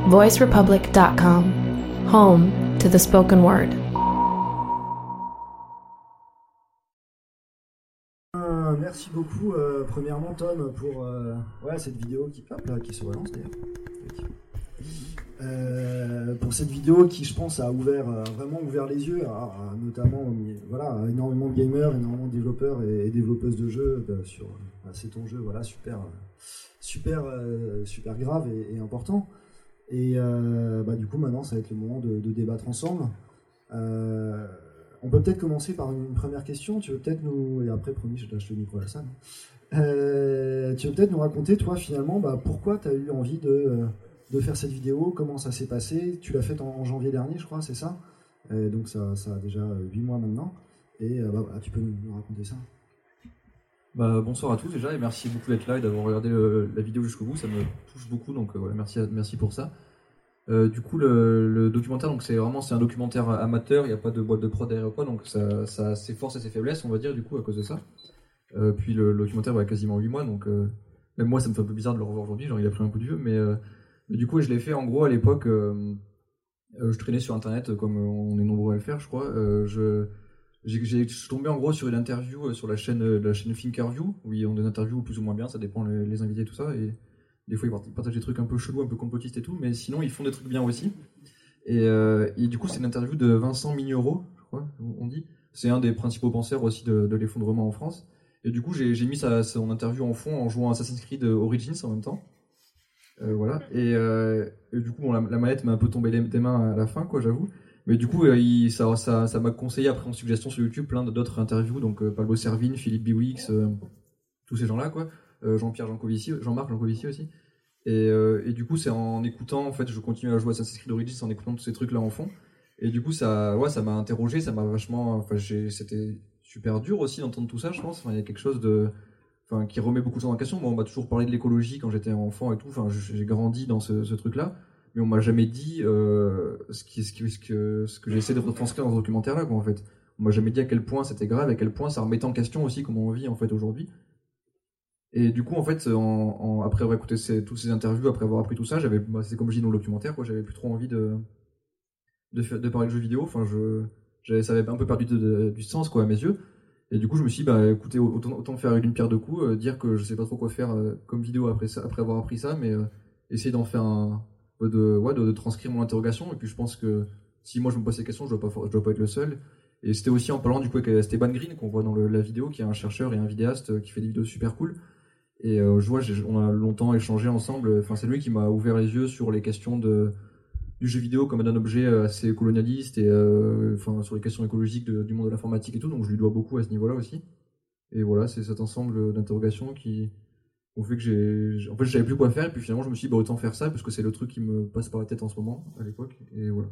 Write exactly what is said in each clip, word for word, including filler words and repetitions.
voice republic dot com, home to the spoken word. Euh, merci beaucoup, euh, premièrement Tom, pour euh, ouais, cette vidéo qui, hop, là, qui se relance d'ailleurs. Euh, pour cette vidéo qui, je pense, a ouvert, euh, vraiment ouvert les yeux, à, à, notamment voilà, à énormément de gamers, énormément de développeurs et, et développeuses de jeux bah, sur bah, cet enjeu voilà, super, super, euh, super grave et, et important. Et euh, bah, du coup, maintenant, ça va être le moment de, de débattre ensemble. Euh, on peut peut-être commencer par une, une première question. Tu veux peut-être nous... Et après, promis, je lâche le micro à la salle. Euh, tu veux peut-être nous raconter, toi, finalement, bah, pourquoi tu as eu envie de... de faire cette vidéo, comment ça s'est passé. Tu l'as faite en, en janvier dernier, je crois, c'est ça, euh, donc ça, ça a déjà huit mois maintenant. Et euh, bah, bah, tu peux nous, nous raconter ça. Bah, bonsoir à tous déjà, et merci beaucoup d'être là et d'avoir regardé le, la vidéo jusqu'au bout, ça me touche beaucoup, donc euh, voilà, merci, merci pour ça. Euh, du coup, le, le documentaire, donc c'est vraiment c'est un documentaire amateur, il n'y a pas de boîte de prod derrière quoi, donc ça, ça a ses forces et ses faiblesses, on va dire, du coup, à cause de ça. Euh, puis le, le documentaire va quasiment huit mois, donc euh, même moi ça me fait un peu bizarre de le revoir aujourd'hui, genre il a pris un coup de vieux, mais... Euh, Mais du coup, je l'ai fait en gros à l'époque. Euh, euh, je traînais sur internet, comme on est nombreux à le faire, je crois. Euh, je, j'ai, j'ai, je suis tombé en gros sur une interview euh, sur la chaîne, euh, la chaîne Thinkerview, où ils ont des interviews plus ou moins bien, ça dépend les, les invités et tout ça. Et des fois, ils partagent des trucs un peu chelous, un peu complotistes et tout, mais sinon, ils font des trucs bien aussi. Et, euh, et du coup, c'est une interview de Vincent Mignereau, je crois, on dit. C'est un des principaux penseurs aussi de, de l'effondrement en France. Et du coup, j'ai, j'ai mis sa, son interview en fond en jouant Assassin's Creed Origins en même temps. Euh, voilà, et, euh, et du coup bon, la, la manette m'a un peu tombé des mains à la fin, quoi, j'avoue. Mais du coup, euh, il, ça, ça, ça m'a conseillé après en suggestion sur YouTube plein d'autres interviews, donc euh, Pablo Servigne, Philippe Biwix, euh, tous ces gens-là, quoi. Euh, Jean-Pierre Jancovici, Jean-Marc Jancovici aussi. Et, euh, et du coup, c'est en écoutant, en fait, je continue à jouer à Assassin's Creed Origins en écoutant tous ces trucs-là en fond. Et du coup, ça, ouais, ça m'a interrogé, ça m'a vachement, enfin, j'ai, c'était super dur aussi d'entendre tout ça, je pense. Enfin, il y a quelque chose de Enfin, qui remet beaucoup de choses en question. Moi, on m'a toujours parlé de l'écologie quand j'étais enfant et tout. Enfin, j'ai grandi dans ce, ce truc-là, mais on m'a jamais dit euh, ce, qui, ce, qui, ce que ce que j'essaie de retranscrire dans ce documentaire-là, quoi, en fait. On m'a jamais dit à quel point c'était grave, à quel point ça remettait en question aussi comment on vit en fait aujourd'hui. Et du coup, en fait, en, en, après avoir écouté ces, toutes ces interviews, après avoir appris tout ça, j'avais, bah, c'est comme je dis dans le documentaire, quoi, j'avais plus trop envie de de, faire, de parler de jeux vidéo. Enfin, je, j'avais, ça avait un peu perdu de, de, du sens, quoi, à mes yeux. Et du coup, je me suis dit, bah, écoutez, autant, autant faire une pierre deux coups, euh, dire que je sais pas trop quoi faire euh, comme vidéo après ça, après avoir appris ça, mais euh, essayer d'en faire un, de, ouais, de, de transcrire mon interrogation. Et puis, je pense que si moi je me pose ces questions, je dois pas, je dois pas être le seul. Et c'était aussi en parlant du coup avec Esteban Green qu'on voit dans le, la vidéo, qui est un chercheur et un vidéaste euh, qui fait des vidéos super cool. Et euh, je vois, j'ai, on a longtemps échangé ensemble. Enfin, c'est lui qui m'a ouvert les yeux sur les questions de du jeu vidéo comme un objet assez colonialiste et euh, enfin sur les questions écologiques de, du monde de l'informatique et tout. Donc, je lui dois beaucoup à ce niveau-là aussi. Et voilà, c'est cet ensemble d'interrogations qui ont fait que j'ai... En fait, je savais plus quoi faire, et puis finalement, je me suis dit, bah, autant faire ça, parce que c'est le truc qui me passe par la tête en ce moment, à l'époque, et voilà.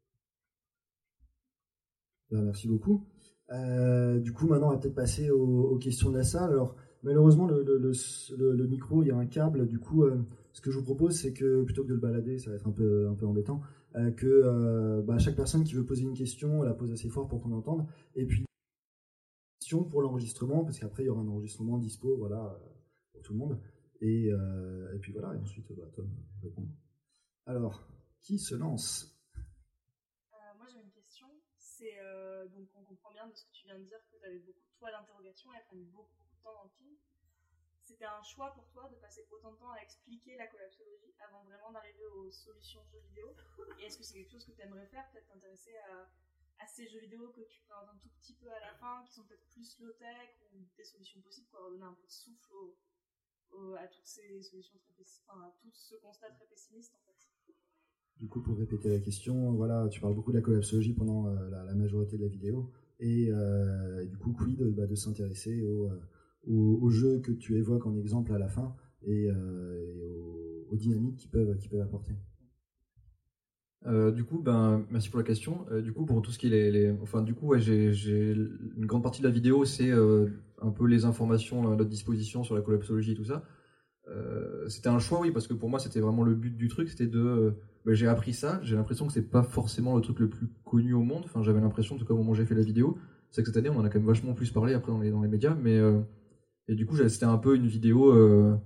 Bah, merci beaucoup. Euh, du coup, maintenant, on va peut-être passer aux, aux questions de la salle. Alors, malheureusement, le, le, le, le micro, il y a un câble. Du coup, euh, ce que je vous propose, c'est que, plutôt que de le balader, ça va être un peu, un peu embêtant, euh, que euh, bah, chaque personne qui veut poser une question, la pose assez fort pour qu'on l'entende. Et puis, pour l'enregistrement, parce qu'après il y aura un enregistrement dispo, voilà, pour tout le monde. Et, euh, et puis voilà, et ensuite bah, Tom répond. Alors, qui se lance? euh, Moi j'ai une question. C'est euh, donc on comprend bien de ce que tu viens de dire que tu avais beaucoup de toiles d'interrogation et tu as mis beaucoup, beaucoup de temps dans le film. C'était un choix pour toi de passer autant de temps à expliquer la collapsologie avant vraiment d'arriver aux solutions jeux vidéo? Et est-ce que c'est quelque chose que tu aimerais faire, peut-être t'intéresser à à ces jeux vidéo que tu présentes un tout petit peu à la fin, qui sont peut-être plus low-tech ou des solutions possibles pour redonner un peu de souffle au, au, à toutes ces solutions très pessimistes, enfin, à tout ce constat très pessimiste en fait. Du coup, pour répéter la question, voilà, tu parles beaucoup de la collapsologie pendant euh, la, la majorité de la vidéo, et, euh, et du coup, quid de, bah, de s'intéresser au, au, au jeu que tu évoques en exemple à la fin et, euh, et aux, aux dynamiques qu'ils peuvent, qu'ils peuvent apporter. Euh, du coup, ben, merci pour la question. Euh, du coup, pour tout ce qui est les, les... enfin, du coup, ouais, j'ai, j'ai une grande partie de la vidéo, c'est euh, un peu les informations à notre disposition sur la collapsologie et tout ça. Euh, c'était un choix, oui, parce que pour moi, c'était vraiment le but du truc, c'était de, euh, ben, j'ai appris ça. J'ai l'impression que c'est pas forcément le truc le plus connu au monde. Enfin, j'avais l'impression, en tout cas, au moment où j'ai fait la vidéo, c'est que cette année, on en a quand même vachement plus parlé après dans les dans les médias, mais euh, et du coup, c'était un peu une vidéo. Euh,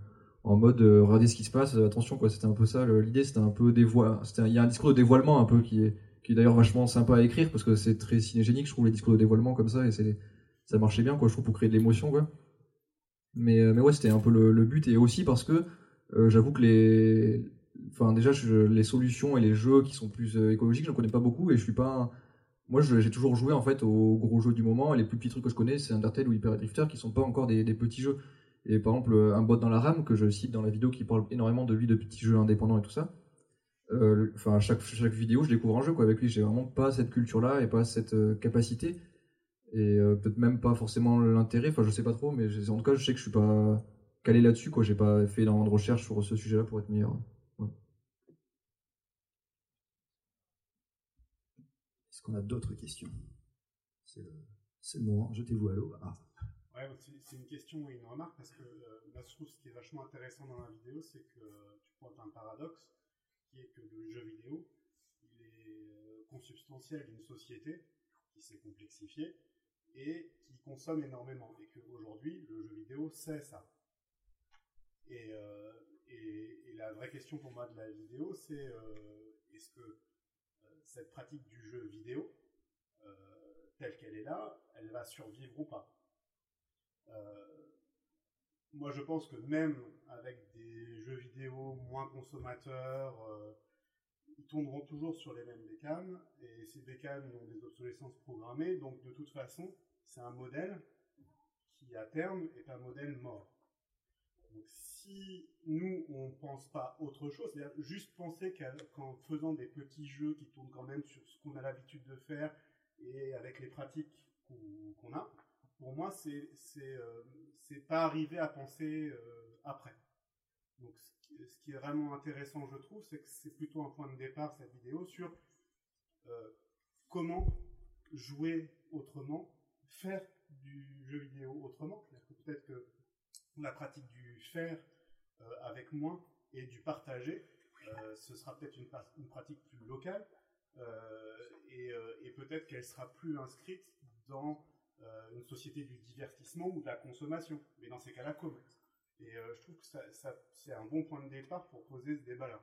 en mode euh, regardez ce qui se passe, euh, attention quoi. C'était un peu ça. le- L'idée, c'était un peu dévoile. Il y a un discours de dévoilement un peu qui est, qui est d'ailleurs vachement sympa à écrire parce que c'est très cinégénique, je trouve, les discours de dévoilement comme ça, et c'est, ça marchait bien quoi. Je trouve pour créer de l'émotion quoi. Mais, euh, mais ouais, c'était un peu le, le but, et aussi parce que euh, j'avoue que les, enfin déjà je- les solutions et les jeux qui sont plus euh, écologiques, je ne connais pas beaucoup, et je suis pas. un- Moi, je- j'ai toujours joué en fait aux gros jeux du moment, et les plus petits trucs que je connais, c'est Undertale ou Hyper Drifter, qui sont pas encore des, des petits jeux. Et par exemple, un bot dans la rame que je cite dans la vidéo, qui parle énormément de lui, de petits jeux indépendants et tout ça. euh, Enfin, chaque chaque vidéo, je découvre un jeu quoi avec lui. J'ai vraiment pas cette culture-là et pas cette euh, capacité, et euh, peut-être même pas forcément l'intérêt. Enfin, je sais pas trop, mais je- en tout cas, je sais que je suis pas calé là-dessus quoi. J'ai pas fait énormément de recherches sur ce sujet-là pour être meilleur. Ouais. Est-ce qu'on a d'autres questions? C'est le, c'est le moment, jetez-vous à l'eau. Ah. Ouais, c'est c'est une question et une remarque, parce que euh, là, je trouve ce qui est vachement intéressant dans la vidéo, c'est que euh, tu pointes un paradoxe, qui est que le jeu vidéo, il est euh, consubstantiel d'une société qui s'est complexifiée et qui consomme énormément, et qu'aujourd'hui, le jeu vidéo, c'est ça. Et, euh, et, et la vraie question pour moi de la vidéo, c'est euh, est-ce que euh, cette pratique du jeu vidéo, euh, telle qu'elle est là, elle va survivre ou pas? Euh, moi, je pense que même avec des jeux vidéo moins consommateurs, euh, ils tourneront toujours sur les mêmes bécanes, et ces bécanes ont des obsolescences programmées, donc de toute façon, c'est un modèle qui, à terme, est un modèle mort. Donc, si nous, on ne pense pas autre chose, c'est-à-dire juste penser qu'en faisant des petits jeux qui tournent quand même sur ce qu'on a l'habitude de faire et avec les pratiques qu'on qu'on a, pour moi, c'est c'est euh, c'est pas arriver à penser euh, après. Donc, ce qui, ce qui est vraiment intéressant, je trouve, c'est que c'est plutôt un point de départ, cette vidéo, sur euh, comment jouer autrement, faire du jeu vidéo autrement. C'est-à-dire que peut-être que la pratique du faire euh, avec moins et du partager, euh, ce sera peut-être une, une pratique plus locale, euh, et, euh, et peut-être qu'elle sera plus inscrite dans euh, une société du divertissement ou de la consommation, mais dans ces cas-là, comment? Et euh, je trouve que ça, ça, c'est un bon point de départ pour poser ce débat-là.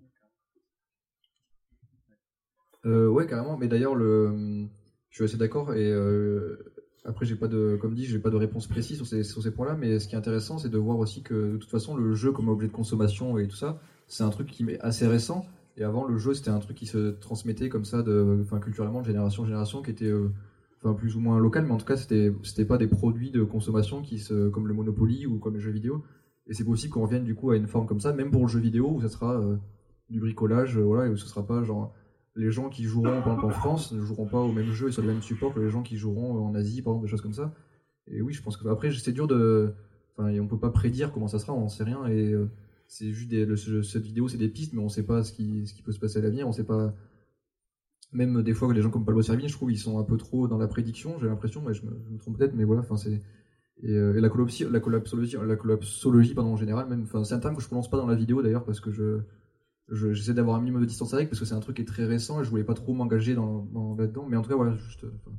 Euh, ouais, carrément. Mais d'ailleurs, le, je suis assez d'accord. Et euh, après, j'ai pas de, comme dit, j'ai pas de réponse précise sur ces, sur ces points-là. Mais ce qui est intéressant, c'est de voir aussi que de toute façon, le jeu comme objet de consommation et tout ça, c'est un truc qui est assez récent. Et avant, le jeu, c'était un truc qui se transmettait comme ça, de, enfin, culturellement, de génération en génération, qui était, euh, enfin, plus ou moins local. Mais en tout cas, c'était, c'était pas des produits de consommation qui se, comme le Monopoly ou comme les jeux vidéo. Et c'est possible qu'on revienne du coup à une forme comme ça, même pour le jeu vidéo, où ça sera euh, du bricolage, euh, voilà, et où ce sera pas genre les gens qui joueront par exemple en France ne joueront pas au même jeu et sur le même support que les gens qui joueront en Asie, par exemple, des choses comme ça. Et oui, je pense que après, c'est dur de. Enfin, on peut pas prédire comment ça sera, on sait rien. Et euh, c'est juste des, le, cette vidéo, c'est des pistes, mais on sait pas ce qui, ce qui peut se passer à l'avenir. On sait pas. Même des fois que les gens comme Pablo Servigne, je trouve, ils sont un peu trop dans la prédiction, j'ai l'impression, mais je me, je me trompe peut-être, mais voilà, enfin, c'est. Et, euh, et la collapsologie, la collapsologie, la collapsologie pardon, en général, même, enfin, c'est un terme que je prononce pas dans la vidéo d'ailleurs parce que je. Je, j'essaie d'avoir un minimum de distance avec parce que c'est un truc qui est très récent et je voulais pas trop m'engager dans, dans, là-dedans, mais en tout cas voilà, juste enfin.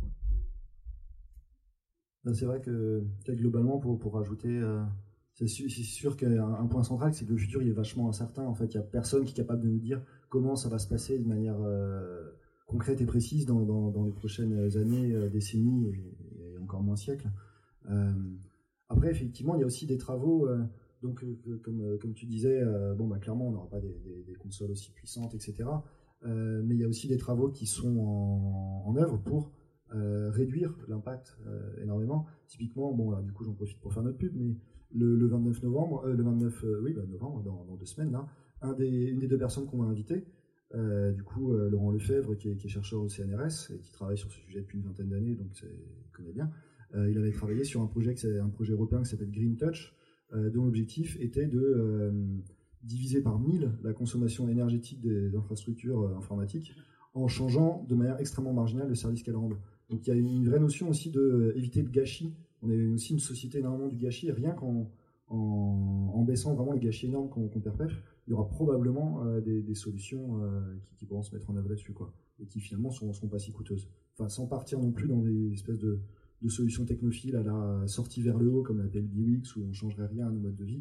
C'est vrai que globalement, pour, pour rajouter, euh, c'est, su, c'est sûr qu'un un point central, c'est que le futur il est vachement incertain. En fait, il n'y a personne qui est capable de nous dire comment ça va se passer de manière euh, concrète et précise dans, dans, dans les prochaines années, euh, décennies et, et encore moins siècles. Euh, après, effectivement, il y a aussi des travaux. Euh, Donc, euh, comme, euh, comme tu disais, euh, bon, bah, clairement, on n'aura pas des, des, des consoles aussi puissantes, et cetera. Euh, mais il y a aussi des travaux qui sont en, en œuvre pour euh, réduire l'impact euh, énormément. Typiquement, bon, là, du coup, j'en profite pour faire notre pub, mais le, le vingt-neuf novembre, euh, le vingt-neuf, euh, oui, bah, novembre, dans, dans deux semaines, là, un des, une des deux personnes qu'on va inviter, euh, du coup, euh, Laurent Lefebvre, qui est, qui est chercheur au C N R S et qui travaille sur ce sujet depuis une vingtaine d'années, donc il connaît bien. Euh, il avait travaillé sur un projet, un projet européen qui s'appelle Green Touch, Euh, dont l'objectif était de euh, diviser par mille la consommation énergétique des infrastructures euh, informatiques en changeant de manière extrêmement marginale le service qu'elles rendent. Donc il y a une, une vraie notion aussi d'éviter le gâchis. On est aussi une société énormément du gâchis, et rien qu'en en, en baissant vraiment le gâchis énorme qu'on qu'on perpètre, il y aura probablement euh, des, des solutions euh, qui, qui pourront se mettre en œuvre là-dessus, quoi, et qui finalement ne seront, seront pas si coûteuses. Enfin, sans partir non plus dans des espèces de de solutions technophiles à la sortie vers le haut, comme l'appelle Biwix, où on ne changerait rien à nos modes de vie.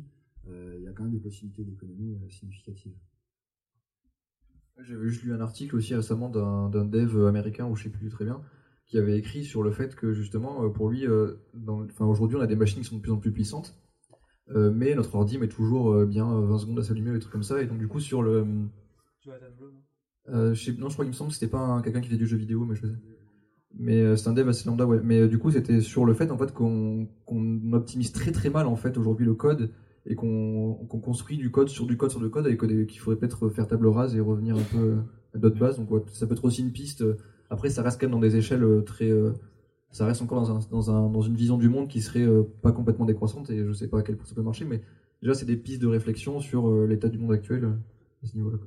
il y a quand même des possibilités d'économie significatives. J'avais juste lu un article aussi récemment d'un, d'un dev américain, ou je sais plus très bien, qui avait écrit sur le fait que justement, pour lui, euh, dans, enfin, aujourd'hui on a des machines qui sont de plus en plus puissantes, euh, mais notre ordi met toujours euh, bien vingt secondes à s'allumer, ou des trucs comme ça, et donc du coup sur le... Tu vois, Bleu, non euh, je sais, non, je crois qu'il me semble que c'était pas un, quelqu'un qui fait du jeu vidéo, mais je sais. Mais euh, c'est un dev assez lambda, ouais. Mais euh, du coup, c'était sur le fait en fait qu'on, qu'on optimise très très mal en fait aujourd'hui le code et qu'on, qu'on construit du code sur du code sur du code et qu'il faudrait peut-être faire table rase et revenir un peu à d'autres bases. Donc ouais, ça peut être aussi une piste. Après, ça reste quand même dans des échelles très, euh, ça reste encore dans un, dans un dans une vision du monde qui serait euh, pas complètement décroissante et je sais pas à quel point ça peut marcher, mais déjà c'est des pistes de réflexion sur euh, l'état du monde actuel euh, à ce niveau-là.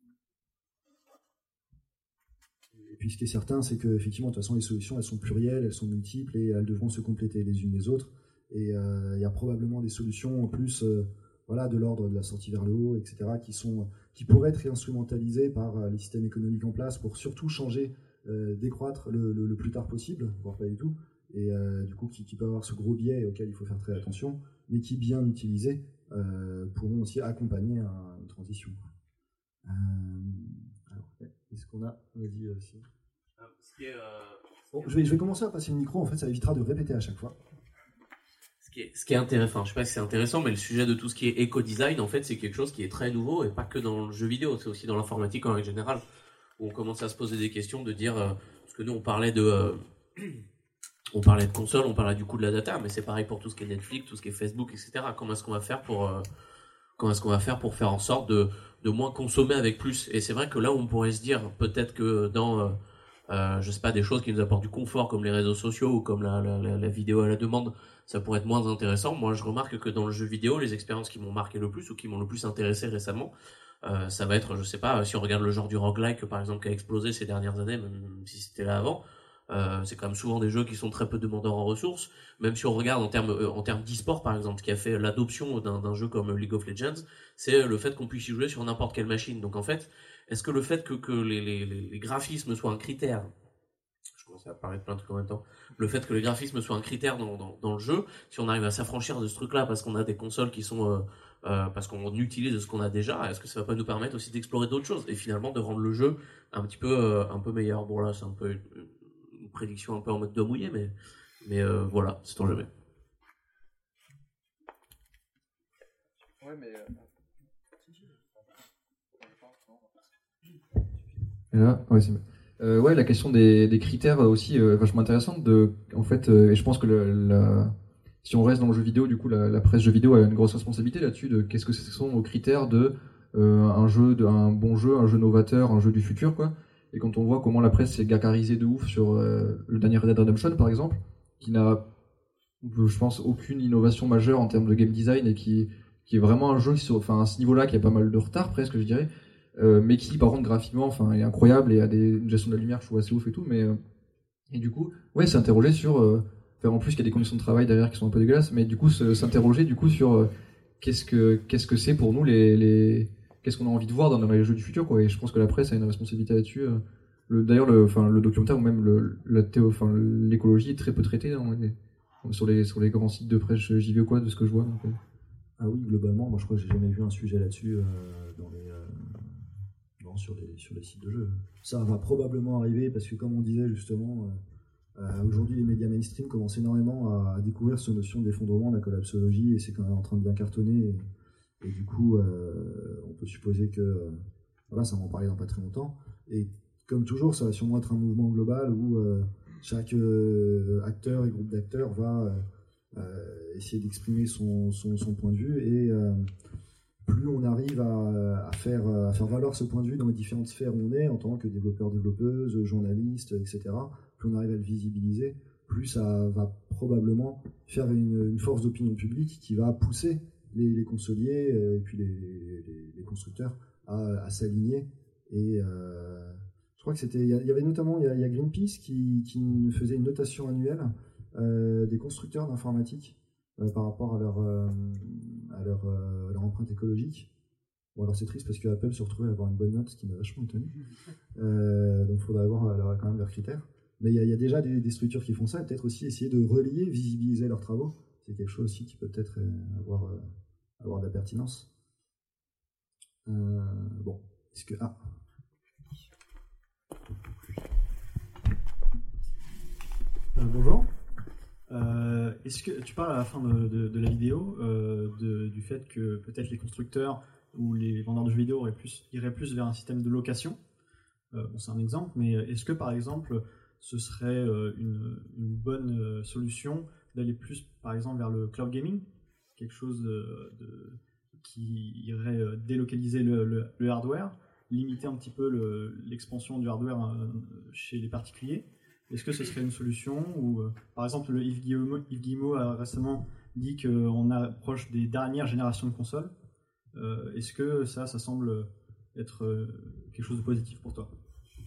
Et puis ce qui est certain, c'est que effectivement, de toute façon, les solutions, elles sont plurielles, elles sont multiples et elles devront se compléter les unes les autres. Et il euh, y a probablement des solutions en plus, euh, voilà, de l'ordre de la sortie vers le haut, et cetera, qui sont, qui pourraient être réinstrumentalisées par euh, les systèmes économiques en place pour surtout changer, euh, décroître le, le, le plus tard possible, voire pas du tout. Et euh, du coup, qui, qui peut avoir ce gros biais auquel il faut faire très attention, mais qui, bien utilisés, euh, pourront aussi accompagner un, une transition. Euh, alors, est-ce qu'on a... Vas-y, euh, si. Euh, ce qui est, euh, Bon, je, vais, je vais commencer à passer le micro, en fait, ça évitera de répéter à chaque fois. Ce qui est, ce qui est intéressant, enfin, je sais pas si c'est intéressant, mais le sujet de tout ce qui est éco-design, en fait, c'est quelque chose qui est très nouveau, et pas que dans le jeu vidéo, c'est aussi dans l'informatique en règle générale, où on commence à se poser des questions, de dire, euh, parce que nous, on parlait de... Euh, on parlait de console, on parlait du coût de la data, mais c'est pareil pour tout ce qui est Netflix, tout ce qui est Facebook, et cetera. Comment est-ce qu'on va faire pour... Euh, comment est-ce qu'on va faire pour faire en sorte de, de moins consommer avec plus? Et c'est vrai que là où on pourrait se dire, peut-être que dans... Euh, Euh, je sais pas, des choses qui nous apportent du confort comme les réseaux sociaux ou comme la, la, la, la vidéo à la demande, ça pourrait être moins intéressant. Moi, je remarque que dans le jeu vidéo, les expériences qui m'ont marqué le plus ou qui m'ont le plus intéressé récemment, euh, ça va être, je sais pas, si on regarde le genre du roguelike, par exemple, qui a explosé ces dernières années, même si c'était là avant, euh, c'est quand même souvent des jeux qui sont très peu demandeurs en ressources. Même si on regarde en termes euh, en termes d'e-sport, par exemple, ce qui a fait l'adoption d'un, d'un jeu comme League of Legends, c'est le fait qu'on puisse y jouer sur n'importe quelle machine. Donc en fait, est-ce que le fait que, que les, les, les graphismes soient un critère, je commence à parler de plein de trucs en même temps, le fait que les graphismes soient un critère dans, dans, dans le jeu, si on arrive à s'affranchir de ce truc-là parce qu'on a des consoles qui sont, euh, euh, parce qu'on utilise ce qu'on a déjà, est-ce que ça va pas nous permettre aussi d'explorer d'autres choses et finalement de rendre le jeu un petit peu, euh, un peu meilleur? Bon là, c'est un peu une, une prédiction un peu en mode doigt mouillé, mais, mais euh, voilà, c'est tant jamais. Ouais, mais... Et là, ouais, c'est bien. Euh, ouais, la question des, des critères aussi euh, vachement intéressante. De, en fait, euh, et je pense que le, la, si on reste dans le jeu vidéo, du coup, la, la presse jeu vidéo a une grosse responsabilité là-dessus. De qu'est-ce que ce sont aux critères de euh, un jeu, de, un bon jeu, un jeu novateur, un jeu du futur, quoi. Et quand on voit comment la presse s'est gargarisée de ouf sur euh, le dernier Red Dead Redemption, par exemple, qui n'a, je pense, aucune innovation majeure en termes de game design et qui, qui est vraiment un jeu qui, enfin, à ce niveau-là, qui a pas mal de retard presque, je dirais. Euh, mais qui par contre graphiquement enfin est incroyable et a des, une gestion de la lumière je trouve assez ouf et tout, mais euh, et du coup ouais s'interroger sur euh, en plus qu'il y a des conditions de travail derrière qui sont un peu dégueulasses, mais du coup se, s'interroger du coup sur euh, qu'est-ce que qu'est-ce que c'est pour nous les, les qu'est-ce qu'on a envie de voir dans, dans les jeux du futur, quoi. Et je pense que la presse a une responsabilité là-dessus. euh, le, d'ailleurs le enfin le documentaire ou même le la théo, enfin l'écologie est très peu traitée dans les, sur les sur les grands sites de presse J V ou quoi, de ce que je vois, donc, euh. Ah oui, globalement moi je crois que j'ai jamais vu un sujet là-dessus euh, dans les euh... Sur les, sur les sites de jeux. Ça va probablement arriver parce que, comme on disait justement, euh, euh, aujourd'hui les médias mainstream commencent énormément à, à découvrir cette notion d'effondrement, de la collapsologie, et c'est quand même en train de bien cartonner. Et, et du coup, euh, on peut supposer que euh, voilà, ça va en parler dans pas très longtemps. Et comme toujours, ça va sûrement être un mouvement global où euh, chaque euh, acteur et groupe d'acteurs va euh, essayer d'exprimer son, son, son point de vue et euh, plus on arrive à, à, faire, à faire valoir ce point de vue dans les différentes sphères où on est, en tant que développeur, développeuse, journaliste, et cetera, plus on arrive à le visibiliser, plus ça va probablement faire une, une force d'opinion publique qui va pousser les, les consoliers et puis les, les, les constructeurs à, à s'aligner. Et euh, je crois que c'était, il y avait notamment, il y a, il y a Greenpeace qui, qui faisait une notation annuelle euh, des constructeurs d'informatique euh, par rapport à leur... Euh, à leur, euh, leur empreinte écologique. Bon, alors c'est triste parce que Apple se retrouvait à avoir une bonne note, ce qui m'a vachement étonné. Euh, donc il faudrait avoir alors, quand même leurs critères. Mais il y, y a déjà des, des structures qui font ça, et peut-être aussi essayer de relier, visibiliser leurs travaux. C'est quelque chose aussi qui peut peut-être avoir, avoir de la pertinence. Euh, bon, est-ce que... Ah. Euh, bonjour. Euh, est-ce que tu parles à la fin de, de, de la vidéo euh, de, du fait que peut-être les constructeurs ou les vendeurs de jeux vidéo auraient plus, iraient plus vers un système de location? euh, bon, c'est un exemple, mais est-ce que par exemple ce serait euh, une, une bonne euh, solution d'aller plus par exemple vers le cloud gaming, quelque chose de, de, qui irait euh, délocaliser le, le, le hardware, limiter un petit peu le, l'expansion du hardware euh, chez les particuliers? Est-ce que ce serait une solution? Ou, euh, par exemple, le Yves Guillemot, Yves Guillemot a récemment dit qu'on approche des dernières générations de consoles. Euh, est-ce que ça, ça semble être euh, quelque chose de positif pour toi?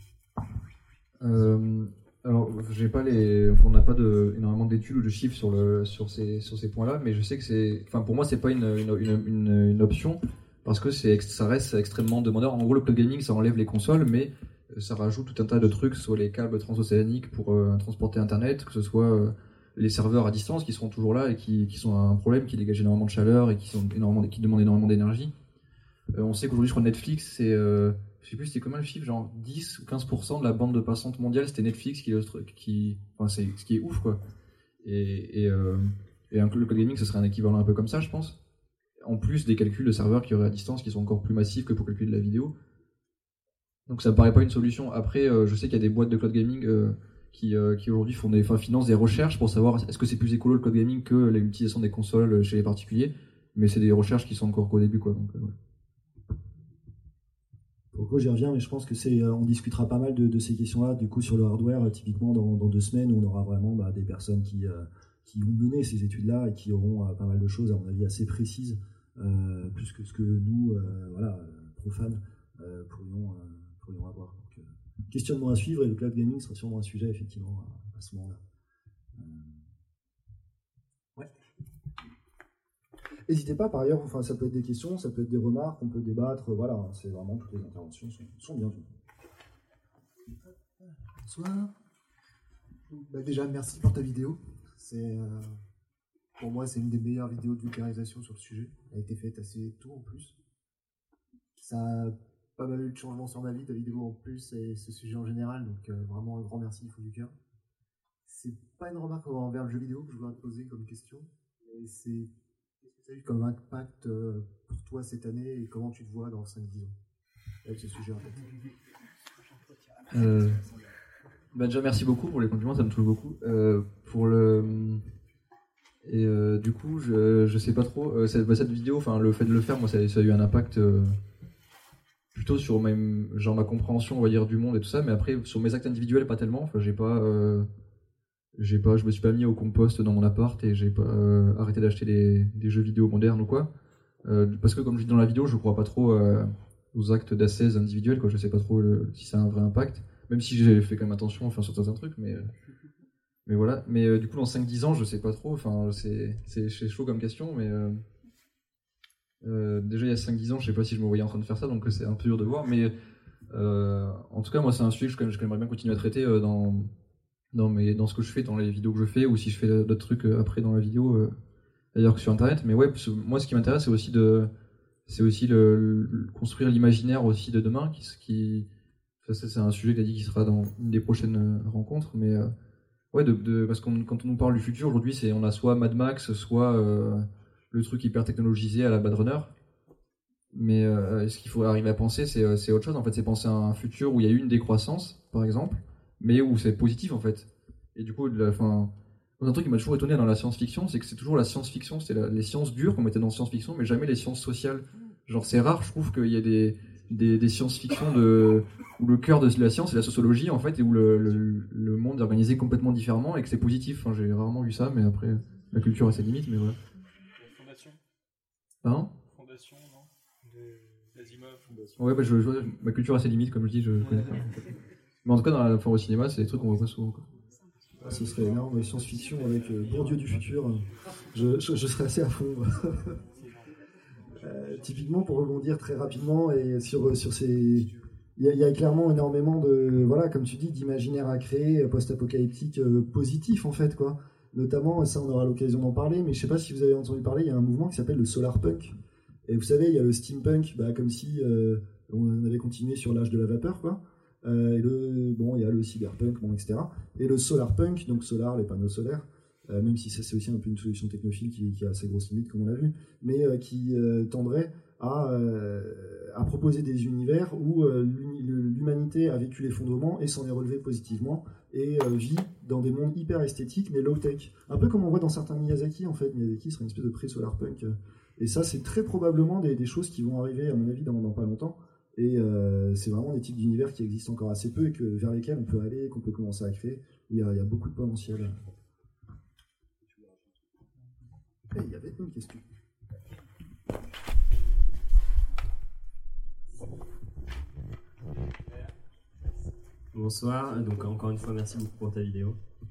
euh, Alors, j'ai pas les, enfin, on n'a pas de, énormément d'études ou de chiffres sur, le, sur, ces, sur ces points-là, mais je sais que c'est, enfin, pour moi, c'est pas une, une, une, une, une option parce que c'est, ça reste extrêmement demandeur. En gros, le cloud gaming, ça enlève les consoles, mais ça rajoute tout un tas de trucs, que ce soit les câbles transocéaniques pour euh, transporter Internet, que ce soit euh, les serveurs à distance qui seront toujours là et qui, qui sont un problème, qui dégagent énormément de chaleur et qui, sont énormément, qui demandent énormément d'énergie. Euh, on sait qu'aujourd'hui, je crois Netflix, c'est, euh, je sais plus c'était combien le chiffre, genre dix ou quinze pour cent de la bande de passante mondiale, c'était Netflix qui, qui enfin, c'est ce qui est ouf, quoi. Et, et, euh, et un, le cloud gaming, ce serait un équivalent un peu comme ça, je pense. En plus des calculs de serveurs qui auraient à distance, qui sont encore plus massifs que pour calculer de la vidéo. Donc ça me paraît pas une solution. Après, euh, je sais qu'il y a des boîtes de cloud gaming euh, qui, euh, qui aujourd'hui font des, enfin, financent des recherches pour savoir est-ce que c'est plus écolo le cloud gaming que l'utilisation des consoles chez les particuliers. Mais c'est des recherches qui sont encore qu'au début, quoi. Donc, euh, ouais. Pourquoi j'y reviens, mais je pense que c'est, on discutera pas mal de, de ces questions-là. Du coup, sur le hardware, typiquement dans, dans deux semaines, on aura vraiment bah, des personnes qui, euh, qui ont mené ces études-là et qui auront euh, pas mal de choses, à mon avis, assez précises, euh, plus que ce que nous, euh, voilà, profanes, euh, pourrions. Euh, pourrions avoir. Donc, euh, questionnement à suivre, et le cloud gaming sera sûrement un sujet effectivement à, à ce moment-là. Euh, ouais. N'hésitez pas par ailleurs, enfin ça peut être des questions, ça peut être des remarques, on peut débattre, voilà, c'est vraiment toutes les interventions sont, sont bienvenues. Bonsoir. Bah, déjà merci pour ta vidéo. C'est euh, pour moi c'est une des meilleures vidéos de vulgarisation sur le sujet. Elle a été faite assez tôt en plus. Ça a pas mal eu de changements sur ma vie, ta vidéo en plus, et ce sujet en général, donc euh, vraiment un grand merci du fond du cœur. C'est pas une remarque envers le jeu vidéo que je voudrais te poser comme question, mais c'est qu'est-ce que ça a eu comme impact euh, pour toi cette année et comment tu te vois dans cinq dix ans avec ce sujet en tête. Euh, bah déjà merci beaucoup pour les compliments, ça me touche beaucoup. Euh, pour le et euh, du coup je, je sais pas trop euh, cette, bah, cette vidéo, enfin le fait de le faire, moi ça, ça a eu un impact. Euh, plutôt sur même genre ma compréhension on va dire du monde et tout ça, mais après sur mes actes individuels pas tellement. Enfin j'ai pas euh, j'ai pas je me suis pas mis au compost dans mon appart et j'ai pas euh, arrêté d'acheter des, des jeux vidéo modernes ou quoi, euh, parce que comme je dis dans la vidéo, je crois pas trop euh, aux actes d'ascèse individuels, quoi. Je sais pas trop euh, si ça a un vrai impact, même si j'ai fait quand même attention, enfin sur certains trucs, mais euh, mais voilà. Mais euh, du coup dans cinq dix ans je sais pas trop, enfin c'est c'est, c'est chaud comme question, mais euh, Euh, déjà il y a cinq dix ans, je sais pas si je me voyais en train de faire ça, donc c'est un peu dur de voir, mais euh, en tout cas moi c'est un sujet que j'aimerais bien continuer à traiter euh, dans, dans, mes, dans ce que je fais, dans les vidéos que je fais, ou si je fais d'autres trucs euh, après dans la vidéo, euh, ailleurs que sur internet. Mais ouais, moi ce qui m'intéresse c'est aussi de c'est aussi le, le construire l'imaginaire aussi de demain, qui, qui ça, c'est un sujet qui a dit qui sera dans une des prochaines rencontres, mais euh, ouais de, de, parce que quand on nous parle du futur aujourd'hui, c'est on a soit Mad Max, soit euh, le truc hyper technologisé à la Blade Runner, mais euh, ce qu'il faut arriver à penser, c'est, c'est autre chose en fait, c'est penser à un futur où il y a eu une décroissance par exemple, mais où c'est positif en fait. Et du coup, la, fin, un truc qui m'a toujours étonné dans la science-fiction, c'est que c'est toujours la science-fiction, c'est la, les sciences dures qu'on mettait dans science-fiction, mais jamais les sciences sociales. Genre c'est rare, je trouve qu'il y ait des, des, des science-fiction de, où le cœur de la science c'est la sociologie en fait, et où le, le, le monde est organisé complètement différemment et que c'est positif. Enfin, j'ai rarement vu ça, mais après la culture a ses limites, mais voilà. Hein Fondation, non de d'Asimov, Fondation. Ouais, bah, je, je, ma culture a ses limites, comme je dis, je connais pas. Mais en tout cas, dans la foire au cinéma, c'est des trucs qu'on voit pas souvent, quoi. Ah, ce serait énorme, science-fiction avec euh, Bon Dieu du futur. Je, je, je serais assez à fond. euh, typiquement, pour rebondir très rapidement et sur, sur ces. Il y, a, il y a clairement énormément de. Voilà, comme tu dis, d'imaginaire à créer, post-apocalyptique, euh, positif en fait, quoi. Notamment, ça on aura l'occasion d'en parler, mais je sais pas si vous avez entendu parler, il y a un mouvement qui s'appelle le solar punk, Et vous savez, il y a le steampunk, bah, comme si euh, on avait continué sur l'âge de la vapeur, quoi. Euh, et le, bon, il y a le cyberpunk, bon, et cetera. Et le solarpunk, donc solar, les panneaux solaires, euh, même si ça c'est aussi un peu une solution technophile qui, qui a assez grosses limites, comme on l'a vu, mais euh, qui euh, tendrait à, euh, à proposer des univers où euh, l'humanité a vécu l'effondrement et s'en est relevé positivement et euh, vit dans des mondes hyper esthétiques mais low-tech. Un peu comme on voit dans certains Miyazaki, en fait. Miyazaki serait une espèce de pré-solarpunk. Et ça, c'est très probablement des, des choses qui vont arriver, à mon avis, dans, dans pas longtemps. Et euh, c'est vraiment des types d'univers qui existent encore assez peu et que, vers lesquels on peut aller, qu'on peut commencer à créer. Il y a, il y a beaucoup de potentiel. Et il y avait une question. Bonsoir, donc encore une fois merci beaucoup pour ta vidéo.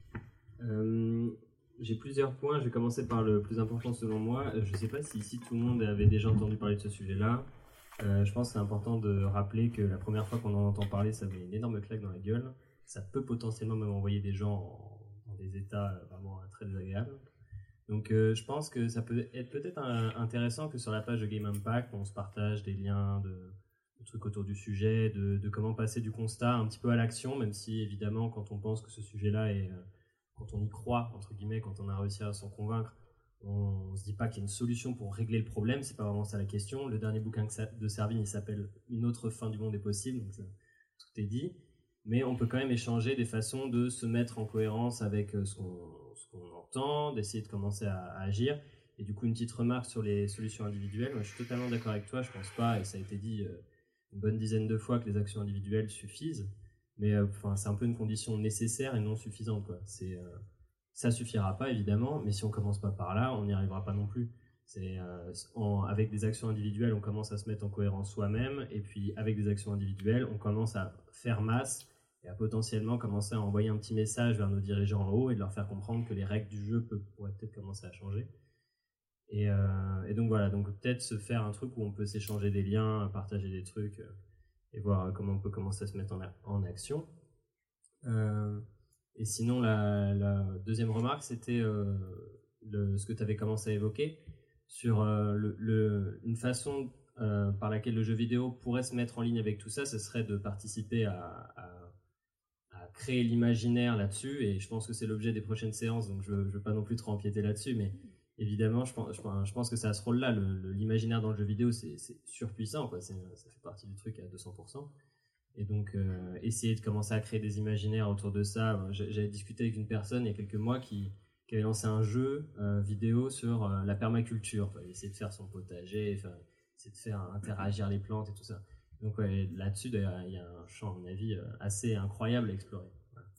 Euh, j'ai plusieurs points, je vais commencer par le plus important selon moi. Je ne sais pas si ici tout le monde avait déjà entendu parler de ce sujet-là. Euh, je pense que c'est important de rappeler que la première fois qu'on en entend parler, ça met une énorme claque dans la gueule. Ça peut potentiellement même envoyer des gens en, dans des états vraiment très désagréables. Donc euh, je pense que ça peut être peut-être un, intéressant que sur la page de Game Impact, on se partage des liens de... de trucs autour du sujet, de, de comment passer du constat un petit peu à l'action, même si évidemment quand on pense que ce sujet-là est, euh, quand on y croit, entre guillemets, quand on a réussi à s'en convaincre, on ne se dit pas qu'il y a une solution pour régler le problème, c'est pas vraiment ça la question. Le dernier bouquin de Servigne, il s'appelle « Une autre fin du monde est possible », donc ça, tout est dit. Mais on peut quand même échanger des façons de se mettre en cohérence avec ce qu'on, ce qu'on entend, d'essayer de commencer à, à agir. Et du coup, une petite remarque sur les solutions individuelles. Moi, je suis totalement d'accord avec toi, je pense pas, et ça a été dit euh, une bonne dizaine de fois que les actions individuelles suffisent, mais euh, enfin, c'est un peu une condition nécessaire et non suffisante, quoi. C'est, euh, ça suffira pas, évidemment, mais si on commence pas par là, on n'y arrivera pas non plus. C'est, euh, en, avec des actions individuelles, on commence à se mettre en cohérence soi-même, et puis avec des actions individuelles, on commence à faire masse et à potentiellement commencer à envoyer un petit message vers nos dirigeants en haut et de leur faire comprendre que les règles du jeu peuvent, pourraient peut-être commencer à changer. Et, euh, et donc voilà, donc peut-être se faire un truc où on peut s'échanger des liens, partager des trucs euh, et voir comment on peut commencer à se mettre en, a- en action. Euh, et sinon, la, la deuxième remarque, c'était euh, le, ce que tu avais commencé à évoquer sur euh, le, le, une façon euh, par laquelle le jeu vidéo pourrait se mettre en ligne avec tout ça, ce serait de participer à, à, à créer l'imaginaire là-dessus. Et je pense que c'est l'objet des prochaines séances, donc je ne veux pas non plus trop empiéter là-dessus, mais évidemment, je pense, je pense que c'est à ce rôle-là. Le, le, l'imaginaire dans le jeu vidéo, c'est, c'est surpuissant, quoi. C'est, ça fait partie du truc à deux cents pour cent. Et donc, euh, essayer de commencer à créer des imaginaires autour de ça. J'avais discuté avec une personne il y a quelques mois qui, qui avait lancé un jeu euh, vidéo sur euh, la permaculture. Enfin, essayer de faire son potager, enfin, essayer de faire interagir les plantes et tout ça. Donc, ouais, là-dessus, d'ailleurs, il y a un champ, à mon avis, assez incroyable à explorer.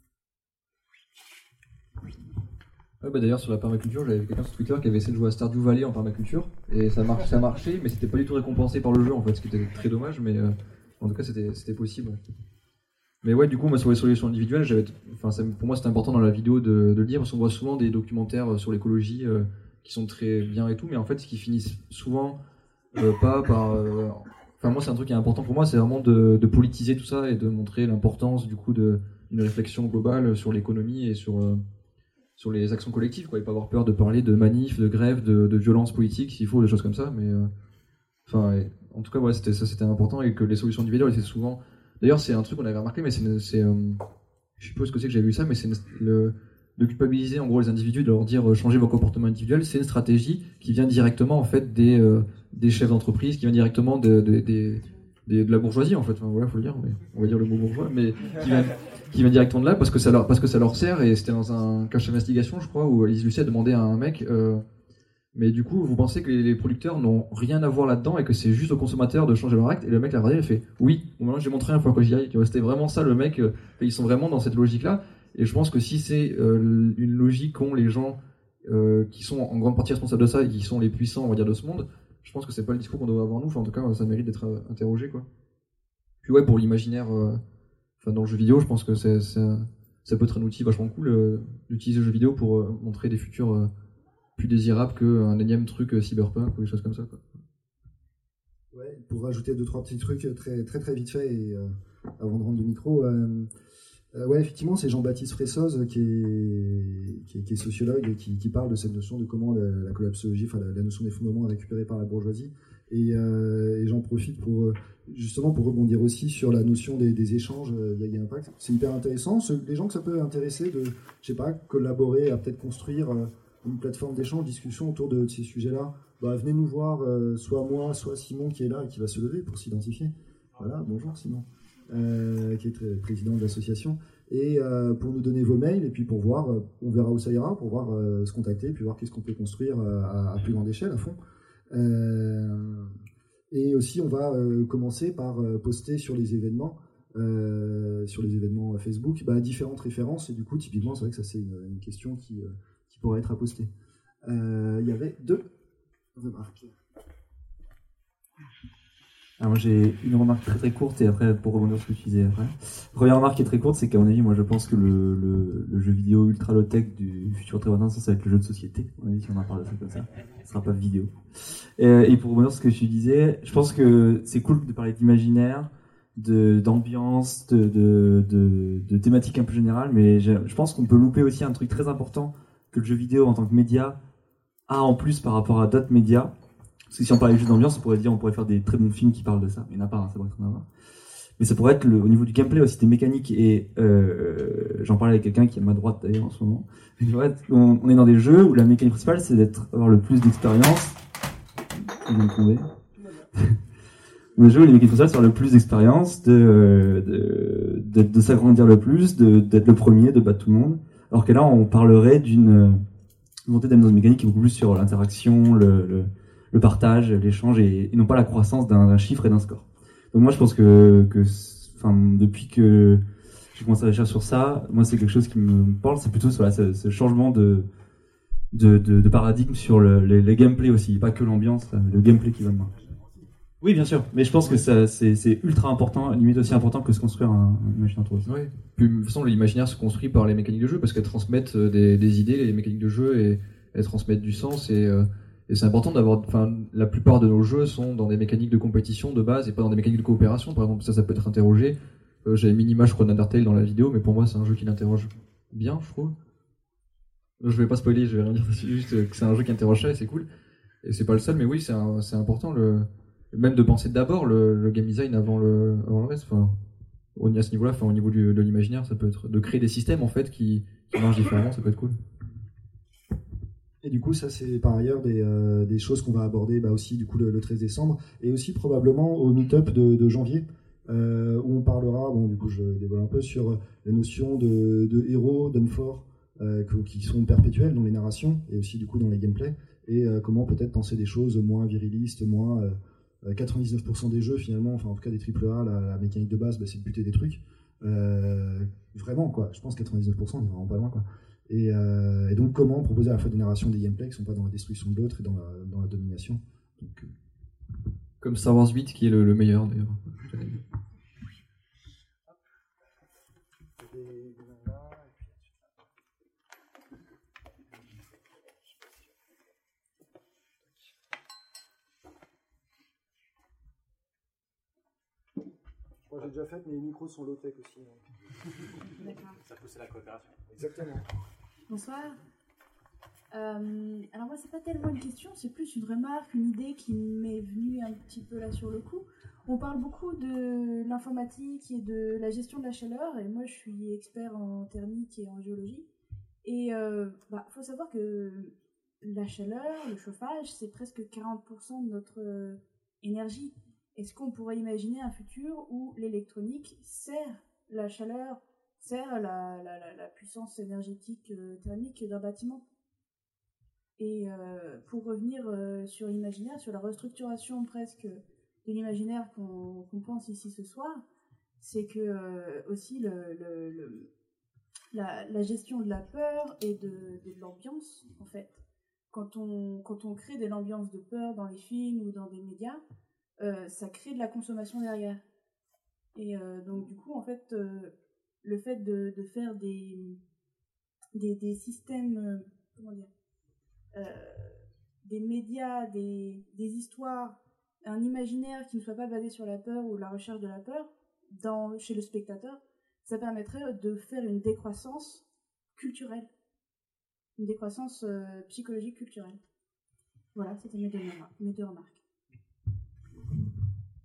Voilà. Ouais, bah d'ailleurs sur la permaculture, j'avais vu quelqu'un sur Twitter qui avait essayé de jouer à Stardew Valley en permaculture et ça marchait, ça marchait, mais c'était pas du tout récompensé par le jeu en fait, ce qui était très dommage, mais euh, en tout cas c'était, c'était possible. Mais ouais, du coup, moi sur les solutions individuelles, j'avais, enfin, ça, pour moi c'était important dans la vidéo de, de le dire parce qu'on voit souvent des documentaires sur l'écologie euh, qui sont très bien et tout, mais en fait, ce qui finissent souvent euh, pas par. Euh, enfin, moi c'est un truc qui est important pour moi, c'est vraiment de, de politiser tout ça et de montrer l'importance du coup de d'une réflexion globale sur l'économie et sur euh, sur les actions collectives, quoi, et pas avoir peur de parler de manifs, de grèves, de, de violences politiques, s'il faut, des choses comme ça, mais euh, enfin, et, en tout cas, ouais, c'était, ça c'était important, et que les solutions individuelles, c'est souvent, d'ailleurs, c'est un truc qu'on avait remarqué, mais c'est, c'est euh, je suppose que c'est que j'ai vu ça, mais c'est une, le, de culpabiliser, en gros, les individus, de leur dire, euh, changez vos comportements individuels, c'est une stratégie qui vient directement, en fait, des, euh, des chefs d'entreprise, qui vient directement de, de, de, de, de la bourgeoisie, en fait, enfin, voilà, faut le dire, mais on va dire le mot bourgeois, mais qui vient qui vient directement de là parce que ça leur parce que ça leur sert, et c'était dans un cache d'investigation je crois où Lise Lucet a demandé à un mec euh, mais du coup vous pensez que les, les producteurs n'ont rien à voir là-dedans et que c'est juste aux consommateurs de changer leur acte, et le mec l'a regardé, il a fait oui, bon, maintenant j'ai montré un fois que j'y aille, c'était vraiment ça le mec, euh, ils sont vraiment dans cette logique là, et je pense que si c'est euh, une logique qu'ont les gens euh, qui sont en grande partie responsables de ça et qui sont les puissants on va dire de ce monde, je pense que c'est pas le discours qu'on doit avoir nous, enfin en tout cas ça mérite d'être euh, interrogé quoi. Puis ouais, pour l'imaginaire euh, Enfin, dans le jeu vidéo, je pense que c'est, c'est, ça peut être un outil vachement cool euh, d'utiliser le jeu vidéo pour euh, montrer des futurs euh, plus désirables qu'un énième truc euh, cyberpunk ou des choses comme ça, quoi. Ouais, pour rajouter deux trois petits trucs très très très vite fait et euh, avant de rendre le micro, euh, euh, ouais effectivement c'est Jean-Baptiste Fressoz qui est, qui est, qui est sociologue et qui, qui parle de cette notion de comment la, la collapsologie, enfin la, la notion d'effondrement est récupérée par la bourgeoisie, Et, euh, et j'en profite pour justement pour rebondir aussi sur la notion des, des échanges euh, via Game Impact. C'est hyper intéressant. Ce, les gens que ça peut intéresser de, je sais pas, collaborer, à peut-être construire euh, une plateforme d'échange, discussion autour de, de ces sujets-là, bah, venez nous voir, euh, soit moi, soit Simon qui est là et qui va se lever pour s'identifier. Voilà, bonjour Simon, euh, qui est très, président de l'association. Et euh, pour nous donner vos mails, et puis pour voir, euh, on verra où ça ira, pour voir euh, se contacter, puis voir qu'est-ce qu'on peut construire euh, à, à plus grande échelle, à fond. Euh, et aussi, on va euh, commencer par euh, poster sur les événements, euh, sur les événements Facebook, bah, différentes références. Et du coup, typiquement, c'est vrai que ça, c'est une, une question qui, euh, qui pourrait être à poster. Euh, il y avait deux remarques. Alors moi j'ai une remarque très très courte et après pour rebondir sur ce que tu disais après. La première remarque qui est très courte, c'est qu'à mon avis, moi je pense que le, le, le jeu vidéo ultra low tech du futur très lointain, ça va être le jeu de société. À mon avis, si on en parle de ça comme ça, ce sera pas vidéo. Et, et pour rebondir sur ce que tu disais, je pense que c'est cool de parler d'imaginaire, de d'ambiance, de, de, de, de thématiques un peu générales, mais je, je pense qu'on peut louper aussi un truc très important que le jeu vidéo en tant que média a en plus par rapport à d'autres médias. Parce que si on parlait juste d'ambiance, on pourrait dire on pourrait faire des très bons films qui parlent de ça. Mais il n'y en a pas, hein, ça devrait être en avoir. Mais ça pourrait être le, au niveau du gameplay aussi, des mécaniques. Et euh, j'en parlais avec quelqu'un qui est à ma droite d'ailleurs en ce moment. On, on est dans des jeux où la mécanique principale, c'est d'être avoir le plus d'expérience. Je viens de tomber. Des jeux où les mécaniques principales, c'est avoir le plus d'expérience, de, de, de, de s'agrandir le plus, de, d'être le premier, de battre tout le monde. Alors que là, on parlerait d'une volonté d'être dans une mécanique qui est beaucoup plus sur l'interaction, le, le le partage, l'échange et, et non pas la croissance d'un, d'un chiffre et d'un score. Donc moi je pense que, que enfin, depuis que j'ai commencé à réfléchir sur ça, moi c'est quelque chose qui me parle, c'est plutôt voilà, ce, ce changement de, de, de, de paradigme sur le, le, le gameplay aussi, pas que l'ambiance, le gameplay qui va de main. Oui bien sûr, mais je pense que ça, c'est, c'est ultra important, limite aussi important que se construire un, un imaginaire trop. Oui. Puis de toute façon l'imaginaire se construit par les mécaniques de jeu parce qu'elles transmettent des, des idées, les mécaniques de jeu et elles transmettent du sens et euh, Et c'est important d'avoir, enfin, la plupart de nos jeux sont dans des mécaniques de compétition de base et pas dans des mécaniques de coopération. Par exemple, ça, ça peut être interrogé. Euh, j'avais mis une image, je crois, d'Undertale dans la vidéo, mais pour moi, c'est un jeu qui l'interroge bien, je trouve. Je vais pas spoiler, je vais rien dire dessus, juste que c'est un jeu qui interroge ça et c'est cool. Et c'est pas le seul, mais oui, c'est, un, c'est important, le, même de penser d'abord le, le game design avant le, avant le reste. Enfin, à ce niveau-là, enfin, au niveau du, de l'imaginaire, ça peut être de créer des systèmes, en fait, qui, qui marchent différemment, ça peut être cool. Et du coup, ça c'est par ailleurs des, euh, des choses qu'on va aborder bah, aussi du coup le, le treize décembre et aussi probablement au meet-up de, de janvier euh, où on parlera, bon du coup je dévoile un peu sur la notion de, de héros, d'hommes forts euh, qui sont perpétuels dans les narrations et aussi du coup dans les gameplays et euh, comment peut-être penser des choses moins virilistes, moins euh, quatre-vingt-dix-neuf pour cent des jeux finalement, enfin en tout cas des triple A, la, la mécanique de base bah, c'est de buter des trucs euh, vraiment quoi, je pense quatre-vingt-dix-neuf pour cent on est vraiment pas loin quoi. Et, euh, et donc comment proposer à la fois des narrations des gameplays qui ne sont pas dans la destruction de l'autre et dans la, dans la domination. Donc, euh... Comme Star Wars huit qui est le, le meilleur d'ailleurs. Moi j'ai déjà fait, mais les micros sont low-tech aussi. D'accord. Ça pousse à la coopération. Exactement. Bonsoir. Euh, alors moi c'est pas tellement une question, c'est plus une remarque, une idée qui m'est venue un petit peu là sur le coup. On parle beaucoup de l'informatique et de la gestion de la chaleur et moi je suis expert en thermique et en géologie. Et euh, bah, faut savoir que la chaleur, le chauffage, c'est presque quarante pour cent de notre euh, énergie. Est-ce qu'on pourrait imaginer un futur où l'électronique sert la chaleur, sert la, la, la, la puissance énergétique euh, thermique d'un bâtiment ? Et euh, pour revenir euh, sur l'imaginaire, sur la restructuration presque de l'imaginaire qu'on, qu'on pense ici ce soir, c'est que euh, aussi le, le, le, la, la gestion de la peur et de, de l'ambiance, en fait. Quand on, quand on crée de l'ambiance de peur dans les films ou dans des médias, euh, ça crée de la consommation derrière. Et euh, donc du coup, en fait, euh, le fait de, de faire des, des, des systèmes, euh, comment dire, Euh, des médias, des, des histoires, un imaginaire qui ne soit pas basé sur la peur ou la recherche de la peur dans, chez le spectateur, ça permettrait de faire une décroissance culturelle, une décroissance euh, psychologique culturelle. Voilà, c'était mes deux, mes deux remarques.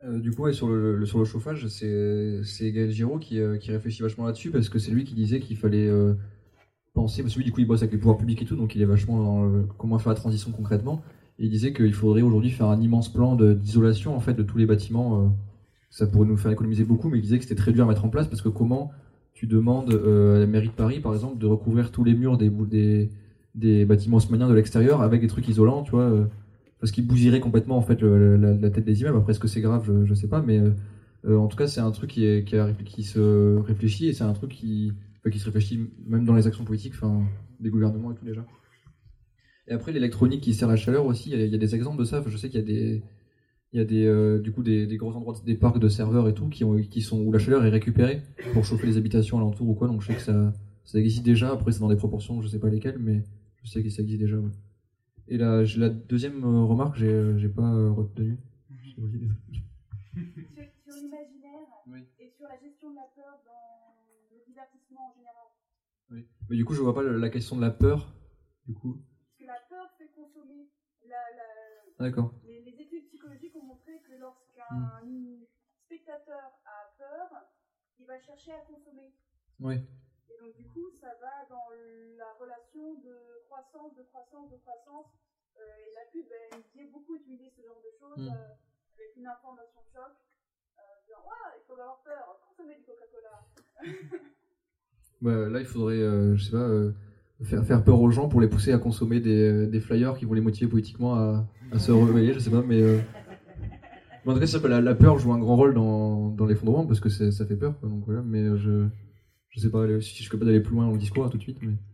Euh, du coup, ouais, sur, le, le- sur le chauffage, c'est c'est Gaël Giraud qui, euh, qui réfléchit vachement là-dessus parce que c'est lui qui disait qu'il fallait euh, penser, parce que lui, du coup, il bosse avec les pouvoirs publics et tout, donc il est vachement dans le- comment faire la transition concrètement. Et il disait qu'il faudrait aujourd'hui faire un immense plan de- d'isolation en fait de tous les bâtiments. euh, ça pourrait nous faire économiser beaucoup, mais il disait que c'était très dur à mettre en place parce que comment tu demandes euh, à la mairie de Paris, par exemple, de recouvrir tous les murs des, bou- des, des bâtiments haussmanniens de l'extérieur avec des trucs isolants, tu vois. euh, parce qu'il bousillerait complètement en fait le- la, la tête des immeubles. Après, est-ce que c'est grave, je, je sais pas, mais euh, euh, en tout cas, c'est un truc qui, est, qui, a- qui se réfléchit et c'est un truc qui, enfin, qui se réfléchit même dans les actions politiques, enfin, des gouvernements et tout déjà. Et après, l'électronique qui sert à la chaleur aussi, il y, a- il y a des exemples de ça. Enfin, je sais qu'il y a des, il y a des, euh, du coup, des, des gros endroits, des parcs de serveurs et tout, qui, ont, qui sont où la chaleur est récupérée pour chauffer les habitations alentours ou quoi. Donc je sais que ça, ça existe déjà. Après, c'est dans des proportions, je sais pas lesquelles, mais je sais que ça existe déjà. Ouais. Et la, j'ai- la deuxième euh, remarque, j'ai, euh, j'ai pas euh, retenu. J'ai oublié, désolé. Sur, sur l'imaginaire Oui. et sur la gestion de la peur dans le divertissement en général. Oui. Mais du coup, je vois pas le- la question de la peur. Du coup. Parce que la peur fait consommer. La, la, Ah, d'accord. les, les études psychologiques ont montré que lorsqu'un spectateur a peur, il va chercher à consommer. Oui. Et donc du coup, ça va dans la relation de croissance, de croissance, de croissance. Euh, et la pub, elle dit beaucoup utiliser ce genre de choses Mm. euh, avec une information choc. Euh, genre, ouais, il faut avoir peur, consommer du Coca-Cola. Bah, là, il faudrait, euh, je sais pas, euh, faire, faire peur aux gens pour les pousser à consommer des, des flyers qui vont les motiver politiquement à, à se réveiller, je sais pas, mais. euh, mais en tout cas, ça, la, la peur joue un grand rôle dans, dans l'effondrement parce que c'est- ça fait peur, quoi, donc voilà, mais euh, je, je sais pas si je suis capable d'aller plus loin dans le discours là, tout de suite, mais.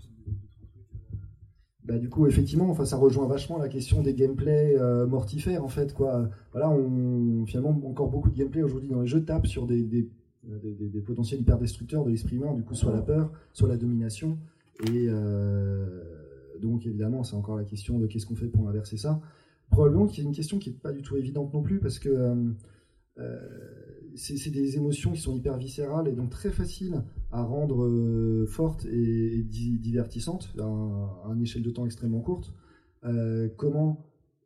Bah, du coup, effectivement, enfin, ça rejoint vachement la question des gameplays euh, mortifères, en fait, quoi. Voilà, on, finalement, encore beaucoup de gameplay aujourd'hui dans les jeux tapent sur des, des, des, des, des potentiels hyper destructeurs de l'esprit humain, du coup, soit la peur, soit la domination. Et euh, donc, évidemment, c'est encore la question de qu'est-ce qu'on fait pour inverser ça. Probablement qu'il y a une question qui n'est pas du tout évidente non plus, parce que euh, euh, c'est, c'est des émotions qui sont hyper viscérales et donc très faciles à rendre euh, fortes et, et di- divertissantes à, un- à une échelle de temps extrêmement courte. Euh, comment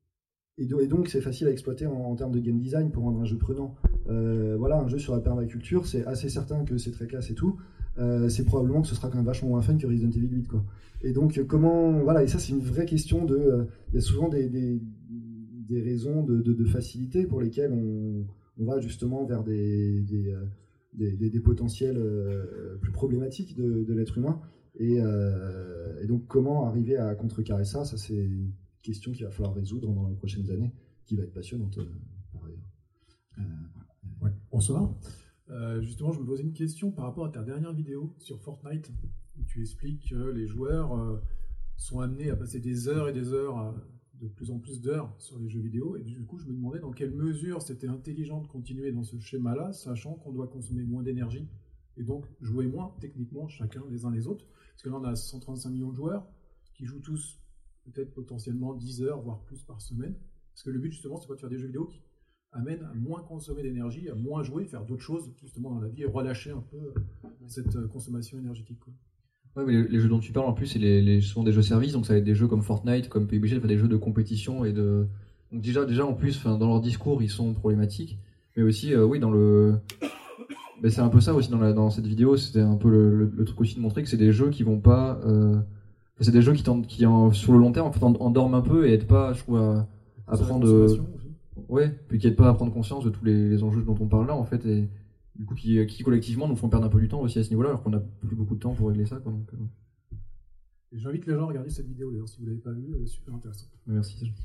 et, do- et donc c'est facile à exploiter en, en termes de game design pour rendre un jeu prenant. Euh, voilà, un jeu sur la permaculture, c'est assez certain que c'est très classe et tout. Euh, c'est probablement que ce sera quand même vachement moins fun que Resident Evil huit, quoi. Et donc euh, comment, voilà, et ça c'est une vraie question de, euh, il y a souvent des, des, des raisons de, de, de facilité pour lesquelles on, on va justement vers des, des, euh, des, des, des potentiels euh, plus problématiques de, de l'être humain. Et, euh, et donc comment arriver à contrecarrer ça, ça c'est une question qu'il va falloir résoudre dans les prochaines années, qui va être passionnante euh, par ailleurs. Euh, Ouais, bonsoir. Euh, justement, je me posais une question par rapport à ta dernière vidéo sur Fortnite, où tu expliques que les joueurs euh, sont amenés à passer des heures et des heures, à- de plus en plus d'heures sur les jeux vidéo, et du coup, je me demandais dans quelle mesure c'était intelligent de continuer dans ce schéma-là, sachant qu'on doit consommer moins d'énergie, et donc jouer moins, techniquement, chacun les uns les autres, parce que là, on a cent trente-cinq millions de joueurs, qui jouent tous, peut-être potentiellement dix heures, voire plus par semaine, parce que le but, justement, c'est pas de faire des jeux vidéo qui amène à moins consommer d'énergie, à moins jouer, faire d'autres choses justement dans la vie et relâcher un peu euh, cette euh, consommation énergétique, quoi. Ouais, mais les, les jeux dont tu parles en plus, c'est les, les, souvent des jeux services, donc ça va être des jeux comme Fortnite, comme P U B G, enfin, des jeux de compétition et de. Donc déjà, déjà en plus, enfin, dans leur discours, ils sont problématiques, mais aussi, euh, oui, dans le. Ben, c'est un peu ça aussi dans, la, dans cette vidéo, c'était un peu le, le, le truc aussi de montrer que c'est des jeux qui vont pas. Euh... C'est des jeux qui, tendent, qui en, sur le long terme, en fait, endorment un peu et aident pas, je trouve, à, à prendre. Ouais, puis qui aident pas à prendre conscience de tous les, les enjeux dont on parle là, en fait, et du coup, qui, qui collectivement nous font perdre un peu du temps aussi à ce niveau-là, alors qu'on a plus beaucoup de temps pour régler ça, quoi. Donc, euh... Et j'invite les gens à regarder cette vidéo d'ailleurs, si vous l'avez pas vue, elle est super intéressante. Merci, c'est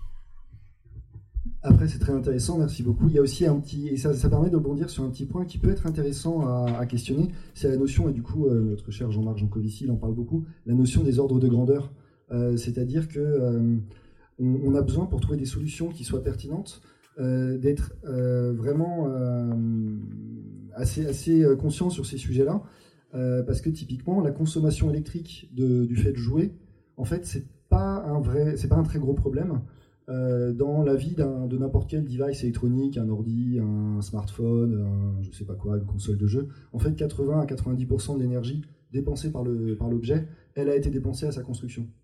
Après, c'est très intéressant, merci beaucoup. Il y a aussi un petit, et ça, ça permet de rebondir sur un petit point qui peut être intéressant à, à questionner, c'est la notion, et du coup, euh, notre cher Jean-Marc Jancovici, il en parle beaucoup, la notion des ordres de grandeur. Euh, c'est-à-dire que euh, on, on a besoin, pour trouver des solutions qui soient pertinentes, euh, d'être euh, vraiment euh, assez, assez conscient sur ces sujets-là, euh, parce que typiquement, la consommation électrique de, du fait de jouer, en fait, c'est pas un vrai, c'est pas un très gros problème. Euh, dans la vie d'un, de n'importe quel device électronique, un ordi, un smartphone, un, je sais pas quoi, une console de jeu, en fait quatre-vingts à quatre-vingt-dix pour cent de l'énergie dépensée par, le, par l'objet, elle a été dépensée à sa construction.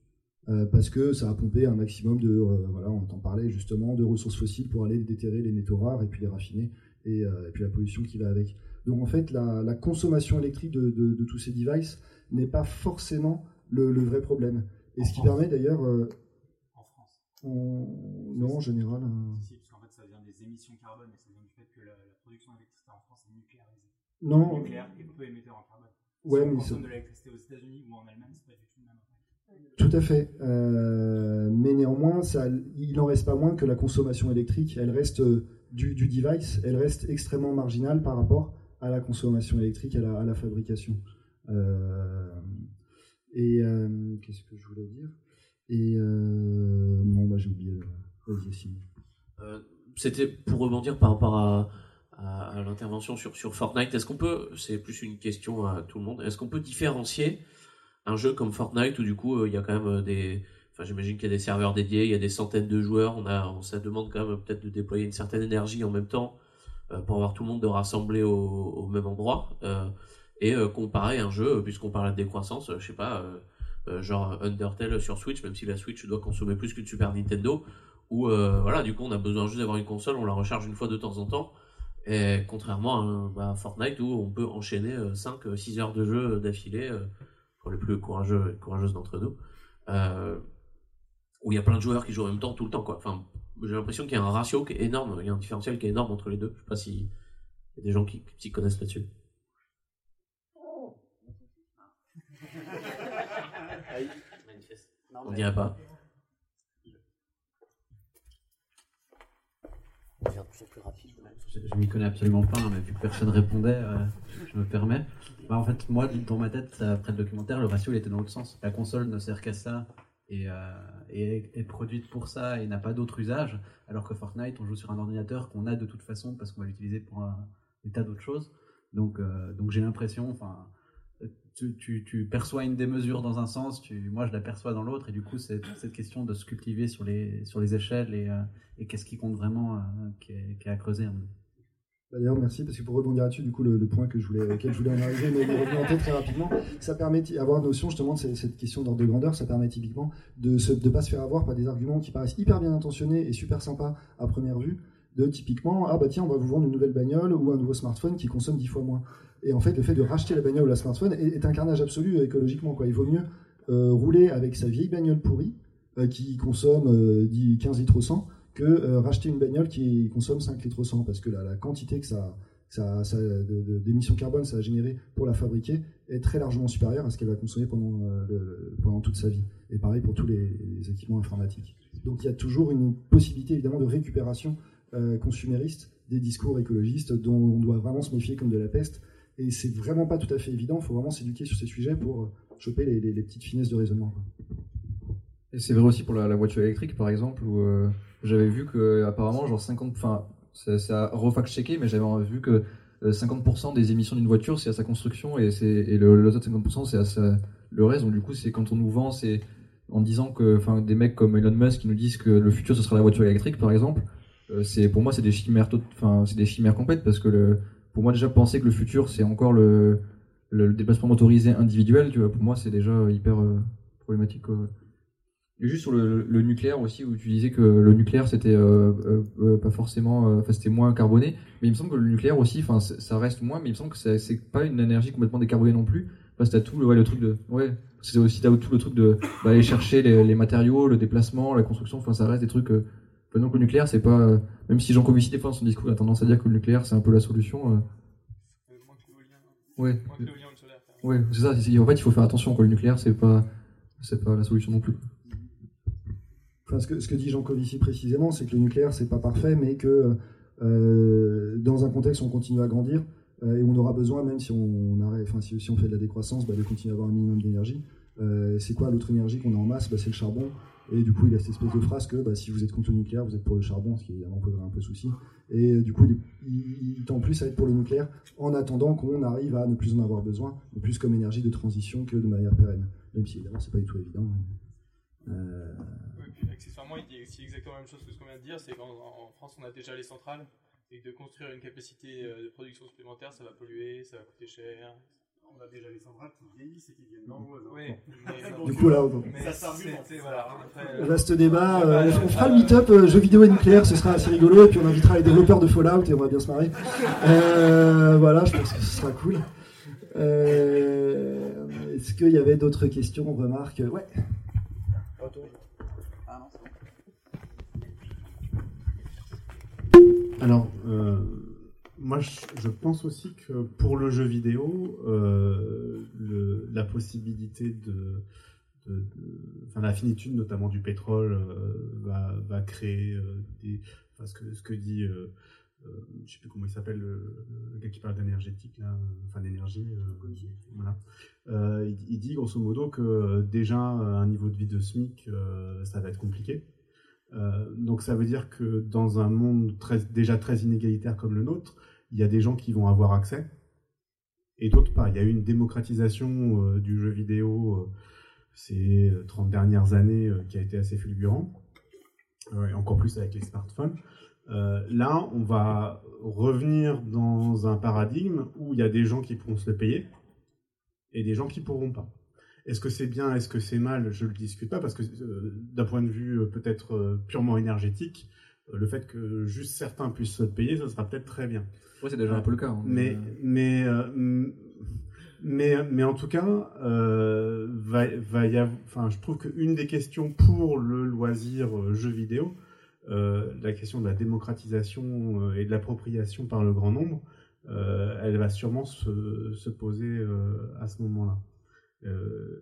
Euh, parce que ça a pompé un maximum de, euh, voilà, on t'en parlait justement, de ressources fossiles pour aller déterrer les métaux rares et puis les raffiner, et, euh, et puis la pollution qui va avec. Donc en fait, la, la consommation électrique de, de, de tous ces devices n'est pas forcément le, le vrai problème. Et en ce qui France. permet d'ailleurs... Euh, en France on... Non, en général... Euh... Si, parce qu'en fait, ça vient des émissions carbone, et ça vient du fait que la, la production d'électricité en France est nucléarisée. Non. Le nucléaire est peu émetteur en carbone. Ouais, si on mais consomme c'est... de l'électricité aux États-Unis ou en Allemagne, c'est pas du tout le même. Tout à fait, euh, mais néanmoins, ça, il n'en reste pas moins que la consommation électrique, elle reste euh, du, du device, elle reste extrêmement marginale par rapport à la consommation électrique, à la, à la fabrication. Euh, et euh, qu'est-ce que je voulais dire Et euh, non, bah, j'ai oublié. Vas-y, Simon. Euh, C'était pour rebondir par rapport à, à, à l'intervention sur, sur Fortnite. Est-ce qu'on peut, c'est plus une question à tout le monde, est-ce qu'on peut différencier un jeu comme Fortnite où du coup il euh, y a quand même des, enfin j'imagine qu'il y a des serveurs dédiés, il y a des centaines de joueurs, on a, on, ça demande quand même peut-être de déployer une certaine énergie en même temps euh, pour avoir tout le monde de rassembler au, au même endroit euh, et euh, comparer un jeu, puisqu'on parle de décroissance, euh, je sais pas, euh, euh, genre Undertale sur Switch, même si la Switch doit consommer plus qu'une Super Nintendo, où euh, voilà, du coup on a besoin juste d'avoir une console, on la recharge une fois de temps en temps. Et contrairement à bah, Fortnite où on peut enchaîner euh, cinq six heures de jeu d'affilée euh, pour les plus courageux et courageuses d'entre nous, euh, où il y a plein de joueurs qui jouent en même temps tout le temps, quoi. Enfin, j'ai l'impression qu'il y a un ratio qui est énorme, il y a un différentiel qui est énorme entre les deux. Je sais pas s'il y a des gens qui s'y connaissent là-dessus. On dirait pas. Je, je m'y connais absolument pas, hein, mais vu que personne répondait, euh, je me permets. Bah, en fait, moi, dans ma tête, après le documentaire, le ratio il était dans l'autre sens. La console ne sert qu'à ça et, euh, et est, est produite pour ça et n'a pas d'autre usage, alors que Fortnite, on joue sur un ordinateur qu'on a de toute façon parce qu'on va l'utiliser pour un, des tas d'autres choses. Donc, euh, donc j'ai l'impression, enfin, tu, tu, tu perçois une démesure dans un sens, tu, moi je la perçois dans l'autre, et du coup c'est cette question de se cultiver sur les, sur les échelles et, euh, et qu'est-ce qui compte vraiment, euh, qui, est, qui est à creuser. Hein. D'ailleurs, merci, parce que pour rebondir là-dessus, du coup, le, le point que je voulais, auquel je voulais en arriver, mais il est revenu en tête très rapidement, ça permet d'avoir une notion justement de cette, cette question d'ordre de grandeur, ça permet typiquement de ne pas se faire avoir par des arguments qui paraissent hyper bien intentionnés et super sympas à première vue, de typiquement, ah bah tiens, on va vous vendre une nouvelle bagnole ou un nouveau smartphone qui consomme dix fois moins. Et en fait, le fait de racheter la bagnole ou la smartphone est, est un carnage absolu écologiquement, quoi. Il vaut mieux euh, rouler avec sa vieille bagnole pourrie, euh, qui consomme euh, quinze litres au cent, que euh, racheter une bagnole qui consomme cinq litres au cent, parce que la, la quantité que ça, ça, ça, de, de, d'émissions carbone ça a généré pour la fabriquer est très largement supérieure à ce qu'elle va consommer pendant, euh, le, pendant toute sa vie. Et pareil pour tous les, les équipements informatiques. Donc il y a toujours une possibilité évidemment de récupération euh, consumériste des discours écologistes dont on doit vraiment se méfier comme de la peste. Et c'est vraiment pas tout à fait évident, il faut vraiment s'éduquer sur ces sujets pour choper les, les, les petites finesses de raisonnement, quoi. Et c'est vrai aussi pour la, la voiture électrique, par exemple, où euh, j'avais vu que apparemment, genre cinquante, enfin, c'est à refact-checker, mais j'avais vu que euh, cinquante pour cent des émissions d'une voiture, c'est à sa construction, et, c'est, et le, le autre cinquante pour cent, c'est à sa, le reste. Donc du coup, c'est quand on nous vend, c'est en disant que, enfin, des mecs comme Elon Musk qui nous disent que le futur ce sera la voiture électrique, par exemple, euh, c'est pour moi c'est des chimères, enfin, c'est des chimères complètes, parce que le, pour moi déjà penser que le futur c'est encore le, le, le déplacement motorisé individuel, tu vois, pour moi c'est déjà hyper euh, problématique, quoi. Et juste sur le, le nucléaire aussi, où tu disais que le nucléaire c'était euh, euh, pas forcément, enfin euh, c'était moins carboné, mais il me semble que le nucléaire aussi, enfin ça reste moins, mais il me semble que c'est, c'est pas une énergie complètement décarbonée non plus, parce que t'as tout le, ouais, le truc de, ouais, c'est aussi t'as tout le truc de bah, aller chercher les, les matériaux, le déplacement, la construction, enfin ça reste des trucs. Euh, donc le nucléaire c'est pas, euh, même si Jean Covici des fois dans son discours a tendance à dire que le nucléaire c'est un peu la solution. Euh... Ouais. Ouais, c'est ça. C'est, en fait il faut faire attention, quoi. Le nucléaire c'est pas, c'est pas la solution non plus. Enfin, ce que, ce que dit Jean Covici précisément, c'est que le nucléaire, c'est pas parfait, mais que euh, dans un contexte où on continue à grandir, euh, et on aura besoin, même si on arrête, enfin, si, si on fait de la décroissance, bah, de continuer à avoir un minimum d'énergie. Euh, c'est quoi l'autre énergie qu'on a en masse? Bah, c'est le charbon. Et du coup, il a cette espèce de phrase que bah, si vous êtes contre le nucléaire, vous êtes pour le charbon, ce qui évidemment poserait un peu souci. Et euh, du coup, il, il, il tend plus à être pour le nucléaire en attendant qu'on arrive à ne plus en avoir besoin, mais plus comme énergie de transition que de manière pérenne. Même si évidemment, c'est pas du tout évident. Euh... Puis, accessoirement, il dit aussi exactement la même chose que ce qu'on vient de dire, c'est qu'en en France, on a déjà les centrales, et que de construire une capacité de production supplémentaire, ça va polluer, ça va coûter cher. on a déjà les centrales qui vieillissent et qui viennent nombreuses. Hein. Oui. Du coup, là, on... ça s'argumente. Voilà, après, vaste débat. Euh, on fera le meet-up euh, jeux vidéo et nucléaire, ce sera assez rigolo. Et puis on invitera les développeurs de Fallout et on va bien se marrer. Euh, voilà, je pense que ce sera cool. Euh, est-ce qu'il y avait d'autres questions, remarques? Ouais. Alors, euh, moi, je, je pense aussi que pour le jeu vidéo, euh, le, la possibilité de, de, de, enfin, la finitude notamment du pétrole euh, va, va créer euh, des, enfin, ce que ce que dit, euh, euh, je sais plus comment il s'appelle, le, le gars qui parle d'énergétique là, enfin d'énergie, euh, voilà. Euh, il, il dit grosso modo que déjà un niveau de vie de SMIC, euh, ça va être compliqué. Euh, donc ça veut dire que dans un monde très, déjà très inégalitaire comme le nôtre, il y a des gens qui vont avoir accès et d'autres pas. Il y a eu une démocratisation euh, du jeu vidéo euh, ces trente dernières années euh, qui a été assez fulgurant, euh, et encore plus avec les smartphones. Euh, là, on va revenir dans un paradigme où il y a des gens qui pourront se le payer et des gens qui pourront pas. Est-ce que c'est bien, est-ce que c'est mal? Je ne le discute pas, parce que euh, d'un point de vue euh, peut-être euh, purement énergétique, euh, le fait que juste certains puissent se le payer, ça sera peut-être très bien. Ouais, c'est déjà euh, un peu le cas. Hein, mais, mais, euh, mais, mais en tout cas, euh, va, va y avoir, enfin, je trouve qu'une des questions pour le loisir euh, jeu vidéo, euh, la question de la démocratisation euh, et de l'appropriation par le grand nombre, euh, elle va sûrement se, se poser euh, à ce moment-là. Euh,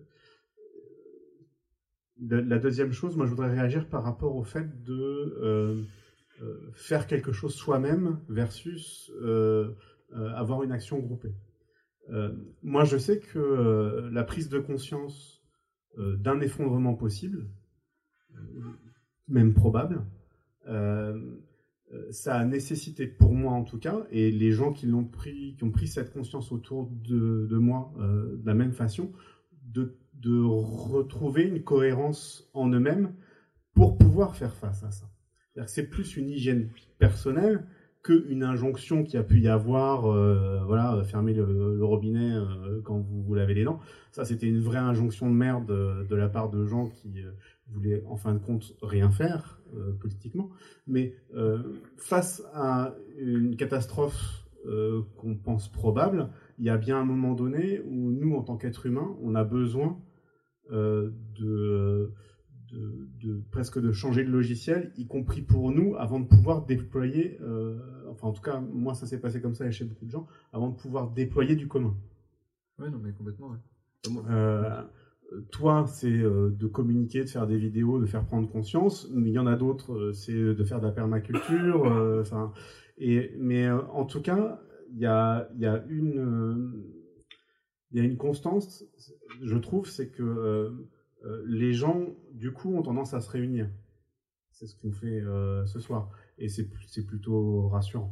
la deuxième chose, moi je voudrais réagir par rapport au fait de euh, euh, faire quelque chose soi-même versus euh, euh, avoir une action groupée. Euh, moi je sais que euh, la prise de conscience euh, d'un effondrement possible, euh, même probable, euh, ça a nécessité pour moi en tout cas, et les gens qui l'ont pris, qui ont pris cette conscience autour de, de moi euh, de la même façon, de, de retrouver une cohérence en eux-mêmes pour pouvoir faire face à ça. C'est-à-dire que c'est plus une hygiène personnelle qu'une injonction qu'il y a pu y avoir, euh, voilà, fermer le, le robinet euh, quand vous vous lavez les dents. Ça, c'était une vraie injonction de merde de, de la part de gens qui euh, voulaient en fin de compte rien faire euh, politiquement. Mais euh, face à une catastrophe euh, qu'on pense probable, il y a bien un moment donné où nous, en tant qu'êtres humains, on a besoin euh, de... De, de, presque de changer de logiciel, y compris pour nous, avant de pouvoir déployer, euh, enfin en tout cas, moi ça s'est passé comme ça et chez beaucoup de gens, avant de pouvoir déployer du commun. Oui, non mais complètement, ouais. Euh, toi, c'est euh, de communiquer, de faire des vidéos, de faire prendre conscience, mais il y en a d'autres, euh, c'est de faire de la permaculture, euh, et, mais euh, en tout cas, il y a, y a une... Euh, il y a une constance, je trouve, c'est que euh, Euh, les gens, du coup, ont tendance à se réunir. C'est ce qu'on fait euh, ce soir. Et c'est, c'est plutôt rassurant.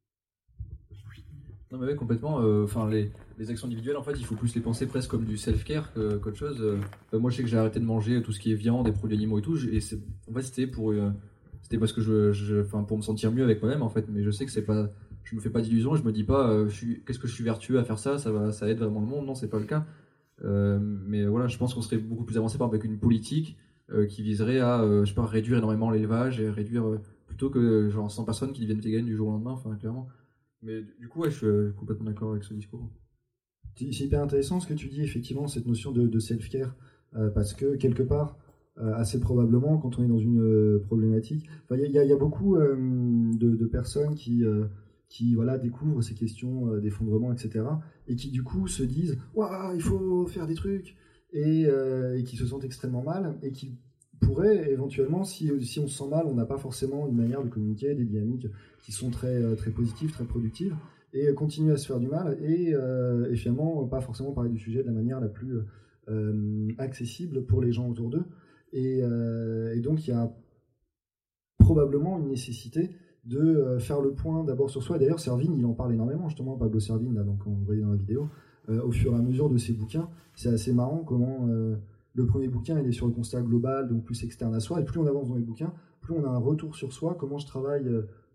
Non mais oui, complètement. Enfin, euh, les, les actions individuelles, en fait, il faut plus les penser presque comme du self-care que, qu'autre chose. Euh, moi, je sais que j'ai arrêté de manger tout ce qui est viande, des produits animaux et tout. Et c'est, en fait, c'était pour, euh, c'était parce que je, je, enfin, pour me sentir mieux avec moi-même, en fait. Mais je sais que c'est pas, je me fais pas d'illusions. Je me dis pas, euh, je suis, qu'est-ce que je suis vertueux à faire ça, ça va, ça aide vraiment le monde. Non, c'est pas le cas. Euh, mais voilà, je pense qu'on serait beaucoup plus avancé par avec une politique euh, qui viserait à, euh, je sais pas, réduire énormément l'élevage et réduire euh, plutôt que genre cent personnes qui deviennent véganes du jour au lendemain, enfin clairement. Mais du coup, ouais, je suis euh, complètement d'accord avec ce discours. C'est hyper intéressant ce que tu dis, effectivement, cette notion de, de self-care, euh, parce que quelque part, euh, assez probablement, quand on est dans une euh, problématique, il y, y, y a beaucoup euh, de, de personnes qui euh, qui voilà, découvrent ces questions euh, d'effondrement, et cetera, et qui du coup se disent « Waouh, il faut faire des trucs !» et, euh, et qui se sentent extrêmement mal, et qui pourraient éventuellement, si, si on se sent mal, on n'a pas forcément une manière de communiquer, des dynamiques qui sont très, très positives, très productives, et continuer à se faire du mal, et, euh, et finalement pas forcément parler du sujet de la manière la plus euh, accessible pour les gens autour d'eux. Et, euh, et donc il y a probablement une nécessité de faire le point d'abord sur soi. Et d'ailleurs, Servigne, il en parle énormément, justement, Pablo Servigne, là, donc on voyait dans la vidéo, euh, au fur et à mesure de ses bouquins. C'est assez marrant comment euh, le premier bouquin, il est sur le constat global, donc plus externe à soi, et plus on avance dans les bouquins, plus on a un retour sur soi, comment je travaille euh,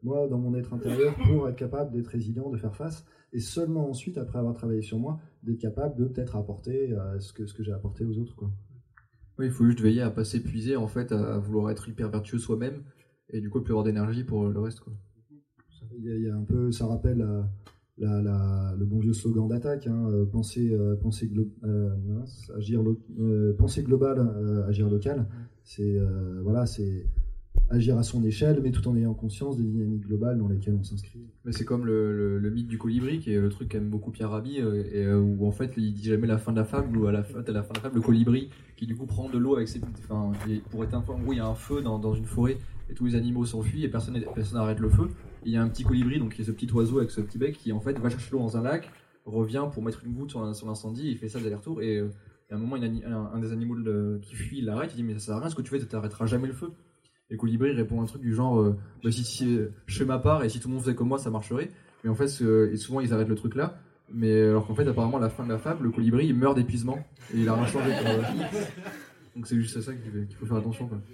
moi, dans mon être intérieur, pour être capable d'être résilient, de faire face, et seulement ensuite, après avoir travaillé sur moi, d'être capable de peut-être apporter euh, ce que, ce que j'ai apporté aux autres, quoi. Oui, il faut juste veiller à pas s'épuiser, en fait, à vouloir être hyper vertueux soi-même, et du coup, plus avoir d'énergie pour le reste, quoi. Il y a, il y a un peu, ça rappelle la, la, la, le bon vieux slogan d'attaque, hein, euh, penser, euh, penser, glo euh, mince, agir lo euh, penser global, euh, agir local. C'est euh, voilà, c'est agir à son échelle, mais tout en ayant conscience des dynamiques globales dans lesquelles on s'inscrit. Mais c'est comme le, le, le mythe du colibri, qui est le truc qu'aime beaucoup Pierre Rabhi, euh, et euh, où en fait il dit jamais la fin de la fable, où à la fin, à la fin de la fable, le colibri qui du coup prend de l'eau avec ses, enfin, pour éteindre, en gros il y a un feu dans, dans une forêt et tous les animaux s'enfuient et personne personne n'arrête le feu. Et il y a un petit colibri, donc qui est ce petit oiseau avec ce petit bec, qui en fait va chercher l'eau dans un lac, revient pour mettre une goutte sur, un, sur l'incendie, il fait ça d'aller-retour, et euh, à un moment il y a un, un des animaux de, qui fuit, il l'arrête, il dit mais ça sert à rien ce que tu fais, tu t'arrêteras jamais le feu. Et le colibri répond un truc du genre euh, bah, si, si je fais ma part et si tout le monde faisait comme moi ça marcherait. Mais en fait euh, et souvent ils arrêtent le truc là, mais alors qu'en fait apparemment à la fin de la fable le colibri il meurt d'épuisement et il a rien changé. Euh... Donc c'est juste à ça qu'il faut faire attention, quoi.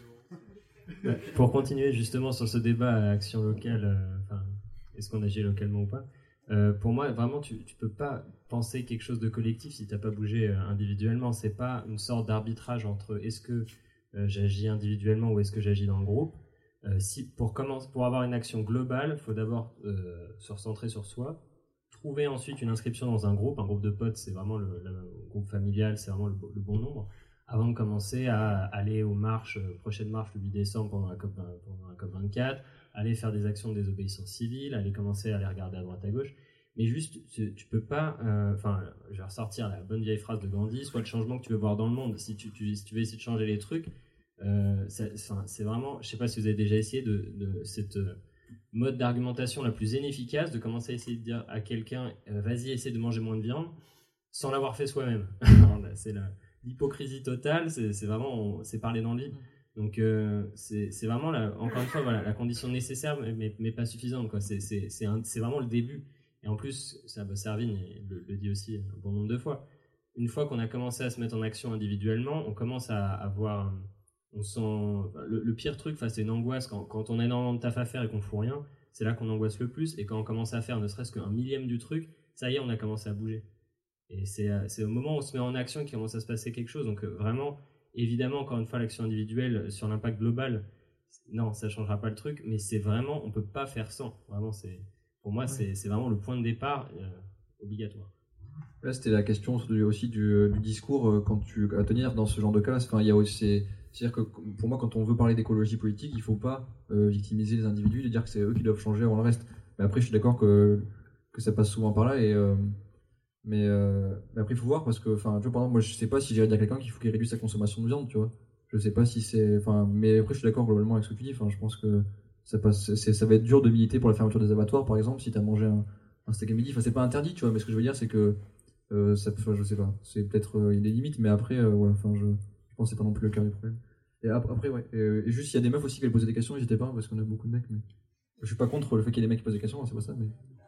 Pour continuer justement sur ce débat action locale, euh, enfin, est-ce qu'on agit localement ou pas, euh, pour moi vraiment tu, tu peux pas penser quelque chose de collectif si t'as pas bougé euh, individuellement. C'est pas une sorte d'arbitrage entre est-ce que euh, j'agis individuellement ou est-ce que j'agis dans le groupe. Euh, si, pour, commencer, pour avoir une action globale, il faut d'abord euh, se recentrer sur soi, trouver ensuite une inscription dans un groupe. Un groupe de potes, c'est vraiment le, le groupe familial, c'est vraiment le, le bon nombre, avant de commencer à aller aux marches, euh, prochaine marche le huit décembre pendant la COP, pendant la COP vingt-quatre, aller faire des actions de désobéissance civile, aller commencer à aller regarder à droite à gauche. Mais juste, tu, tu peux pas, enfin, euh, je vais ressortir la bonne vieille phrase de Gandhi, soit le changement que tu veux voir dans le monde. Si tu, tu, si tu veux essayer de changer les trucs, euh, c'est vraiment, je sais pas si vous avez déjà essayé de, de cette euh, mode d'argumentation la plus inefficace, de commencer à essayer de dire à quelqu'un, euh, vas-y, essaie de manger moins de viande, sans l'avoir fait soi-même. C'est l'hypocrisie totale, c'est vraiment, c'est parler dans le vide. Donc euh, c'est vraiment, la, encore une fois, voilà, la condition nécessaire, mais, mais pas suffisante, quoi. C'est vraiment le début. Et en plus, ça, bah, Servigne le, le dit aussi un bon nombre de fois, une fois qu'on a commencé à se mettre en action individuellement, on commence à avoir, on sent, le, le pire truc, c'est une angoisse, quand, quand on a énormément de taf à faire et qu'on fout rien, c'est là qu'on angoisse le plus, et quand on commence à faire ne serait-ce qu'un millième du truc, ça y est, on a commencé à bouger. Et c'est au moment où on se met en action qu'il commence à se passer quelque chose, donc euh, vraiment, évidemment, encore une fois, l'action individuelle sur l'impact global, non, ça ne changera pas le truc, mais c'est vraiment, on ne peut pas faire sans, vraiment, c'est... Pour moi, ouais. c'est vraiment le point de départ euh, obligatoire. Là, c'était la question aussi du, du discours quand tu, à tenir dans ce genre de cas. Enfin, il y a aussi, c'est-à-dire que pour moi, quand on veut parler d'écologie politique, il ne faut pas euh, victimiser les individus et dire que c'est eux qui doivent changer avant le reste. Mais après, je suis d'accord que, que ça passe souvent par là. Et, euh, mais, euh, mais après, il faut voir parce que, enfin, tu vois, par exemple, moi, je ne sais pas si j'irais dire à quelqu'un qu'il faut qu'il réduise sa consommation de viande, tu vois. Je ne sais pas si c'est, enfin, mais après, je suis d'accord globalement avec ce que tu dis. Enfin, je pense que Ça, passe, ça va être dur de militer pour la fermeture des abattoirs, par exemple, si tu as mangé un, un steak à midi. Enfin, c'est pas interdit, tu vois, mais ce que je veux dire, c'est que euh, ça, enfin, je sais pas, c'est peut-être il euh, y a des limites, mais après, euh, ouais, enfin, je, je pense que c'est pas non plus le cœur du problème. Et après, ouais, et, et juste, il y a des meufs aussi qui veulent poser des questions, n'hésitez pas, parce qu'on a beaucoup de mecs, mais je suis pas contre le fait qu'il y ait des mecs qui posent des questions, c'est pas ça, mais.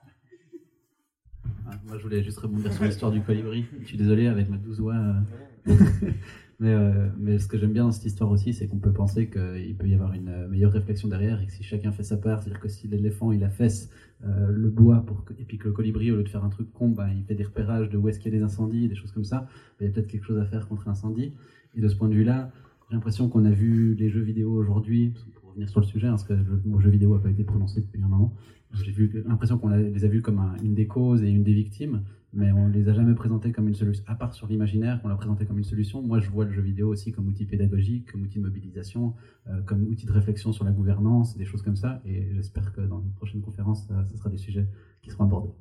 Ah, moi, je voulais juste rebondir sur l'histoire du colibri. Je suis désolé avec ma douze voix. Euh... Mais, euh, mais ce que j'aime bien dans cette histoire aussi, c'est qu'on peut penser qu'il peut y avoir une meilleure réflexion derrière et que si chacun fait sa part, c'est-à-dire que si l'éléphant il affaisse euh, le bois pour que, et puis que le colibri, au lieu de faire un truc con, ben, il fait des repérages de où est-ce qu'il y a des incendies, des choses comme ça, ben, il y a peut-être quelque chose à faire contre l'incendie. Et de ce point de vue-là, j'ai l'impression qu'on a vu les jeux vidéo aujourd'hui, pour revenir sur le sujet, hein, parce que le mot jeu vidéo n'a pas été prononcé depuis un moment, j'ai l'impression qu'on les a vus comme un, une des causes et une des victimes, mais on les a jamais présentés comme une solution, à part sur l'imaginaire, on l'a présenté comme une solution. Moi, je vois le jeu vidéo aussi comme outil pédagogique, comme outil de mobilisation, euh, comme outil de réflexion sur la gouvernance, des choses comme ça, et j'espère que dans une prochaine conférence, ça, ça sera des sujets qui seront abordés.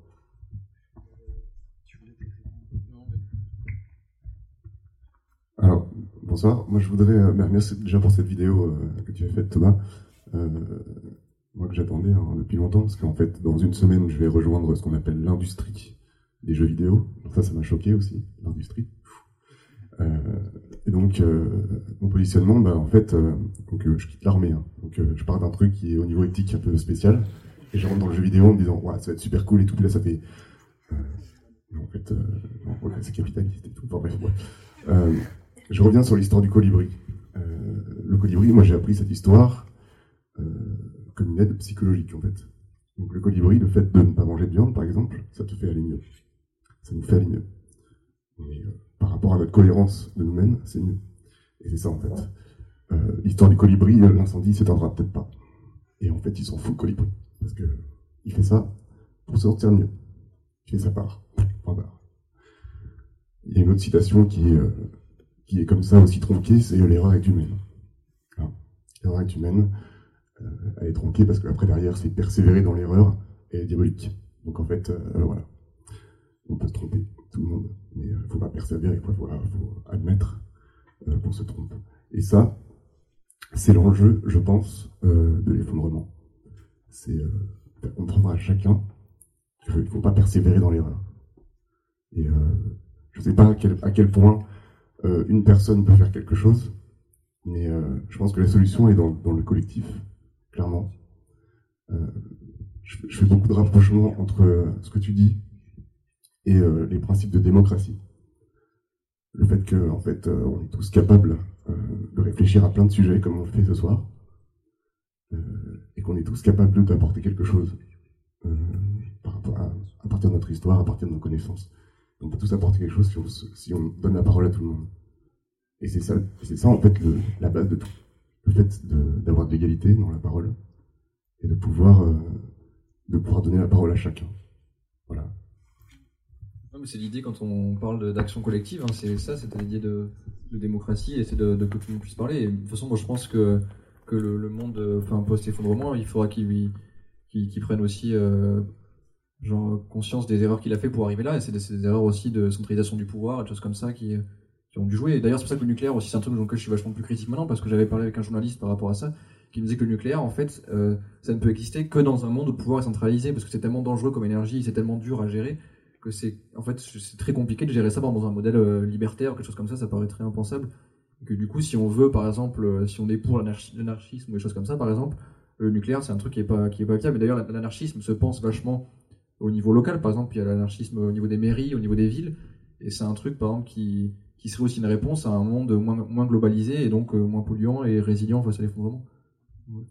Alors, bonsoir, moi je voudrais, euh, merci déjà pour cette vidéo euh, que tu as faite, Thomas, euh, moi que j'attendais hein, depuis longtemps, parce qu'en fait, dans une semaine, je vais rejoindre ce qu'on appelle l'industrie des jeux vidéo. Donc ça, ça m'a choqué aussi, l'industrie. Euh, et donc, euh, mon positionnement, bah, en fait, euh, donc, euh, je quitte l'armée. Hein. Donc, euh, je pars d'un truc qui est au niveau éthique un peu spécial, et je rentre dans le jeu vidéo en me disant, ouais, ça va être super cool et tout. Puis là, ça fait, euh, en fait, euh, non, voilà, c'est capitaliste et tout. Enfin, bref, ouais. euh, je reviens sur l'histoire du colibri. Euh, le colibri, moi, j'ai appris cette histoire euh, comme une aide psychologique, en fait. Donc le colibri, le fait de ne pas manger de viande, par exemple, ça te fait aller mieux. Ça nous fait aller mieux. Mais euh, par rapport à notre cohérence de nous-mêmes, c'est mieux. Et c'est ça en fait. Euh, l'histoire du colibri, l'incendie ne s'éteindra peut-être pas. Et en fait, il s'en fout le colibri. Parce que il fait ça pour se sentir mieux. Il fait sa part. Point barre. Il y a une autre citation qui est, euh, qui est comme ça aussi tronquée, c'est « l'erreur est humaine ». L'erreur est humaine, euh, elle est tronquée parce qu'après derrière, c'est persévérer dans l'erreur et diabolique. Donc en fait, euh, voilà. On peut se tromper, tout le monde. Mais il euh, ne faut pas persévérer, il faut, faut admettre euh, qu'on se trompe. Et ça, c'est l'enjeu, je pense, euh, de l'effondrement. C'est euh, faire comprendre à chacun qu'il ne faut pas persévérer dans l'erreur. Et euh, je ne sais pas à quel, à quel point euh, une personne peut faire quelque chose, mais euh, je pense que la solution est dans, dans le collectif, clairement. Euh, je, je fais beaucoup de rapprochements entre euh, ce que tu dis et euh, les principes de démocratie. Le fait que, en fait, euh, on est tous capables euh, de réfléchir à plein de sujets comme on le fait ce soir, euh, et qu'on est tous capables d'apporter quelque chose euh, par rapport à, à partir de notre histoire, à partir de nos connaissances. On peut tous apporter quelque chose si on, si on donne la parole à tout le monde. Et c'est ça, c'est ça en fait le, la base de tout. Le fait de, d'avoir de l'égalité dans la parole et de pouvoir, euh, de pouvoir donner la parole à chacun. Voilà. Non, mais c'est l'idée quand on parle d'action collective, hein, c'est ça, c'est l'idée de, de démocratie et c'est de, de que tout le monde puisse parler. Et de toute façon, moi je pense que, que le, le monde, enfin post-effondrement, il faudra qu'il, qu'il, qu'il prenne aussi euh, genre, conscience des erreurs qu'il a fait pour arriver là. Et c'est des, c'est des erreurs aussi de centralisation du pouvoir, et des choses comme ça qui, qui ont dû jouer. Et d'ailleurs, c'est pour ça que le nucléaire aussi, c'est un truc dans lequel je suis vachement plus critique maintenant, parce que j'avais parlé avec un journaliste par rapport à ça, qui me disait que le nucléaire, en fait, euh, ça ne peut exister que dans un monde où le pouvoir est centralisé, parce que c'est tellement dangereux comme énergie, c'est tellement dur à gérer, que c'est, en fait, c'est très compliqué de gérer ça dans un modèle euh, libertaire, quelque chose comme ça, ça paraîtrait impensable. Et que du coup, si on veut, par exemple, euh, si on est pour l'anarch- l'anarchisme ou des choses comme ça, par exemple, le nucléaire, c'est un truc qui est pas, qui est pas viable. Et d'ailleurs, l'anarchisme se pense vachement au niveau local, par exemple, il y a l'anarchisme au niveau des mairies, au niveau des villes, et c'est un truc, par exemple, qui, qui serait aussi une réponse à un monde moins, moins globalisé et donc euh, moins polluant et résilient face à l'effondrement. Ouais.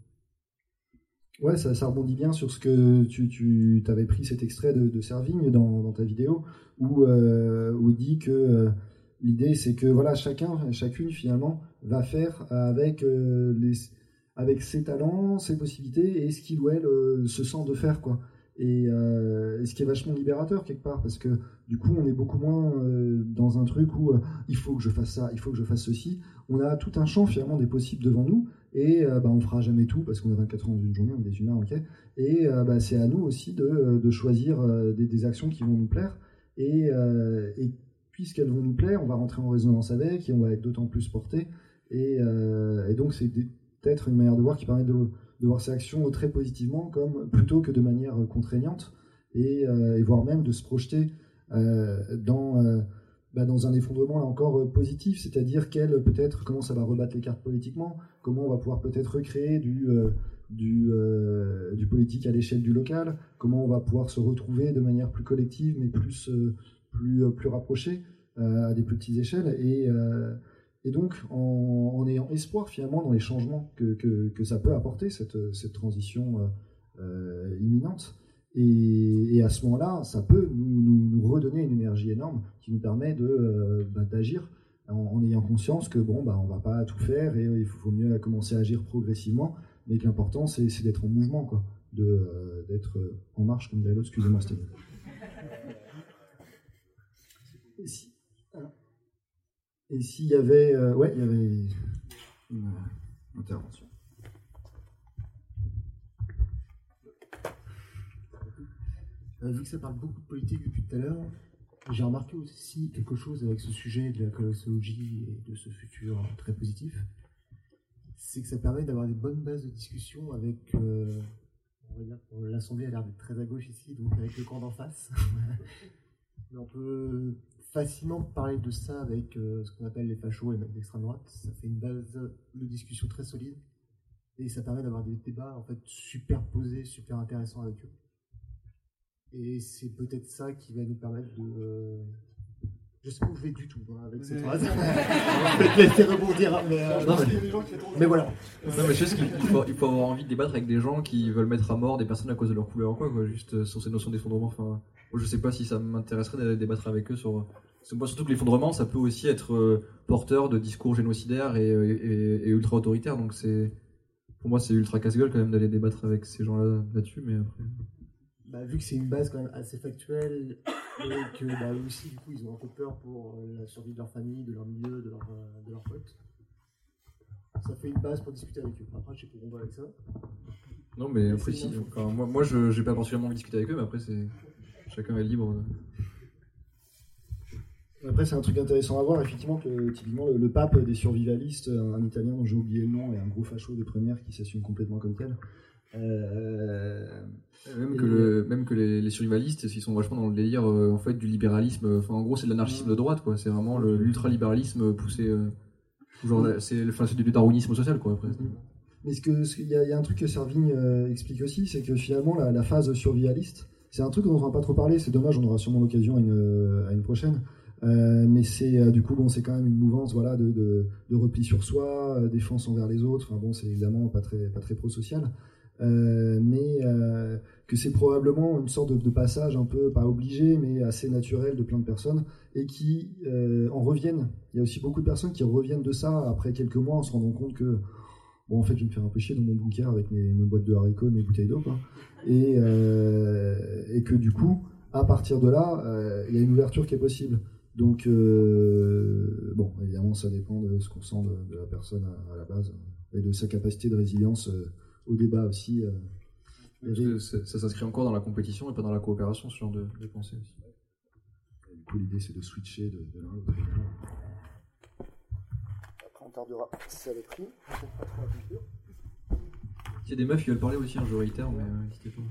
Ouais, ça, ça rebondit bien sur ce que tu, tu avais pris cet extrait de, de Servigne dans, dans ta vidéo, où, euh, où il dit que euh, l'idée c'est que voilà, chacun, chacune finalement va faire avec, euh, les, avec ses talents, ses possibilités et ce qu'il ou elle euh, se sent de faire, quoi. Et, euh, et ce qui est vachement libérateur quelque part, parce que du coup on est beaucoup moins euh, dans un truc où euh, il faut que je fasse ça, il faut que je fasse ceci. On a tout un champ finalement des possibles devant nous, et euh, bah, on fera jamais tout parce qu'on a vingt-quatre ans dans une journée, on est des humains, ok. Et euh, bah, c'est à nous aussi de, de choisir euh, des, des actions qui vont nous plaire, et, euh, et puisqu'elles vont nous plaire, on va rentrer en résonance avec et on va être d'autant plus porté. Et, euh, et donc c'est peut-être une manière de voir qui permet de de voir ces actions très positivement, comme plutôt que de manière contraignante, et, euh, et voire même de se projeter euh, dans, euh, bah, dans un effondrement là encore positif, c'est-à-dire quel peut-être comment ça va rebattre les cartes politiquement, comment on va pouvoir peut-être recréer du, euh, du, euh, du politique à l'échelle du local, comment on va pouvoir se retrouver de manière plus collective, mais plus, euh, plus, plus rapprochée euh, à des plus petites échelles, et euh, Et donc, en, en ayant espoir finalement dans les changements que, que, que ça peut apporter, cette, cette transition euh, imminente. Et, et à ce moment-là, ça peut nous, nous, nous redonner une énergie énorme qui nous permet de, euh, bah, d'agir en, en ayant conscience que bon, bah, on ne va pas tout faire et euh, il faut mieux commencer à agir progressivement, mais que l'important, c'est, c'est d'être en mouvement, quoi, de, euh, d'être en marche, comme dirait l'autre, excusez-moi, c'était bon. Et si, alors, Et s'il y avait... Euh, ouais, il y avait une euh, intervention. Euh, vu que ça parle beaucoup de politique depuis tout à l'heure, j'ai remarqué aussi quelque chose avec ce sujet de la collapsologie et de ce futur très positif. C'est que ça permet d'avoir des bonnes bases de discussion avec... Euh, on va dire que l'Assemblée a l'air d'être très à gauche ici, donc avec le camp d'en face. Mais on peut... facilement parler de ça avec euh, ce qu'on appelle les fachos et même l'extrême droite. Ça fait une base de discussion très solide et ça permet d'avoir des débats en fait superposés, super intéressants avec eux. Et c'est peut-être ça qui va nous permettre de, euh, Je sais pas où je vais du tout hein, avec cette phrase. Je vais te laisser rebondir, mais, euh, non, mais... mais voilà. Non, mais je sais qu'il faut, il faut avoir envie de débattre avec des gens qui veulent mettre à mort des personnes à cause de leur couleur ou quoi, quoi, juste euh, sur ces notions d'effondrement. Enfin, je sais pas si ça m'intéresserait d'aller débattre avec eux sur. Moi, surtout que l'effondrement, ça peut aussi être euh, porteur de discours génocidaires et, et, et ultra autoritaires. Donc c'est, pour moi, c'est ultra casse-gueule quand même d'aller débattre avec ces gens-là là-dessus, mais après. Bah, vu que c'est une base quand même assez factuelle et que bah, eux aussi du coup ils ont un peu peur pour euh, la survie de leur famille, de leur milieu, de, leur, euh, de leurs potes, ça fait une base pour discuter avec eux. Après je sais pas où on va avec ça. Non mais après si, enfin, moi, moi je j'ai pas particulièrement envie de discuter avec eux, mais après c'est chacun est libre. Après c'est un truc intéressant à voir effectivement que typiquement le, le pape des survivalistes, un Italien dont j'ai oublié le nom et un gros facho de première qui s'assume complètement comme tel. Euh, même, que le, même que les, les survivalistes, ils sont vachement dans le délire euh, en fait du libéralisme. Enfin, en gros, c'est de l'anarchisme de droite, quoi. C'est vraiment le, l'ultralibéralisme poussé. Euh, genre, c'est, enfin, c'est du darwinisme social, quoi. Après. Mais ce que, ce, y, a, y a un truc que Servigne euh, explique aussi, c'est que finalement la, la phase survivaliste, c'est un truc dont on n'a pas trop parlé. C'est dommage, on aura sûrement l'occasion à une, à une prochaine. Euh, mais c'est euh, du coup bon, c'est quand même une mouvance, voilà, de, de, de repli sur soi, euh, défense envers les autres. Enfin bon, c'est évidemment pas très, pas très pro-social. Euh, mais euh, que c'est probablement une sorte de, de passage un peu, pas obligé, mais assez naturel de plein de personnes, et qui euh, en reviennent. Il y a aussi beaucoup de personnes qui reviennent de ça après quelques mois en se rendant compte que, bon, en fait, je vais me faire un peu chier dans mon bunker avec mes, mes boîtes de haricots, mes bouteilles d'eau, quoi. Et, euh, et que du coup, à partir de là, euh, il y a une ouverture qui est possible. Donc, euh, bon, évidemment, ça dépend de ce qu'on sent de, de la personne à, à la base, et de sa capacité de résilience euh, au débat aussi. Euh, Parce que ça, ça s'inscrit encore dans la compétition et pas dans la coopération, ce genre de, de pensée aussi. Et du coup, l'idée, c'est de switcher de, de l'un à l'autre. Après, on tardera. C'est avec pris. Pas trop à culture. Il y a des meufs qui veulent parler aussi, hein, je réitère, mais euh, n'hésitez pas.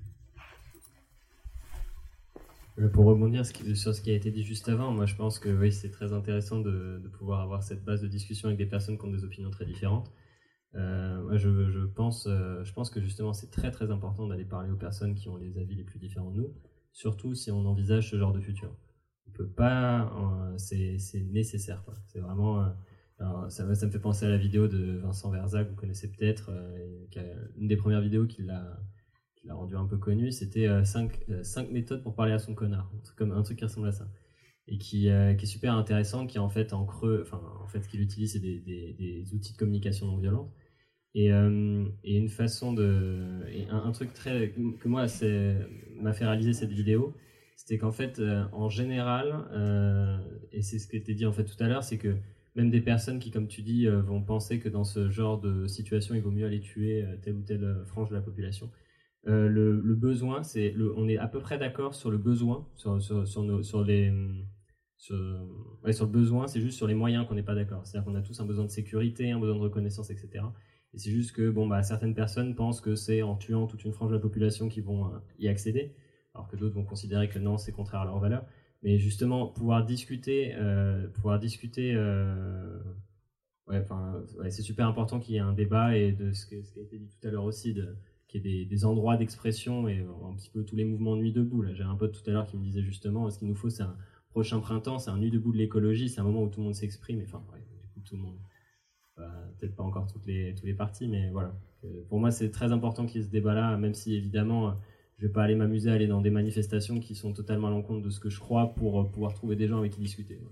Pour rebondir sur ce qui a été dit juste avant, moi je pense que oui, c'est très intéressant de, de pouvoir avoir cette base de discussion avec des personnes qui ont des opinions très différentes. Euh, moi je, je, pense, euh, je pense que justement c'est très très important d'aller parler aux personnes qui ont les avis les plus différents de nous, surtout si on envisage ce genre de futur. On peut pas, euh, c'est, c'est nécessaire, quoi. C'est vraiment. Euh, alors, ça, ça me fait penser à la vidéo de Vincent Verza que vous connaissez peut-être, euh, qui a, une des premières vidéos qu'il a. l'a rendu un peu connu, c'était cinq méthodes pour parler à son connard, un truc, comme, un truc qui ressemble à ça, et qui, euh, qui est super intéressant, qui en fait en creux, enfin en fait ce qu'il utilise c'est des, des, des outils de communication non violente, et, euh, et une façon de, et un, un truc très que moi m'a fait réaliser cette vidéo, c'était qu'en fait euh, en général, euh, et c'est ce qui était dit en fait tout à l'heure, c'est que même des personnes qui, comme tu dis, euh, vont penser que dans ce genre de situation il vaut mieux aller tuer euh, telle ou telle frange de la population. Euh, le, le besoin, c'est le, on est à peu près d'accord sur le besoin, sur, sur, sur, nos, sur les, sur, ouais, sur le besoin, c'est juste sur les moyens qu'on n'est pas d'accord. C'est-à-dire qu'on a tous un besoin de sécurité, un besoin de reconnaissance, et cetera. Et c'est juste que bon, bah, certaines personnes pensent que c'est en tuant toute une frange de la population qu'ils vont euh, y accéder, alors que d'autres vont considérer que non, c'est contraire à leurs valeurs. Mais justement, pouvoir discuter, euh, pouvoir discuter, euh, ouais, enfin, ouais, c'est super important qu'il y ait un débat, et de ce, que, ce qui a été dit tout à l'heure aussi, de qu'il y ait des, des endroits d'expression et un petit peu tous les mouvements Nuit debout. Là, j'ai un pote tout à l'heure qui me disait justement, ce qu'il nous faut, c'est un prochain printemps, c'est un Nuit debout de l'écologie, c'est un moment où tout le monde s'exprime, enfin, ouais, du coup, tout le monde, bah, peut-être pas encore toutes les, tous les partis, mais voilà. Euh, pour moi, c'est très important qu'il y ait ce débat-là, même si évidemment, je vais pas aller m'amuser à aller dans des manifestations qui sont totalement à l'encontre de ce que je crois pour pouvoir trouver des gens avec qui discuter. Ouais.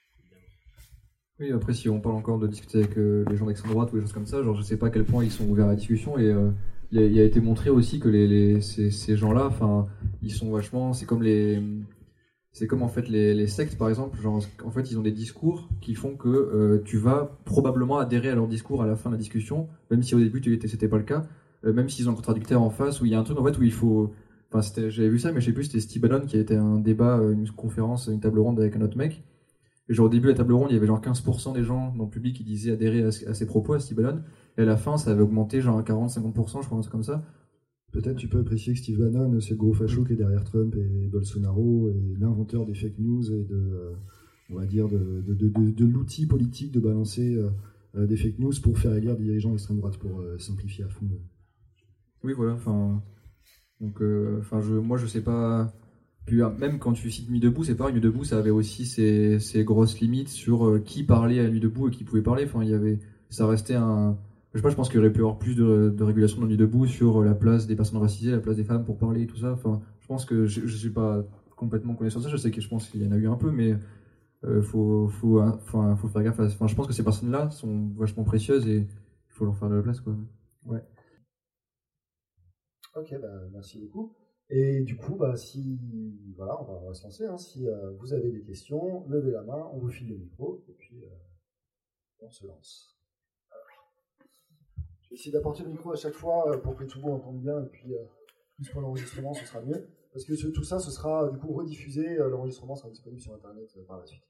Oui, après, si on parle encore de discuter avec euh, les gens d'extrême droite ou des choses comme ça, genre, je sais pas à quel point ils sont ouverts à la discussion, et euh, il, a, il a été montré aussi que les, les, ces, ces gens-là, enfin, ils sont vachement, c'est comme les, c'est comme en fait les, les sectes par exemple, genre, en fait, ils ont des discours qui font que euh, tu vas probablement adhérer à leur discours à la fin de la discussion, même si au début c'était pas le cas, euh, même s'ils ont un contradicteur en face, où il y a un truc en fait où il faut, enfin, c'était, j'avais vu ça, mais je sais plus, c'était Steve Bannon qui a été à un débat, une conférence, une table ronde avec un autre mec. Et genre au début de la table ronde, il y avait genre quinze pour cent des gens dans le public qui disaient adhérer à, à ses propos, à Steve Bannon. Et à la fin, ça avait augmenté genre à quarante à cinquante pour cent, je crois, un truc comme ça. Peut-être tu peux apprécier que Steve Bannon, c'est le gros facho qui est derrière Trump et Bolsonaro, et l'inventeur des fake news et de, euh, on va dire, de, de, de, de, de l'outil politique de balancer euh, des fake news pour faire élire des dirigeants d'extrême droite, pour euh, simplifier à fond. Oui, voilà, enfin... Donc, enfin, euh, je, moi, je sais pas... Puis euh, même quand tu cites Nuit debout, c'est pareil, Nuit debout, ça avait aussi ses, ses grosses limites sur euh, qui parlait à Nuit debout et qui pouvait parler. Enfin, il y avait, ça restait un. Je sais pas, je pense qu'il y aurait pu y avoir plus de, de régulation dans Nuit debout sur la place des personnes racisées, la place des femmes pour parler et tout ça. Enfin, je pense que je, je suis pas complètement connaissant de ça. Je sais que je pense qu'il y en a eu un peu, mais euh, faut, faut, enfin, faut faire gaffe. À, enfin, je pense que ces personnes-là sont vachement précieuses et il faut leur faire de la place, quoi. Ouais. Ok, bah, merci beaucoup. Et du coup, bah, si voilà, on va, on va se lancer. Hein. Si euh, vous avez des questions, levez la main, on vous file le micro et puis euh, on se lance. Alors, je vais essayer d'apporter le micro à chaque fois euh, pour que tout le monde entende bien et puis euh, plus pour l'enregistrement, ce sera mieux. Parce que ce, tout ça, ce sera du coup rediffusé. Euh, l'enregistrement sera disponible sur Internet euh, par la suite.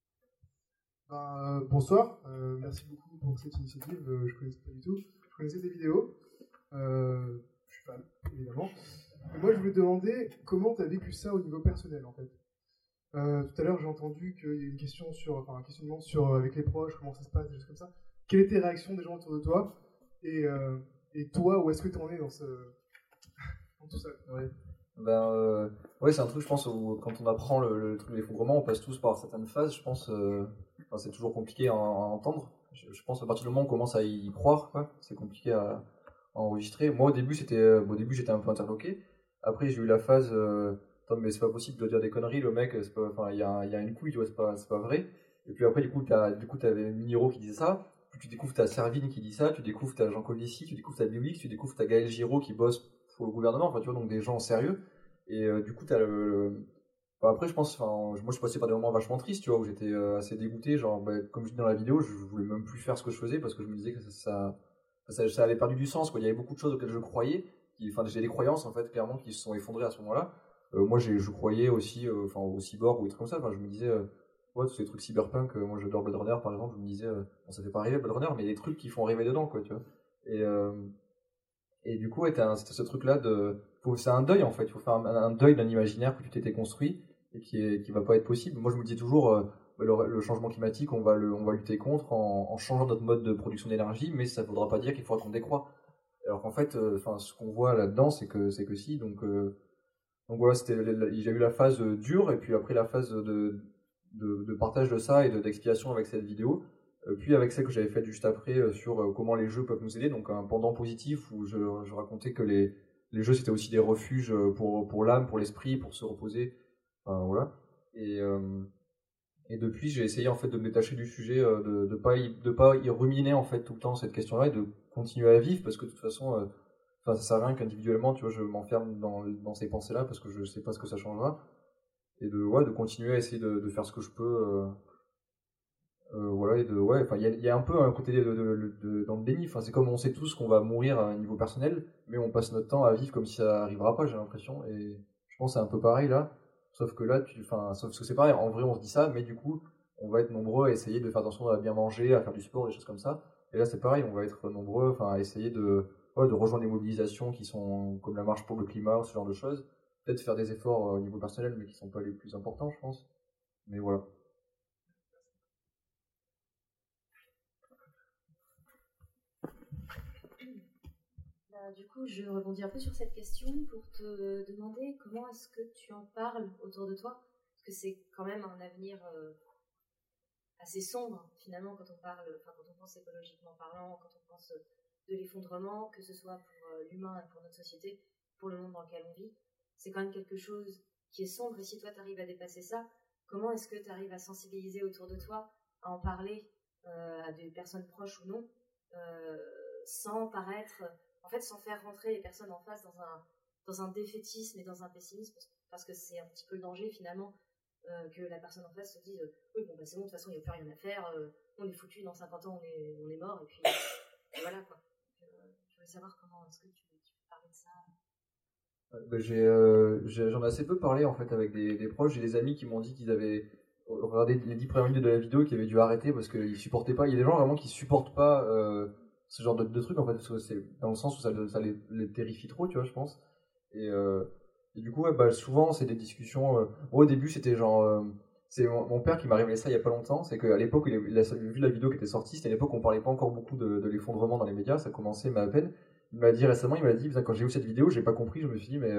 Euh, bonsoir, euh, merci beaucoup pour cette initiative. Euh, je ne connaissais pas du tout. Je connaissais tes vidéos. Euh, je suis fan, évidemment. Et moi, je voulais te demander comment tu as vécu ça au niveau personnel, en fait. Euh, tout à l'heure, j'ai entendu qu'il y a une question sur, enfin, un questionnement sur euh, avec les proches, comment ça se passe, des choses comme ça. Quelle était la réaction des gens autour de toi et, euh, et toi, où est-ce que tu en es dans, ce... dans tout ça? Ouais. Ben, euh, ouais, c'est un truc, je pense, où quand on apprend le, le truc de l'effondrement, on passe tous par certaines phases, je pense. Euh, enfin, c'est toujours compliqué à, à entendre. Je, je pense qu'à partir du moment où on commence à y croire, quoi, c'est compliqué à, à enregistrer. Moi, au début, c'était, euh, au début, j'étais un peu interloqué. Après, j'ai eu la phase, euh, attends, mais c'est pas possible de dire des conneries, le mec, c'est pas, enfin, il y a, il y a une couille, tu vois, c'est pas, c'est pas vrai. Et puis après, du coup, t'as, du coup, t'avais Miniro qui disait ça. Puis tu découvres t'as Servine qui dit ça, tu découvres t'as Jean Covici, tu découvres t'as Biolix, tu découvres t'as Gaël Giraud qui bosse pour le gouvernement, enfin, tu vois, donc des gens sérieux. Et euh, du coup, t'as le. le... Enfin, après, je pense, enfin, moi, je suis passé par des moments vachement tristes, tu vois, où j'étais euh, assez dégoûté. Genre, bah, comme je dis dans la vidéo, je, je voulais même plus faire ce que je faisais parce que je me disais que ça, ça, ça, ça avait perdu du sens, quoi. Il y avait beaucoup de choses auxquelles je croyais. Qui, enfin, j'ai des croyances, en fait, clairement, qui se sont effondrées à ce moment-là. Euh, moi, j'ai, je croyais aussi, euh, enfin, au cyborg ou des trucs comme ça. Enfin, je me disais, euh, ouais, tous ces trucs cyberpunk, euh, moi, j'adore Blade Runner, par exemple, je me disais, euh, bon, ça fait pas rêver Blade Runner, mais il y a des trucs qui font rêver dedans, quoi, tu vois. Et. Euh, Et du coup, ouais, t'as c'était ce truc-là de. Faut, c'est un deuil en fait, il faut faire un, un deuil d'un imaginaire que tu t'étais construit et qui, est, qui va pas être possible. Moi je me dis toujours, euh, le, le changement climatique, on va, le, on va lutter contre en, en changeant notre mode de production d'énergie, mais ça ne voudra pas dire qu'il faudra qu'on décroît. Alors qu'en fait, euh, ce qu'on voit là-dedans, c'est que, c'est que si. Donc, euh, donc voilà, c'était, j'ai eu la phase dure et puis après la phase de, de, de partage de ça et de, d'expiation avec cette vidéo. Puis avec celle que j'avais faite juste après sur comment les jeux peuvent nous aider, donc un pendant positif où je, je racontais que les, les jeux c'était aussi des refuges pour, pour l'âme, pour l'esprit, pour se reposer, enfin, voilà. Et, euh, et depuis j'ai essayé en fait de me détacher du sujet, de ne pas, y, de pas y ruminer en fait tout le temps cette question-là et de continuer à vivre parce que de toute façon, euh, enfin, ça sert à rien qu'individuellement tu vois, je m'enferme dans, dans ces pensées-là parce que je sais pas ce que ça changera et de, ouais, de continuer à essayer de, de faire ce que je peux. Euh, Euh, voilà, et de, ouais, enfin, il y, y a un peu un côté de, de, de, de, dans le déni. Enfin, c'est comme on sait tous qu'on va mourir à un niveau personnel, mais on passe notre temps à vivre comme si ça arrivera pas, j'ai l'impression. Et je pense que c'est un peu pareil là. Sauf que là, tu, enfin, sauf que c'est pareil. En vrai, on se dit ça, mais du coup, on va être nombreux à essayer de faire attention à bien manger, à faire du sport, des choses comme ça. Et là, c'est pareil, on va être nombreux, enfin, à essayer de, ouais, de rejoindre les mobilisations qui sont comme la marche pour le climat ou ce genre de choses. Peut-être faire des efforts au niveau personnel, mais qui sont pas les plus importants, je pense. Mais voilà. Du coup, je rebondis un peu sur cette question pour te demander comment est-ce que tu en parles autour de toi, parce que c'est quand même un avenir euh, assez sombre finalement quand on parle, enfin quand on pense écologiquement parlant, quand on pense de l'effondrement, que ce soit pour euh, l'humain et pour notre société, pour le monde dans lequel on vit, c'est quand même quelque chose qui est sombre. Et si toi tu arrives à dépasser ça, comment est-ce que tu arrives à sensibiliser autour de toi, à en parler euh, à des personnes proches ou non, euh, sans paraître en fait, sans faire rentrer les personnes en face dans un, dans un défaitisme et dans un pessimisme, parce que c'est un petit peu le danger finalement, euh, que la personne en face se dise euh, oui, bon, bah, c'est bon, de toute façon, il n'y a plus rien à faire, euh, on est foutu, dans cinquante ans, on est, on est mort, et puis et voilà quoi. Euh, je voulais savoir comment est-ce que tu, tu peux parler de ça. Euh, bah, j'ai, euh, j'ai, j'en ai assez peu parlé en fait avec des, des proches. J'ai des amis qui m'ont dit qu'ils avaient regardé les dix premières minutes de la vidéo, qu'ils avaient dû arrêter parce qu'ils supportaient pas. Il y a des gens vraiment qui supportent pas. Euh, ce genre de, de trucs en fait, parce que c'est dans le sens où ça, ça les, les terrifie trop, tu vois, je pense. Et, euh, et du coup, ouais, bah, souvent, c'est des discussions. Euh, moi, au début, c'était genre. Euh, c'est mon, mon père qui m'a révélé ça il y a pas longtemps. C'est qu'à l'époque, il a, il a vu la vidéo qui était sortie. C'était à l'époque où on parlait pas encore beaucoup de, de l'effondrement dans les médias. Ça commençait mais à peine. Il m'a dit récemment, il m'a dit, quand j'ai vu cette vidéo, j'ai pas compris. Je me suis dit, mais euh,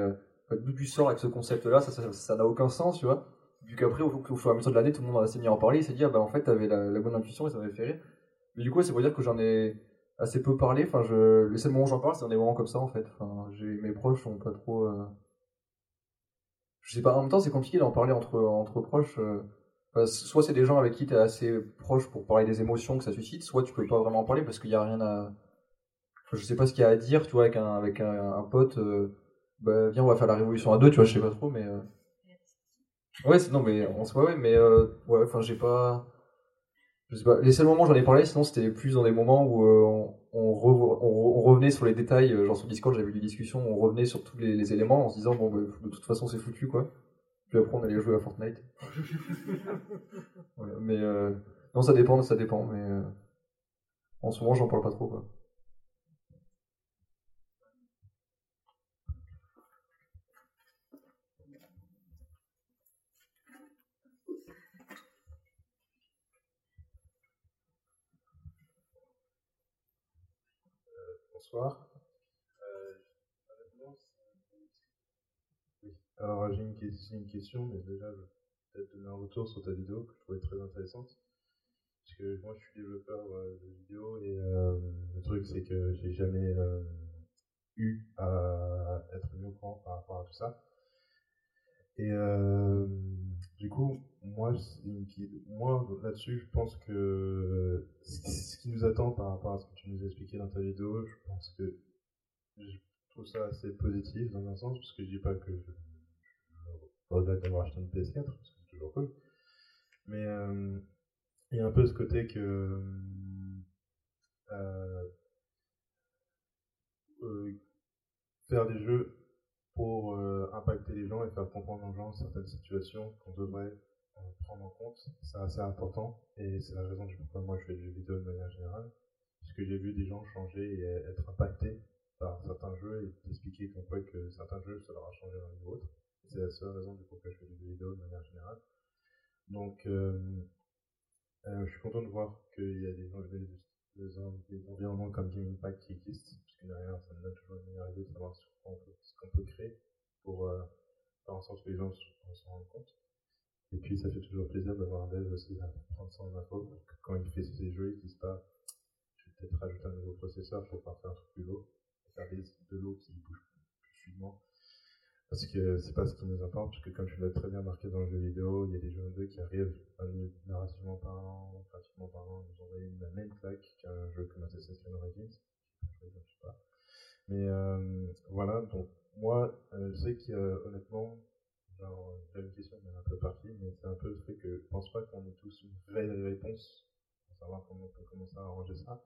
En fait, d'où tu sors avec ce concept-là, ça, ça, ça n'a aucun sens, tu vois. Vu qu'après, au, au fur et à mesure de l'année, tout le monde s'est mis à en parler, il s'est dit, ah bah en fait, t'avais la, la bonne intuition et ça m'avait fait rire. Mais du coup, c'est pour dire que j'en ai assez peu parlé. Enfin, je, le seul moment où j'en parle, c'est dans des moments comme ça, en fait. Enfin, j'ai, mes proches sont pas trop. Euh... Je sais pas, en même temps, c'est compliqué d'en parler entre, entre proches. Euh... Enfin, soit c'est des gens avec qui t'es assez proche pour parler des émotions que ça suscite, soit tu peux pas vraiment en parler parce qu'il y a rien à. Enfin, je sais pas ce qu'il y a à dire, tu vois, avec un, avec un, un pote. Euh... Bah, viens, on va faire la révolution à deux, tu vois, je sais pas trop, mais. Euh... Ouais, c'est, non, mais en soi, ouais, mais euh, ouais, enfin, j'ai pas. Je sais pas, les seuls moments où j'en ai parlé, sinon c'était plus dans des moments où euh, on, on, re, on, on revenait sur les détails, euh, genre sur Discord, j'avais eu des discussions, on revenait sur tous les, les éléments en se disant, bon, bah, de toute façon, c'est foutu, quoi. Puis après, on allait jouer à Fortnite. Ouais, mais euh, non, ça dépend, ça dépend, mais euh, en ce moment, j'en parle pas trop, quoi. Bonsoir. Euh, honnêtement, oui. Alors j'ai une, j'ai une question, mais déjà je vais peut-être donner un retour sur ta vidéo que je trouvais très intéressante. Parce que moi je suis développeur euh, de vidéo et euh, le truc c'est que j'ai jamais euh, eu à être mis au courant par rapport à tout ça. Et euh, du coup, moi, une, moi là-dessus, je pense que ce qui nous attend par rapport à ce que tu nous as expliqué dans ta vidéo, je pense que je trouve ça assez positif dans un sens, parce que je dis pas que je, je regrette d'avoir acheté une P S quatre, parce que c'est toujours cool. Mais euh, il y a un peu ce côté que euh, euh, faire des jeux pour euh, impacter les gens et faire comprendre aux gens certaines situations qu'on devrait euh, prendre en compte, c'est assez important et c'est la raison du pourquoi moi je fais des jeux vidéo de manière générale, puisque j'ai vu des gens changer et être impactés par certains jeux et t'expliquer comme quoi que certains jeux ça leur a changé l'un ou l'autre. C'est la seule raison du pourquoi je fais des jeux vidéo de manière générale. Donc euh, euh, je suis content de voir qu'il y a des, des, des, des environnements comme Game Impact qui existent, puisque derrière ça me donne toujours une meilleure idée de savoir sur quoi on peut, ce qu'on peut créer pour euh, faire en sorte que les gens s'en rendent compte. Et puis ça fait toujours plaisir d'avoir un dev aussi à prendre ça en info, quand il fait ses jeux, ils disent pas je vais peut-être rajouter un nouveau processeur pour pouvoir faire un truc plus lourd, faire des, de l'eau qui bouge plus fluidement. Parce que c'est pas ce qui nous importe, parce que comme tu l'as très bien marqué dans le jeu vidéo, il y a des jeux vidéo qui arrivent, narrativement parlant, pratiquement parlant, nous envoyer la même claque qu'un jeu comme Assassin's Creed Origins. Je sais pas. Mais euh, voilà, donc moi, euh, je sais qu'honnêtement, genre, j'ai une question, mais un peu partie, mais c'est un peu le fait que je pense pas qu'on ait tous une vraie réponse pour savoir comment on peut commencer à arranger ça.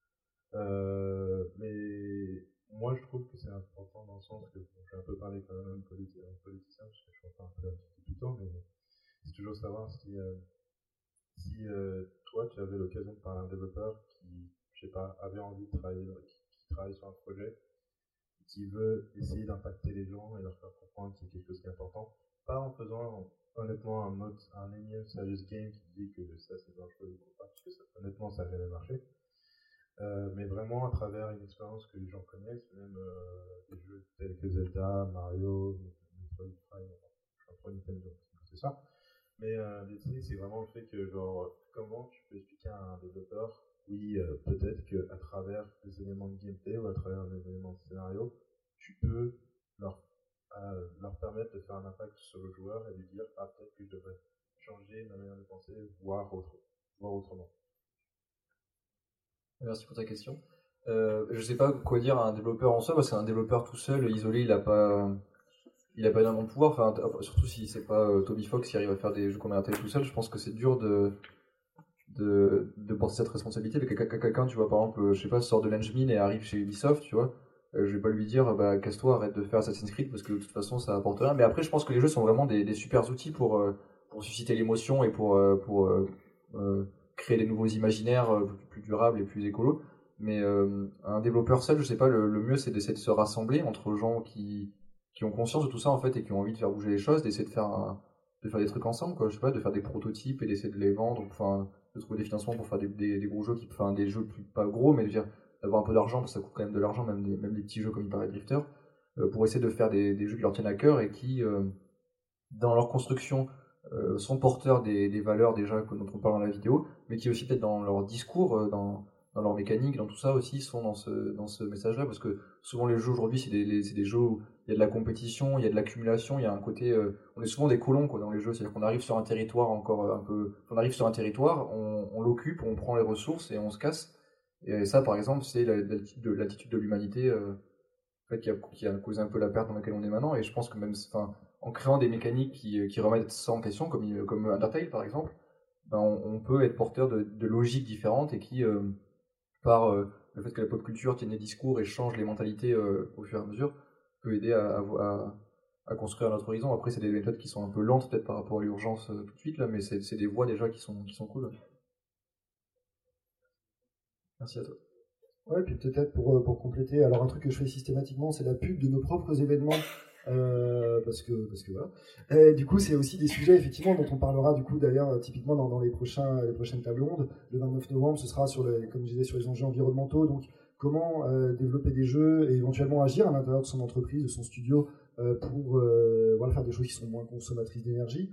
Euh, mais moi, je trouve que c'est important dans le sens que bon, je vais un peu parler quand même de politi politicien, parce que je suis encore un peu un petit peu plus tôt, mais c'est toujours savoir si, euh, si euh, toi, tu avais l'occasion de parler à un développeur qui, je sais pas, avait envie de travailler, qui, qui travaille sur un projet, qui veut essayer d'impacter les gens et leur faire comprendre qu'il y a quelque chose qui est important, pas en faisant honnêtement un, autre, un énième serious game qui dit que ça c'est dangereux ou pas, parce que ça, honnêtement ça n'a jamais marché. Euh, mais vraiment à travers une expérience que les gens connaissent, même euh, des jeux tels que Zelda, Mario, Metroid Prime, je suis un pro Nintendo, c'est ça. Mais euh, c'est vraiment le fait que, genre, comment tu peux expliquer à un développeur, oui, euh, peut-être qu'à travers des éléments de gameplay ou à travers des éléments de scénario, tu peux leur, euh, leur permettre de faire un impact sur le joueur et lui dire, ah, peut-être que je devrais changer ma manière de penser, voir, autre, voir autrement. Merci pour ta question. Euh, je sais pas quoi dire à un développeur en soi, parce qu'un développeur tout seul, isolé, il a pas, il a pas énormément de pouvoir. Enfin, surtout si c'est pas euh, Toby Fox qui arrive à faire des jeux comme R T L tout seul, je pense que c'est dur de, de, de porter cette responsabilité. Mais quelqu'un, tu vois, par exemple, je sais pas, sort de l'engine et arrive chez Ubisoft, tu vois, euh, je vais pas lui dire, bah casse-toi, arrête de faire Assassin's Creed, parce que de toute façon ça apporte rien. Mais après, je pense que les jeux sont vraiment des, des super outils pour, euh, pour susciter l'émotion et pour, euh, pour euh, euh, créer des nouveaux imaginaires euh, plus durables et plus écolos. Mais euh, un développeur seul, je sais pas, le, le mieux c'est d'essayer de se rassembler entre gens qui, qui ont conscience de tout ça en fait et qui ont envie de faire bouger les choses, d'essayer de faire, un, de faire des trucs ensemble, quoi, je sais pas, de faire des prototypes et d'essayer de les vendre, enfin, de trouver des financements pour faire des, des, des gros jeux, qui, enfin des jeux plus, pas gros, mais je veux dire, d'avoir un peu d'argent, parce que ça coûte quand même de l'argent, même des, même des petits jeux comme il paraît Drifter. euh, pour essayer de faire des, des jeux qui leur tiennent à cœur et qui, euh, dans leur construction, euh, sont porteurs des, des valeurs déjà que- dont on parle dans la vidéo, mais qui aussi peut-être dans leur discours, euh, dans, dans leur mécanique, dans tout ça aussi, sont dans ce, dans ce message-là, parce que souvent les jeux aujourd'hui, c'est des, les- c'est des jeux où il y a de la compétition, il y a de l'accumulation, il y a un côté... euh, on est souvent des colons quoi, dans les jeux, c'est-à-dire qu'on arrive sur un territoire encore euh, un peu... On arrive sur un territoire, on, on l'occupe, on prend les ressources et on se casse. Et ça, par exemple, c'est la- l'attitude de, l'attitude de l'humanité euh, en fait, qui, a, qui a causé un peu la perte dans laquelle on est maintenant. Et je pense que même enfin, en créant des mécaniques qui, qui remettent ça en question, comme, il- comme Undertale par exemple, ben, on, on peut être porteur de, de logiques différentes et qui, euh, par euh, le fait que la pop culture tienne des discours et change les mentalités euh, au fur et à mesure, peut aider à, à, à- à construire notre horizon. Après, c'est des méthodes qui sont un peu lentes peut-être par rapport à l'urgence euh, tout de suite, là, mais c'est c'est des voies déjà qui sont, qui sont cool. Merci à toi. Ouais, puis peut-être pour, euh, pour compléter, alors un truc que je fais systématiquement, c'est la pub de nos propres événements, euh, parce que parce que voilà. Et du coup, c'est aussi des sujets effectivement dont on parlera du coup d'ailleurs euh, typiquement dans, dans les prochains les prochaines tables rondes. Le vingt-neuf novembre, ce sera sur les, comme je disais, sur les enjeux environnementaux, donc comment euh, développer des jeux et éventuellement agir à l'intérieur de son entreprise, de son studio, euh, pour euh, voilà, faire des choses qui sont moins consommatrices d'énergie.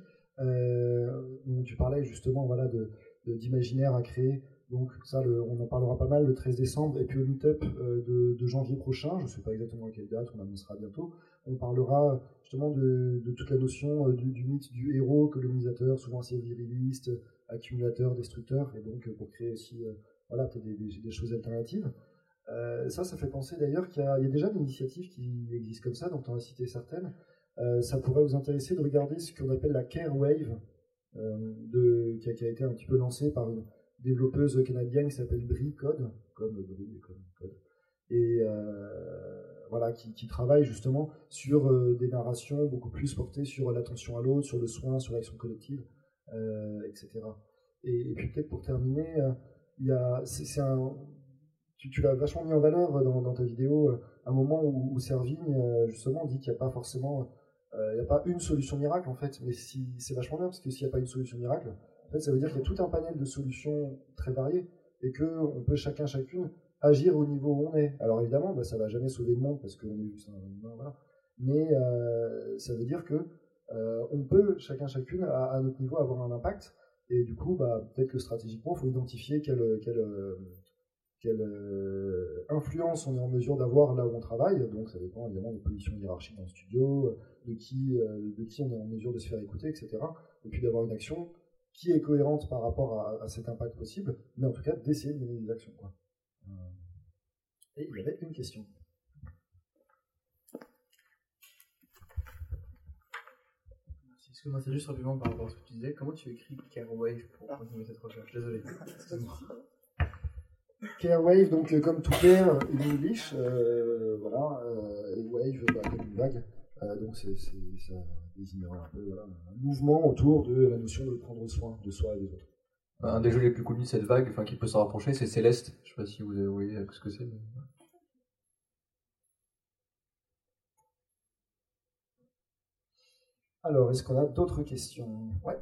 Euh, tu parlais justement voilà de de- d'imaginaire à créer. Donc ça, le- on en parlera pas mal le treize décembre, et puis au meet-up euh, de, de janvier prochain, je ne sais pas exactement à quelle date, on annoncera bientôt, on parlera justement de, de toute la notion euh, du, du mythe du héros, colonisateur, souvent assez viriliste, accumulateur, destructeur, et donc euh, pour créer aussi euh, voilà, peut-être des, des- des choses alternatives. Euh, ça, ça fait penser d'ailleurs qu'il y a, il y a déjà des initiatives qui existent comme ça, dont on a cité certaines. Euh, ça pourrait vous intéresser de regarder ce qu'on appelle la Care Wave, euh, de, qui, a, qui a été un petit peu lancée par une développeuse canadienne qui s'appelle Brie Code, comme Brie, comme Code, et euh, voilà, qui, qui travaille justement sur euh, des narrations beaucoup plus portées sur l'attention à l'autre, sur le soin, sur l'action collective, euh, et cetera. Et, et puis peut-être pour terminer, euh, il y a, c'est, c'est un, tu, tu l'as vachement mis en valeur dans, dans ta vidéo, euh, un moment où, où Servigne euh, justement dit qu'il n'y a pas forcément, euh, il n'y a pas une solution miracle en fait, mais si, c'est vachement bien parce que s'il n'y a pas une solution miracle, en fait, ça veut dire qu'il y a tout un panel de solutions très variées et qu'on peut chacun, chacune agir au niveau où on est. Alors évidemment, bah, ça ne va jamais sauver le monde parce qu'on est juste un humain, voilà. Mais euh, ça veut dire que euh, on peut chacun, chacune, à, à notre niveau, avoir un impact. Et du coup, bah, peut-être que stratégiquement, il faut identifier quelle, quelle, quelle euh, influence on est en mesure d'avoir là où on travaille. Donc ça dépend évidemment des positions hiérarchiques dans le studio, de qui, euh, de qui on est en mesure de se faire écouter, et cetera. Et puis d'avoir une action qui est cohérente par rapport à, à cet impact possible, mais en tout cas d'essayer de mener des actions, quoi. Et il y avait une question. Merci. Excuse-moi, c'est juste rapidement par rapport à ce que tu disais. Comment tu écris Carewave pour continuer cette recherche? Désolé. Carewave, donc euh, comme tout care in English, euh, voilà, euh, et wave bah, comme une vague. Euh, donc c'est, c'est, ça désignerait un peu voilà, un mouvement autour de la notion de prendre soin de soi et des autres. Un des jeux les plus connus de cette vague, enfin qui peut s'en rapprocher, c'est Céleste. Je sais pas si vous voyez ce que c'est. Mais... Alors, est-ce qu'on a d'autres questions? Ouais.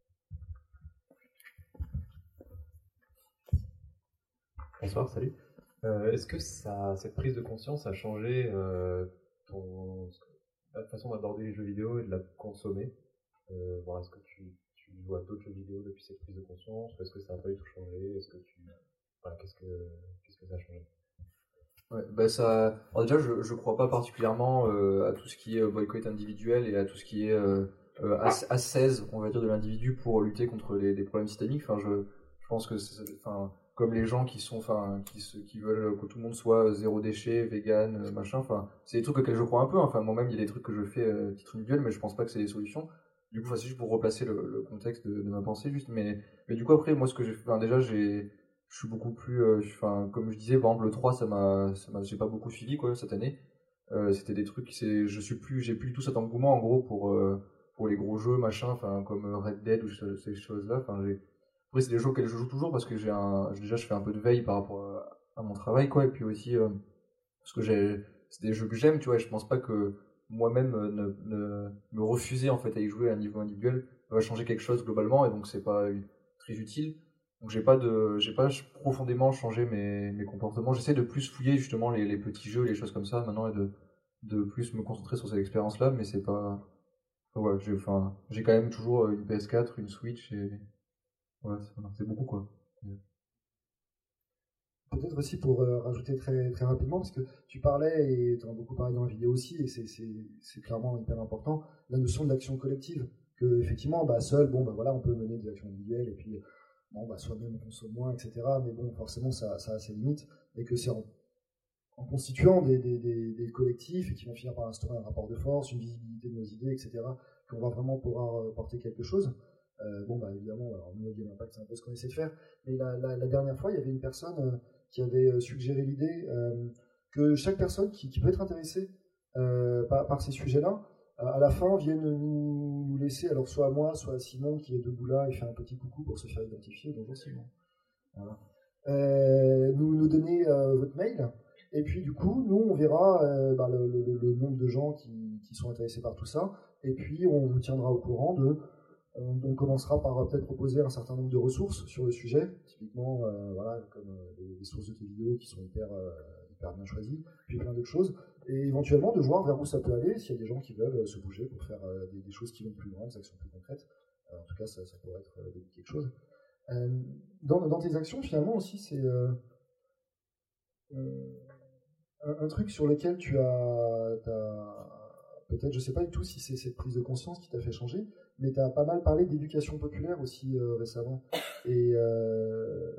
Bonsoir, salut. Euh, est-ce que ça, cette prise de conscience a changé euh, ton, la façon d'aborder les jeux vidéo et de la consommer? euh, voilà, Est-ce que tu, tu joues à d'autres jeux vidéo depuis cette prise de conscience, ou est-ce que ça n'a pas du tout changé? Est-ce que tu, voilà, qu'est-ce que, qu'est-ce que ça a changé? Ouais, bah ça... Alors déjà, je ne crois pas particulièrement euh, à tout ce qui est boycott individuel et à tout ce qui est euh, euh, ascèse, on va dire, de l'individu pour lutter contre les, les problèmes systémiques. Enfin, je, je pense que c'est, enfin, comme les gens qui sont, enfin, qui, se, qui veulent que tout le monde soit zéro déchet, vegan, machin. Enfin, c'est des trucs auxquels je crois un peu. Enfin, moi-même, il y a des trucs que je fais à titre individuel, mais je pense pas que c'est des solutions. Du coup, c'est juste pour replacer le, le contexte de, de ma pensée, juste. Mais, mais du coup, après, moi, ce que j'ai fait, enfin, déjà, j'ai je suis beaucoup plus, euh, enfin, comme je disais, par exemple le trois, ça m'a, ça m'a, j'ai pas beaucoup suivi quoi cette année. Euh, c'était des trucs, c'est, je suis plus, j'ai plus du tout cet engouement en gros pour euh, pour les gros jeux machin, enfin comme Red Dead ou ce, ces choses-là. Enfin, j'ai, après c'est des jeux auxquels je joue toujours parce que j'ai un, déjà je fais un peu de veille par rapport à, à mon travail quoi, et puis aussi euh, parce que j'ai, c'est des jeux que j'aime, tu vois. Et je pense pas que moi-même euh, ne, ne me refuser en fait à y jouer à un niveau individuel va changer quelque chose globalement, et donc c'est pas très utile. Donc j'ai pas de, j'ai pas profondément changé mes, mes comportements. J'essaie de plus fouiller justement les, les petits jeux, les choses comme ça maintenant, et de, de plus me concentrer sur cette expérience-là, mais c'est pas. Enfin, voilà, j'ai, enfin, j'ai quand même toujours une P S quatre, une Switch et. Voilà, c'est, c'est beaucoup quoi. Peut-être aussi pour euh, rajouter très, très rapidement, parce que tu parlais, et tu en as beaucoup parlé dans la vidéo aussi, et c'est, c'est, c'est clairement hyper important, la notion de l'action collective. Que effectivement, bah, seul, bon, bah, voilà, on peut mener des actions individuelles, et puis bon, bah, soi-même on consomme moins, et cetera. Mais bon, forcément, ça, ça a ses limites, et que c'est en, en constituant des, des, des, des collectifs, et qui vont finir par instaurer un rapport de force, une visibilité de nos idées, et cetera, qu'on va vraiment pouvoir porter quelque chose. Euh, bon, bah évidemment, alors nous, Game Impact, c'est un peu ce qu'on essaie de faire, mais la, la, la dernière fois, il y avait une personne euh, qui avait suggéré l'idée euh, que chaque personne qui, qui peut être intéressée euh, par, par ces sujets-là, euh, à la fin, vienne nous, nous laisser, alors soit à moi, soit à Simon, qui est debout là et fait un petit coucou pour se faire identifier. Bonjour Simon. Voilà. Euh, nous, nous donner euh, votre mail, et puis du coup, nous, on verra euh, bah, le, le, le nombre de gens qui, qui sont intéressés par tout ça, et puis on vous tiendra au courant de... On, on commencera par euh, peut-être proposer un certain nombre de ressources sur le sujet, typiquement euh, voilà, comme euh, les, les sources de tes vidéos qui sont hyper, euh, hyper bien choisies, puis plein d'autres choses, et éventuellement de voir vers où ça peut aller, s'il y a des gens qui veulent euh, se bouger pour faire euh, des, des choses qui vont plus loin, des actions plus concrètes. Euh, en tout cas, ça, ça pourrait être euh, quelque chose. Euh, dans, dans tes actions, finalement aussi, c'est euh, un, un truc sur lequel tu as, t'as, peut-être, je sais pas du tout si c'est cette prise de conscience qui t'a fait changer, mais tu as pas mal parlé d'éducation populaire aussi euh, récemment. Et euh,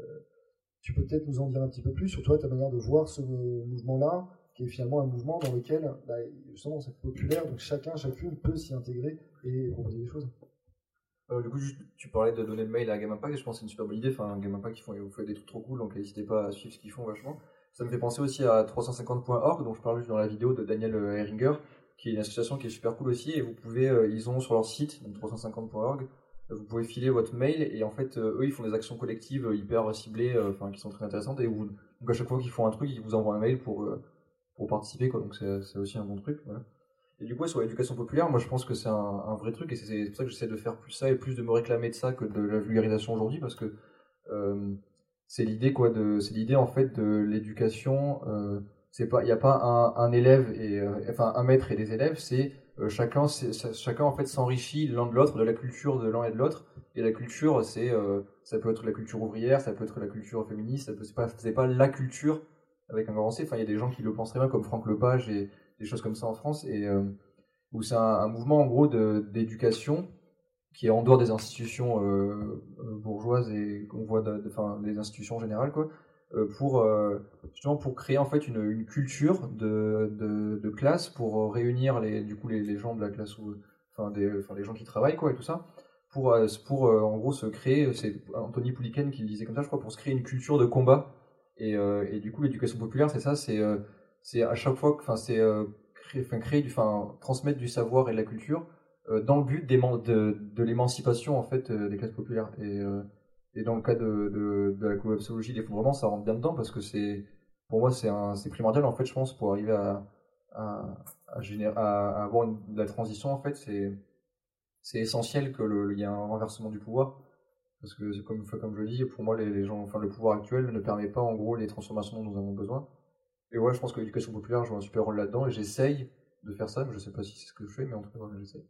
tu peux peut-être nous en dire un petit peu plus sur toi, ta manière de voir ce mouvement-là, qui est finalement un mouvement dans lequel, bah, justement, c'est populaire, donc chacun, chacune peut s'y intégrer et proposer des choses. Euh, du coup, juste, tu parlais de donner le mail à Game Impact, et je pense que c'est une super bonne idée. Enfin, Game Impact, ils font, ils font des trucs trop cool, donc n'hésitez pas à suivre ce qu'ils font vachement. Ça me fait penser aussi à trois cent cinquante point org, dont je parle juste dans la vidéo de Daniel Heringer, qui est une association qui est super cool aussi, et vous pouvez, euh, ils ont sur leur site, donc trois cent cinquante point org, euh, vous pouvez filer votre mail, et en fait, euh, eux, ils font des actions collectives euh, hyper ciblées, enfin, euh, qui sont très intéressantes, et vous, donc à chaque fois qu'ils font un truc, ils vous envoient un mail pour, euh, pour participer, quoi, donc c'est, c'est aussi un bon truc, voilà. Et du coup, sur l'éducation populaire, moi je pense que c'est un, un vrai truc, et c'est, c'est pour ça que j'essaie de faire plus ça, et plus de me réclamer de ça que de la vulgarisation aujourd'hui, parce que euh, c'est l'idée, quoi, de, c'est l'idée, en fait, de l'éducation, euh, c'est pas, il n'y a pas un, un élève et euh, enfin un maître et des élèves, c'est euh, chacun, c'est, chacun en fait s'enrichit l'un de l'autre, de la culture de l'un et de l'autre. Et la culture, c'est, euh, ça peut être la culture ouvrière, ça peut être la culture féministe, ça peut, c'est pas, c'est pas la culture avec un grand C. Enfin, il y a des gens qui le pensent très bien, comme Franck Lepage et des choses comme ça en France, et euh, où c'est un, un mouvement en gros de, d'éducation qui est en dehors des institutions euh, bourgeoises et qu'on voit, de, de, enfin, des institutions en général, quoi. Pour euh, justement pour créer en fait une, une culture de, de, de classe, pour réunir les du coup les, les gens de la classe ou enfin des enfin les gens qui travaillent, quoi, et tout ça, pour pour euh, en gros se créer, c'est Anthony Pouliken qui le disait comme ça, je crois, pour se créer une culture de combat. Et, euh, et du coup l'éducation populaire, c'est ça, c'est euh, c'est à chaque fois, enfin c'est euh, créer enfin créer du enfin transmettre du savoir et de la culture euh, dans le but de, de l'émancipation en fait euh, des classes populaires. Et euh, Et dans le cas de, de, de la collapsologie, l'effondrement, ça rentre bien dedans, parce que c'est, pour moi, c'est, un, c'est primordial, en fait, je pense, pour arriver à, à, à, générer, à, à avoir une, la transition, en fait, c'est, c'est essentiel qu'il y ait un renversement du pouvoir. Parce que, c'est comme, comme je le dis, pour moi, les, les gens, enfin, le pouvoir actuel ne permet pas, en gros, les transformations dont nous avons besoin. Et ouais, je pense que l'éducation populaire joue un super rôle là-dedans, et j'essaye de faire ça, mais je sais pas si c'est ce que je fais, mais en tout cas, j'essaye.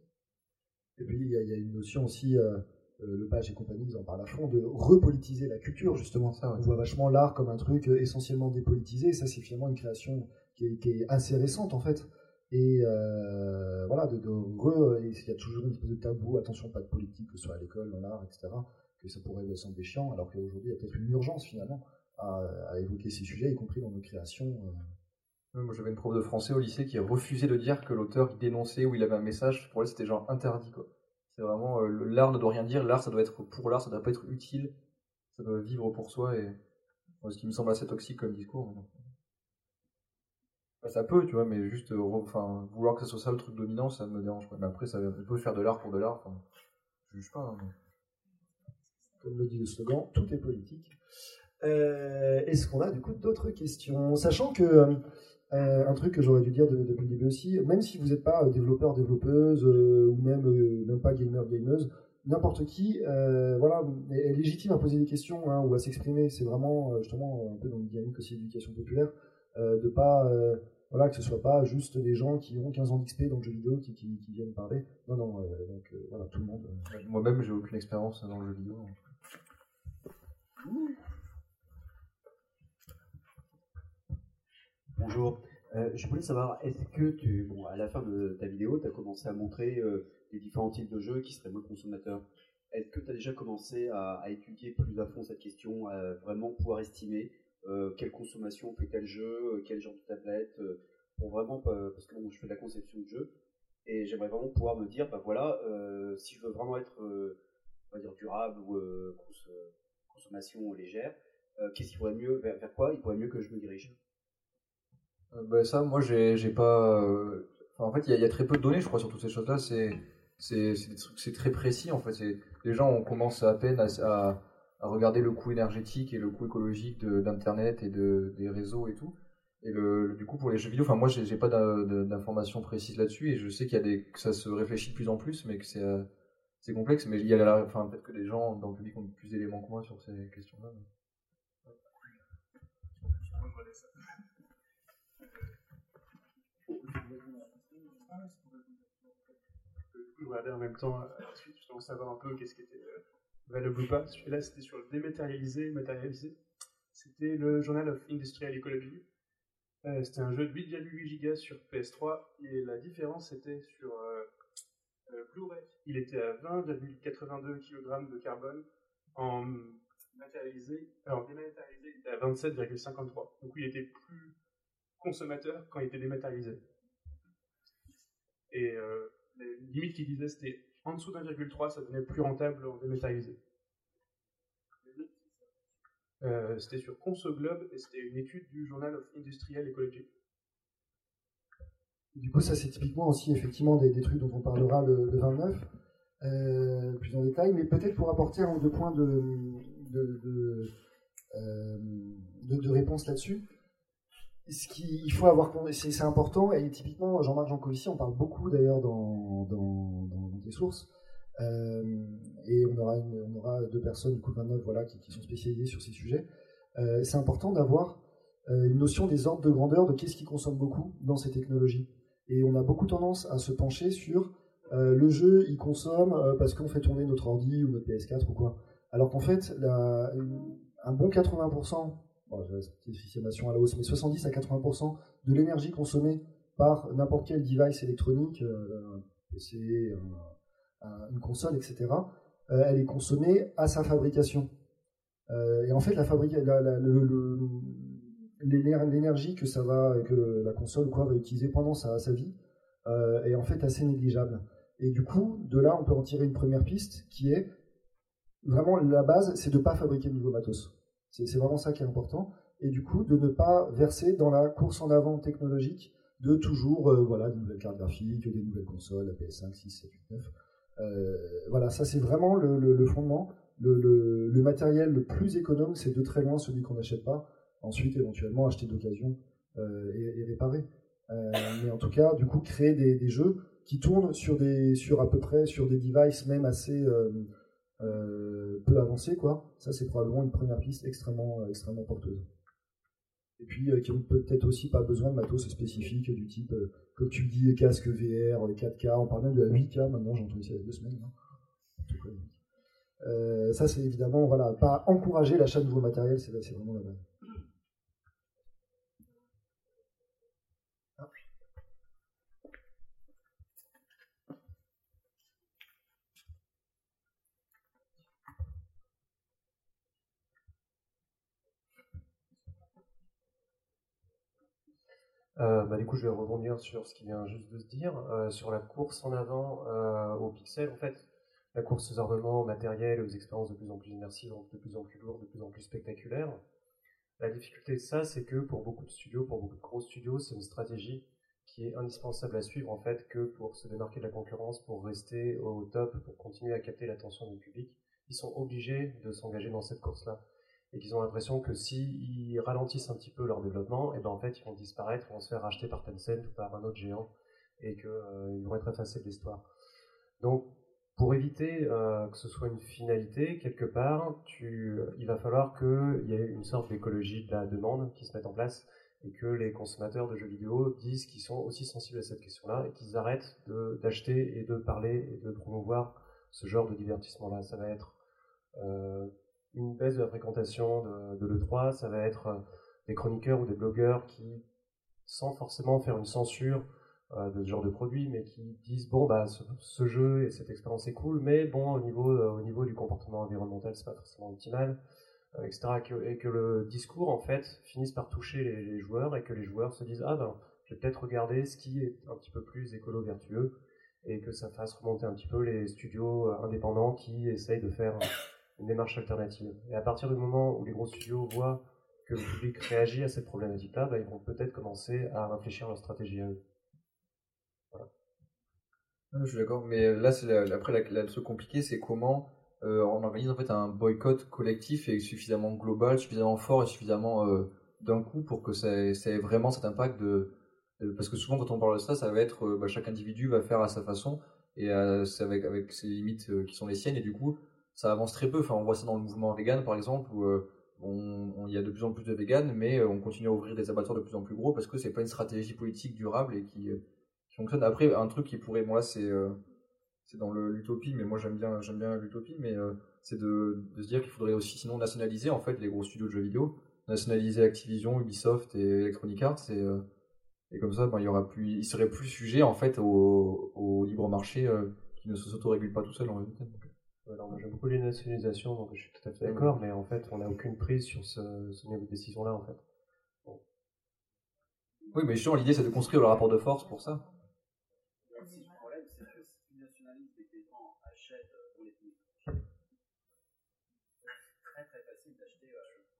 Et puis, il y, y a une notion aussi. Euh... Lepage et compagnie, ils en parlent à fond, de repolitiser la culture, justement. Ça, ouais. On voit vachement l'art comme un truc essentiellement dépolitisé, et ça, c'est finalement une création qui est, qui est assez récente, en fait. Et euh, voilà, de, de re, il y a toujours une espèce de tabou, attention, pas de politique, que ce soit à l'école, dans l'art, et cetera, que ça pourrait sembler chiant, alors qu'aujourd'hui, il y a peut-être une urgence, finalement, à, à évoquer ces sujets, y compris dans nos créations. Euh. Moi, j'avais une prof de français au lycée qui refusait de dire que l'auteur dénonçait ou il avait un message. Pour elle, c'était genre interdit, quoi. C'est vraiment, euh, l'art ne doit rien dire, l'art ça doit être pour l'art, ça doit pas être utile, ça doit vivre pour soi, et ce qui me semble assez toxique comme discours. Enfin, ça peut, tu vois, mais juste enfin, vouloir que ce soit ça le truc dominant, ça me dérange pas. Mais après, ça peut faire de l'art pour de l'art, enfin, je juge pas. Hein, mais... Comme le dit le slogan, tout est politique. Euh, est-ce qu'on a du coup d'autres questions ? Sachant que euh, un truc que j'aurais dû dire de, depuis le début aussi, même si vous n'êtes pas développeur, développeuse, euh, ou même, euh, même pas gamer, gameuse, n'importe qui euh, voilà, est légitime à poser des questions, hein, ou à s'exprimer. C'est vraiment justement un peu dans le dynamique aussi d'éducation populaire, euh, de pas euh, voilà, que ce soit pas juste des gens qui ont quinze ans d'X P dans le jeu vidéo qui, qui, qui viennent parler. Non, non, euh, donc euh, voilà, tout le monde. euh. Moi-même, j'ai aucune expérience dans le jeu vidéo. Bonjour. Euh, je voulais savoir, est-ce que tu, bon, à la fin de ta vidéo, tu as commencé à montrer euh, les différents types de jeux qui seraient moins consommateurs. Est-ce que tu as déjà commencé à, à étudier plus à fond cette question, à vraiment pouvoir estimer euh, quelle consommation fait tel jeu, euh, quel genre de tablette, euh, pour vraiment, euh, parce que bon, je fais de la conception de jeu, et j'aimerais vraiment pouvoir me dire, bah voilà, euh, si je veux vraiment être, euh, on va dire, durable ou euh, cons- consommation légère, euh, qu'est-ce qu'il faudrait mieux, vers, vers quoi il faudrait mieux que je me dirige? Euh, bah, ça, moi, j'ai j'ai pas. euh, enfin, en fait, il y, a- il y a très peu de données, je crois, sur toutes ces choses-là. C'est c'est c'est des trucs- c'est très précis, en fait. C'est- Les gens, on commence à peine à, à, à regarder le coût énergétique et le coût écologique de- d'Internet et de, des réseaux et tout. Et le, le- du coup, pour les jeux vidéo, enfin, moi, j'ai j'ai pas d'in- de- d'informations précises là-dessus, et je sais qu'il y a des, que ça se réfléchit de plus en plus, mais que c'est euh, c'est complexe. Mais il y a la, enfin, peut-être que les gens dans le public ont plus d'éléments que moi sur ces questions-là. mais- Je regardais en même temps, euh, ensuite je commençais à savoir un peu qu'est-ce qui était euh, valuable ou pas. Celui-là c'était sur le dématérialisé, matérialisé. C'était le Journal of Industrial Ecology. Euh, c'était un jeu de huit virgule huit gigas sur P S trois et la différence était sur euh, euh, Blu-ray. Il était à vingt virgule quatre-vingt-deux kilogrammes de carbone. En matérialisé, alors dématérialisé, il était à vingt-sept virgule cinquante-trois. Donc il était plus consommateur quand il était dématérialisé. Et euh, les limites qui disaient c'était en dessous d'un virgule trois, ça devenait plus rentable en dématérialisé. Euh, c'était sur ConsoGlobe et c'était une étude du Journal of Industrial Ecology. Du coup, ça c'est typiquement aussi effectivement des, des trucs dont on parlera le, le vingt-neuf, euh, plus en détail, mais peut-être pour apporter un ou deux points de, de, de, euh, de, de réponse là-dessus. Ce qu'il faut avoir, c'est c'est important, et typiquement Jean-Marc Jancovici en parle beaucoup d'ailleurs dans, dans, dans, dans tes sources. Euh, et on aura, une, on aura deux personnes, du coup vingt-neuf, voilà, qui, qui sont spécialisées sur ces sujets. Euh, c'est important d'avoir euh, une notion des ordres de grandeur de qu'est-ce qui consomme beaucoup dans ces technologies. Et on a beaucoup tendance à se pencher sur euh, le jeu, il consomme euh, parce qu'on fait tourner notre ordi ou notre P S quatre ou quoi. Alors qu'en fait, la, une, un bon quatre-vingts pour cent, bon, j'ai une estimation à la hausse, mais soixante-dix à quatre-vingts pour cent de l'énergie consommée par n'importe quel device électronique, euh, un P C, un, un, une console, et cetera, euh, elle est consommée à sa fabrication. Euh, et en fait, la fabrique, la, la, le, le, l'énergie que ça va, que la console quoi va utiliser pendant sa, sa vie euh, est en fait assez négligeable. Et du coup, de là, on peut en tirer une première piste qui est vraiment la base, c'est de ne pas fabriquer de nouveaux matos. C'est, c'est vraiment ça qui est important. Et du coup, de ne pas verser dans la course en avant technologique de toujours euh, voilà, des nouvelles cartes graphiques, des nouvelles consoles, la P S cinq, six, sept, huit, neuf. Euh, voilà, ça c'est vraiment le, le, le fondement. Le, le, le matériel le plus économe, c'est de très loin celui qu'on n'achète pas. Ensuite, éventuellement, acheter d'occasion euh, et, et réparer. Euh, mais en tout cas, du coup, créer des, des jeux qui tournent sur, des, sur à peu près sur des devices même assez euh, euh, peu avancés, quoi. Ça, c'est probablement une première piste extrêmement, extrêmement porteuse. Et puis, euh, qui n'ont peut-être aussi pas besoin de matos spécifiques du type, euh, comme tu le dis, casque V R, quatre K, on parle même de la huit K maintenant, j'ai entendu ça il y a deux semaines. Hein. Euh, ça, c'est évidemment, voilà, pas encourager l'achat de nouveaux matériels, c'est, c'est vraiment la base. Euh, bah, du coup, je vais rebondir sur ce qui vient juste de se dire, euh, sur la course en avant euh, aux pixels. En fait, la course aux armements, au matériel, aux expériences de plus en plus immersives, de plus en plus lourdes, de plus en plus spectaculaires. La difficulté de ça, c'est que pour beaucoup de studios, pour beaucoup de gros studios, c'est une stratégie qui est indispensable à suivre, en fait, que pour se démarquer de la concurrence, pour rester au top, pour continuer à capter l'attention du public. Ils sont obligés de s'engager dans cette course-là. Et qu'ils ont l'impression que s'ils ralentissent un petit peu leur développement, et ben en fait ils vont disparaître, ils vont se faire racheter par Tencent ou par un autre géant, et qu'ils euh, vont être effacés de l'histoire. Donc pour éviter euh, que ce soit une finalité, quelque part, tu, il va falloir qu'il y ait une sorte d'écologie de la demande qui se mette en place, et que les consommateurs de jeux vidéo disent qu'ils sont aussi sensibles à cette question-là et qu'ils arrêtent de, d'acheter et de parler et de promouvoir ce genre de divertissement-là. Ça va être euh, une baisse de la fréquentation de, de l'E trois, ça va être euh, des chroniqueurs ou des blogueurs qui, sans forcément faire une censure euh, de ce genre de produit, mais qui disent bon bah ce, ce jeu et cette expérience est cool, mais bon au niveau euh, au niveau du comportement environnemental c'est pas forcément optimal, euh, et cetera. Et que, et que le discours en fait finisse par toucher les, les joueurs et que les joueurs se disent ah ben je vais peut-être regarder ce qui est un petit peu plus écolo vertueux et que ça fasse remonter un petit peu les studios indépendants qui essayent de faire une démarche alternative. Et à partir du moment où les gros studios voient que le public réagit à cette problématique-là, bah, ils vont peut-être commencer à réfléchir à leur stratégie à eux. Voilà. Je suis d'accord, mais là, c'est la, après, la, la, le truc compliqué, c'est comment euh, on organise en fait un boycott collectif et suffisamment global, suffisamment fort et suffisamment euh, d'un coup pour que ça, ça ait vraiment cet impact de, de... Parce que souvent, quand on parle de ça, ça va être euh, bah, chaque individu va faire à sa façon et euh, c'est avec, avec ses limites euh, qui sont les siennes, et du coup, ça avance très peu. Enfin, on voit ça dans le mouvement vegan, par exemple, où euh, on, on, il y a de plus en plus de véganes, mais euh, on continue à ouvrir des abattoirs de plus en plus gros parce que c'est pas une stratégie politique durable et qui, euh, qui fonctionne. Après, un truc qui pourrait, bon là c'est euh, c'est dans le, l'utopie, mais moi j'aime bien j'aime bien l'utopie, mais euh, c'est de, de se dire qu'il faudrait aussi sinon nationaliser en fait les gros studios de jeux vidéo, nationaliser Activision, Ubisoft et Electronic Arts, et, euh, et comme ça, ben, il y aura plus, il serait plus sujet en fait au, au libre marché euh, qui ne s'autorégule pas tout seul en réalité. Alors, moi, j'aime beaucoup les nationalisations, donc je suis tout à fait d'accord, mais en fait, on n'a aucune prise sur ce, ce niveau de décision-là, en fait. Bon. Oui, mais justement, l'idée, c'est de construire le rapport de force pour ça. Le problème, c'est que si tu nationalises et que les gens achètent pour les pays, c'est très très facile d'acheter.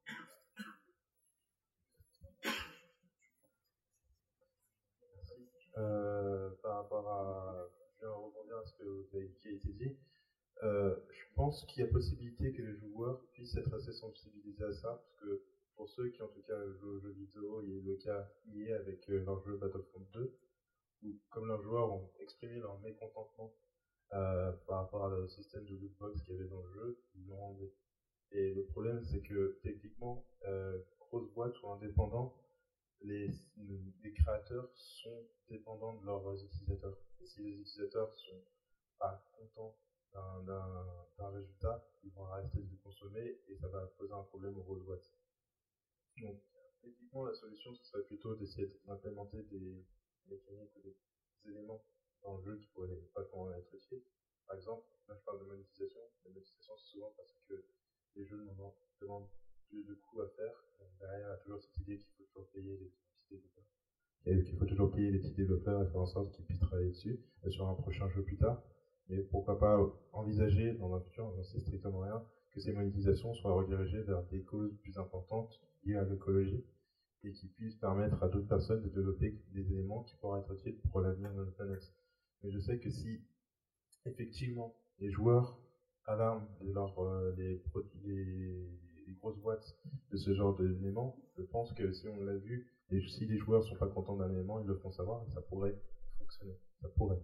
Euh, par rapport à. Je vais rebondir à ce que vous avez, qui a été dit. Euh, je pense qu'il y a possibilité que les joueurs puissent être assez sensibilisés à ça, parce que pour ceux qui en tout cas jouent aux jeux vidéo, il y a eu le cas hier avec euh, leur jeu Battlefront deux, où comme leurs joueurs ont exprimé leur mécontentement euh, par rapport à le système de lootbox qu'il y avait dans le jeu, ils l'ont enlevé. Et le problème c'est que techniquement, euh, grosses boîtes ou indépendants, les, les créateurs sont dépendants de leurs utilisateurs. Et si les utilisateurs sont pas contents d'un, d'un, d'un résultat, ils vont arrêter de le consommer et ça va poser un problème aux grosses boîtes. Donc, techniquement, la solution, ce serait plutôt d'essayer d'implémenter des mécaniques ou des éléments dans le jeu qui pourraient vachement être utiles. Par exemple, là je parle de monétisation. La monétisation, c'est souvent parce que les jeux demandent plus de coûts à faire. Donc, derrière, il y a toujours cette idée qu'il faut toujours payer les petits développeurs. Et qu'il faut toujours payer les petits développeurs et faire en sorte qu'ils puissent travailler dessus et sur un prochain jeu plus tard. Et pourquoi pas envisager dans un futur, j'en sais strictement rien, que ces monétisations soient redirigées vers des causes plus importantes liées à l'écologie et qui puissent permettre à d'autres personnes de développer des éléments qui pourraient être utiles pour l'avenir de notre planète. Mais je sais que si effectivement les joueurs alarment leur, euh, les, les, les grosses boîtes de ce genre d'éléments, je pense que si on l'a vu, et si les joueurs ne sont pas contents d'un élément, ils le font savoir et ça pourrait fonctionner. Ça pourrait.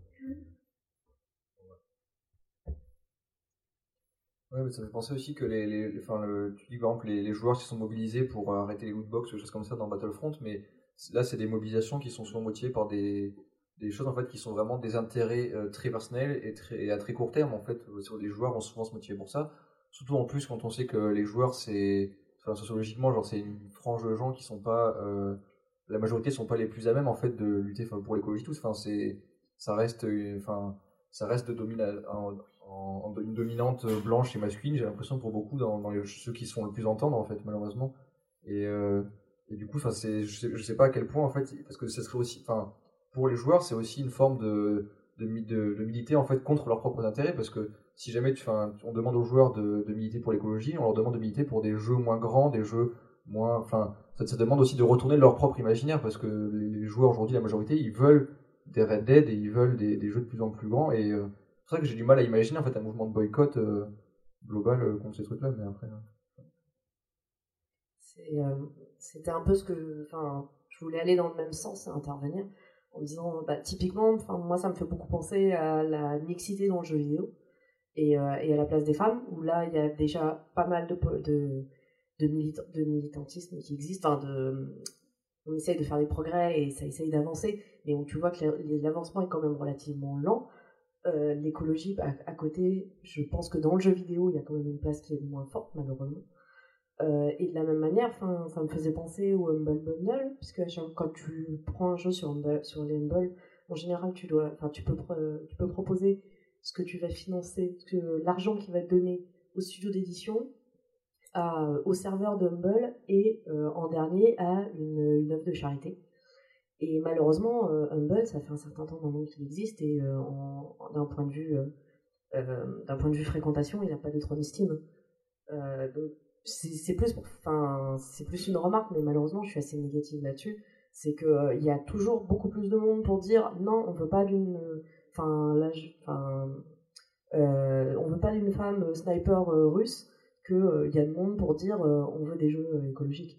Ouais, mais ça me fait penser aussi que les, les, enfin le, tu dis par exemple les, les joueurs qui sont mobilisés pour arrêter les lootbox ou des choses comme ça dans Battlefront, mais là c'est des mobilisations qui sont souvent motivées par des, des choses en fait qui sont vraiment des intérêts euh, très personnels et, très, et à très court terme en fait. Les joueurs vont souvent se motiver pour ça, surtout en plus quand on sait que les joueurs c'est, enfin sociologiquement genre c'est une frange de gens qui sont pas, euh, la majorité sont pas les plus à même en fait de lutter pour l'écologie tous. Enfin c'est, ça reste, enfin ça reste de dominer en, en une dominante blanche et masculine, j'ai l'impression pour beaucoup dans, dans les, ceux qui se font le plus entendre en fait malheureusement, et, euh, et du coup c'est, je, sais, je sais pas à quel point en fait, parce que ça serait aussi, enfin pour les joueurs c'est aussi une forme de, de, de, de militer en fait contre leurs propres intérêts, parce que si jamais tu, on demande aux joueurs de, de militer pour l'écologie, on leur demande de militer pour des jeux moins grands, des jeux moins, enfin ça, ça demande aussi de retourner leur propre imaginaire, parce que les, les joueurs aujourd'hui, la majorité, ils veulent des Red Dead et ils veulent des, des jeux de plus en plus grands, et euh, c'est pour ça que j'ai du mal à imaginer en fait un mouvement de boycott euh, global euh, contre ces trucs-là, mais après. Euh... C'est, euh, c'était un peu ce que, enfin, je voulais aller dans le même sens, intervenir, en disant, bah, typiquement, enfin, moi ça me fait beaucoup penser à la mixité dans le jeu vidéo et, euh, et à la place des femmes, où là il y a déjà pas mal de de de, milita- de militantisme qui existe, enfin de on essaye de faire des progrès et ça essaye d'avancer, mais on, tu vois que l'avancement est quand même relativement lent. Euh, l'écologie à, à côté, je pense que dans le jeu vidéo, il y a quand même une place qui est moins forte, malheureusement. Euh, et de la même manière, ça me faisait penser au Humble Bundle, puisque quand tu prends un jeu sur, Humble, sur les Humble, en général, tu, dois, tu, peux, tu peux proposer ce que tu vas financer, l'argent qui va te donner au studio d'édition, au serveur de Humble et euh, en dernier à une, une œuvre de charité. Et malheureusement, euh, Humble, ça fait un certain temps maintenant qu'il existe et euh, d'un point de vue, euh, euh, d'un point de vue fréquentation, il n'a pas de trône estime. Euh, donc c'est plus, enfin, c'est plus une remarque, mais malheureusement, je suis assez négative là-dessus. C'est que euh, il y a toujours beaucoup plus de monde pour dire non, on veut pas d'une, enfin, là, enfin, euh, on veut pas d'une femme sniper euh, russe. Qu'il euh, y a de monde pour dire euh, on veut des jeux euh, écologiques.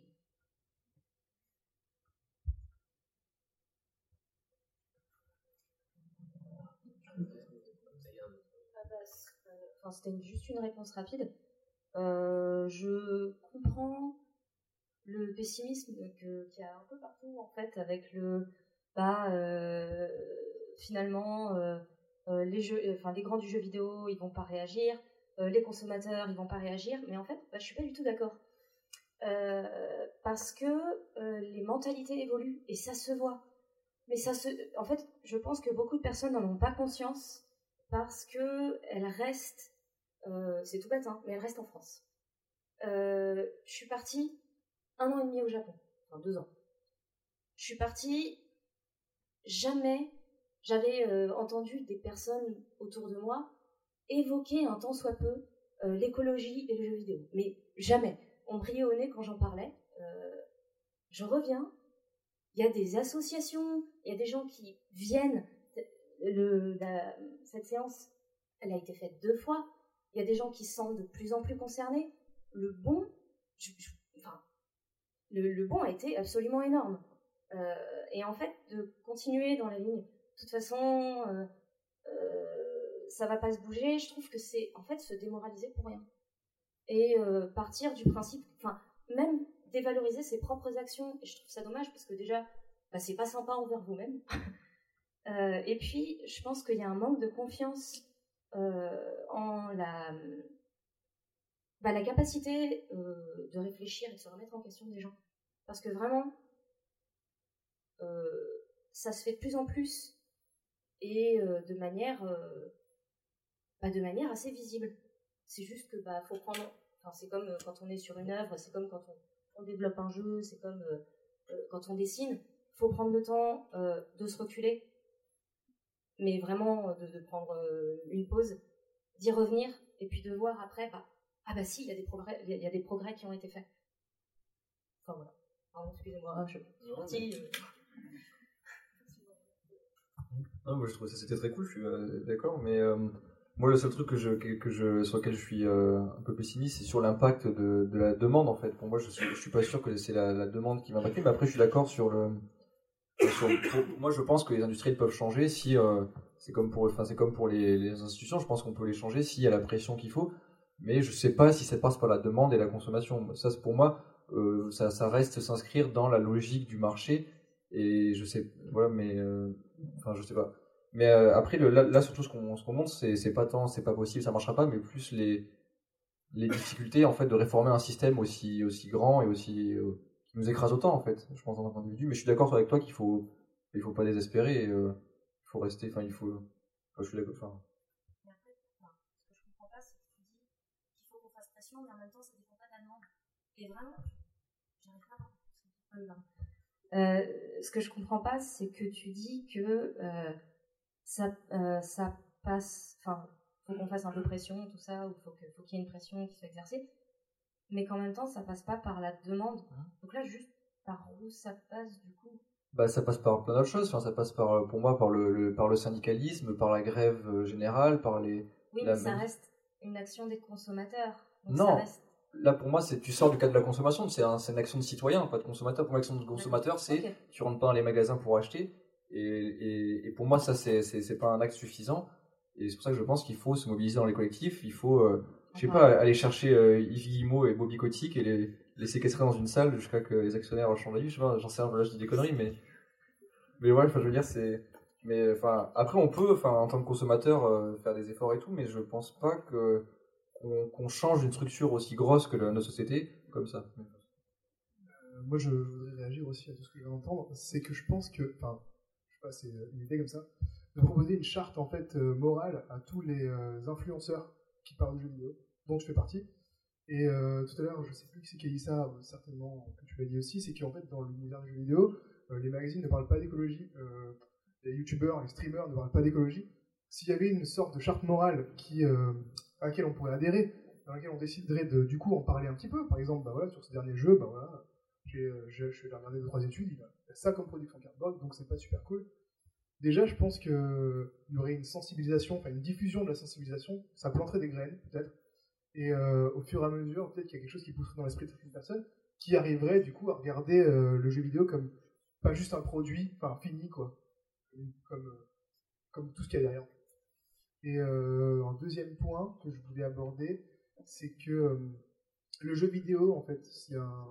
Enfin, c'était juste une réponse rapide. Euh, je comprends le pessimisme qu'il y a un peu partout en fait, avec le bah euh, finalement euh, euh, les jeux, enfin les grands du jeu vidéo, ils vont pas réagir. Euh, les consommateurs, ils vont pas réagir, mais en fait, bah, je suis pas du tout d'accord. Euh, parce que euh, les mentalités évoluent, et ça se voit. Mais ça se... En fait, je pense que beaucoup de personnes n'en ont pas conscience, parce qu'elles restent... Euh, c'est tout bête, hein, mais elles restent en France. Euh, je suis partie un an et demi au Japon, enfin deux ans. Je suis partie... Jamais j'avais euh, entendu des personnes autour de moi évoquer un tant soit peu euh, l'écologie et le jeu vidéo. Mais jamais. On brillait au nez quand j'en parlais. Euh, je reviens. Il y a des associations, il y a des gens qui viennent. Le, la, cette séance, elle a été faite deux fois. Il y a des gens qui se sentent de plus en plus concernés. Le bond, je, je, enfin, le, le bond a été absolument énorme. Euh, et en fait, de continuer dans la ligne. De toute façon... Euh, euh, ça va pas se bouger, je trouve que c'est en fait se démoraliser pour rien. Et euh, partir du principe, enfin, même dévaloriser ses propres actions, et je trouve ça dommage parce que déjà, bah, c'est pas sympa envers vous-même. euh, et puis, je pense qu'il y a un manque de confiance euh, en la, bah, la capacité euh, de réfléchir et de se remettre en question des gens. Parce que vraiment, euh, ça se fait de plus en plus et euh, de manière. Euh, Bah, de manière assez visible. C'est juste que bah faut prendre. Enfin, c'est comme euh, quand on est sur une œuvre, c'est comme quand on, on développe un jeu, c'est comme euh, euh, quand on dessine. Faut prendre le temps euh, de se reculer, mais vraiment de, de prendre euh, une pause, d'y revenir, et puis de voir après. Bah, ah bah si, il y a des progrès, il y a des progrès qui ont été faits. Enfin voilà. Pardon, excusez-moi, je suis partie. Euh... Non, moi je trouve ça c'était très cool, je suis euh, d'accord, mais euh, moi le seul truc que je, que, que je, sur lequel je suis euh, un peu pessimiste, c'est sur l'impact de, de la demande en fait. Pour moi, je suis, je suis pas sûr que c'est la, la demande qui va impacter, mais après je suis d'accord sur le. Sur, pour, moi je pense que les industriels peuvent changer si. Euh, c'est comme pour, enfin, c'est comme pour les, les institutions, je pense qu'on peut les changer s'il y a la pression qu'il faut, mais je sais pas si ça passe par la demande et la consommation. Ça, pour moi, euh, ça, ça reste s'inscrire dans la logique du marché, et je sais. Voilà, mais. Euh, Enfin, je sais pas. Mais euh, après, le, là, là, surtout, ce qu'on, ce qu'on montre, c'est, c'est pas tant, c'est pas possible, ça marchera pas, mais plus les, les difficultés, en fait, de réformer un système aussi, aussi grand et aussi, euh, qui nous écrase autant, en fait, je pense, en tant qu'individu. Mais je suis d'accord avec toi qu'il faut, il faut pas désespérer, et, euh, il faut rester, enfin, il faut, enfin, je suis d'accord, enfin. Mais après, enfin, ce que je comprends pas, c'est que tu dis qu'il faut qu'on fasse pression, mais en même temps, ça dépend pas de la demande. Et vraiment, j'arrive pas à voir. Euh, ce que je comprends pas, c'est que tu dis que euh, ça, euh, ça passe, enfin, faut qu'on fasse un peu pression, tout ça, ou faut, que, faut qu'il y ait une pression qui soit exercée, mais qu'en même temps, ça passe pas par la demande. Donc là, juste par où ça passe, du coup? Bah, ça passe par plein d'autres choses. Enfin, ça passe par, pour moi, par le, le, par le syndicalisme, par la grève générale, par les. Oui, la mais ça même... reste une action des consommateurs. Donc non. Ça reste... Là, pour moi, c'est, tu sors du cadre de la consommation, c'est, un, c'est une action de citoyen, pas de consommateur. Pour moi, l'action de consommateur, c'est okay. Tu rentres pas dans les magasins pour acheter. Et, et, et pour moi, ça, c'est, c'est, c'est pas un acte suffisant. Et c'est pour ça que je pense qu'il faut se mobiliser dans les collectifs. Il faut, euh, je sais pas, aller chercher euh, Yves Guillemot et Bobby Kotick et les, les séquestrer dans une salle jusqu'à que les actionnaires changent d'avis. Je sais pas, j'en sais rien, là je dis des conneries, mais mais ouais, enfin je veux dire c'est, mais enfin après on peut, enfin en tant que consommateur euh, faire des efforts et tout, mais je pense pas que qu'on, qu'on change une structure aussi grosse que la, nos sociétés comme ça. Euh, moi, je voudrais réagir aussi à tout ce que je viens d'entendre. C'est que je pense que, enfin, je sais pas, c'est une idée comme ça, de proposer une charte en fait euh, morale à tous les euh, influenceurs qui parlent de jeux vidéo, dont je fais partie. Et euh, tout à l'heure, je sais plus qui c'est qui a dit ça, euh, certainement que tu l'as dit aussi, c'est qu'en fait, dans l'univers du jeu vidéo, euh, les magazines ne parlent pas d'écologie, euh, les youtubeurs, les streamers ne parlent pas d'écologie. S'il y avait une sorte de charte morale qui, euh, à laquelle on pourrait adhérer, dans laquelle on déciderait de, du coup, en parler un petit peu, par exemple, bah voilà, sur ce dernier jeu, bah voilà, j'ai, euh, j'ai, je suis allé regarder deux trois études, il y a ça comme production cardboard, donc c'est pas super cool. Déjà, je pense qu'il y aurait une sensibilisation, enfin une diffusion de la sensibilisation, ça planterait des graines, peut-être, et euh, au fur et à mesure, peut-être qu'il y a quelque chose qui pousserait dans l'esprit de certaines personnes, qui arriverait du coup à regarder euh, le jeu vidéo comme pas juste un produit, enfin fini, quoi, comme, euh, comme tout ce qu'il y a derrière. Et euh, un deuxième point que je voulais aborder, c'est que euh, le jeu vidéo, en fait, c'est un,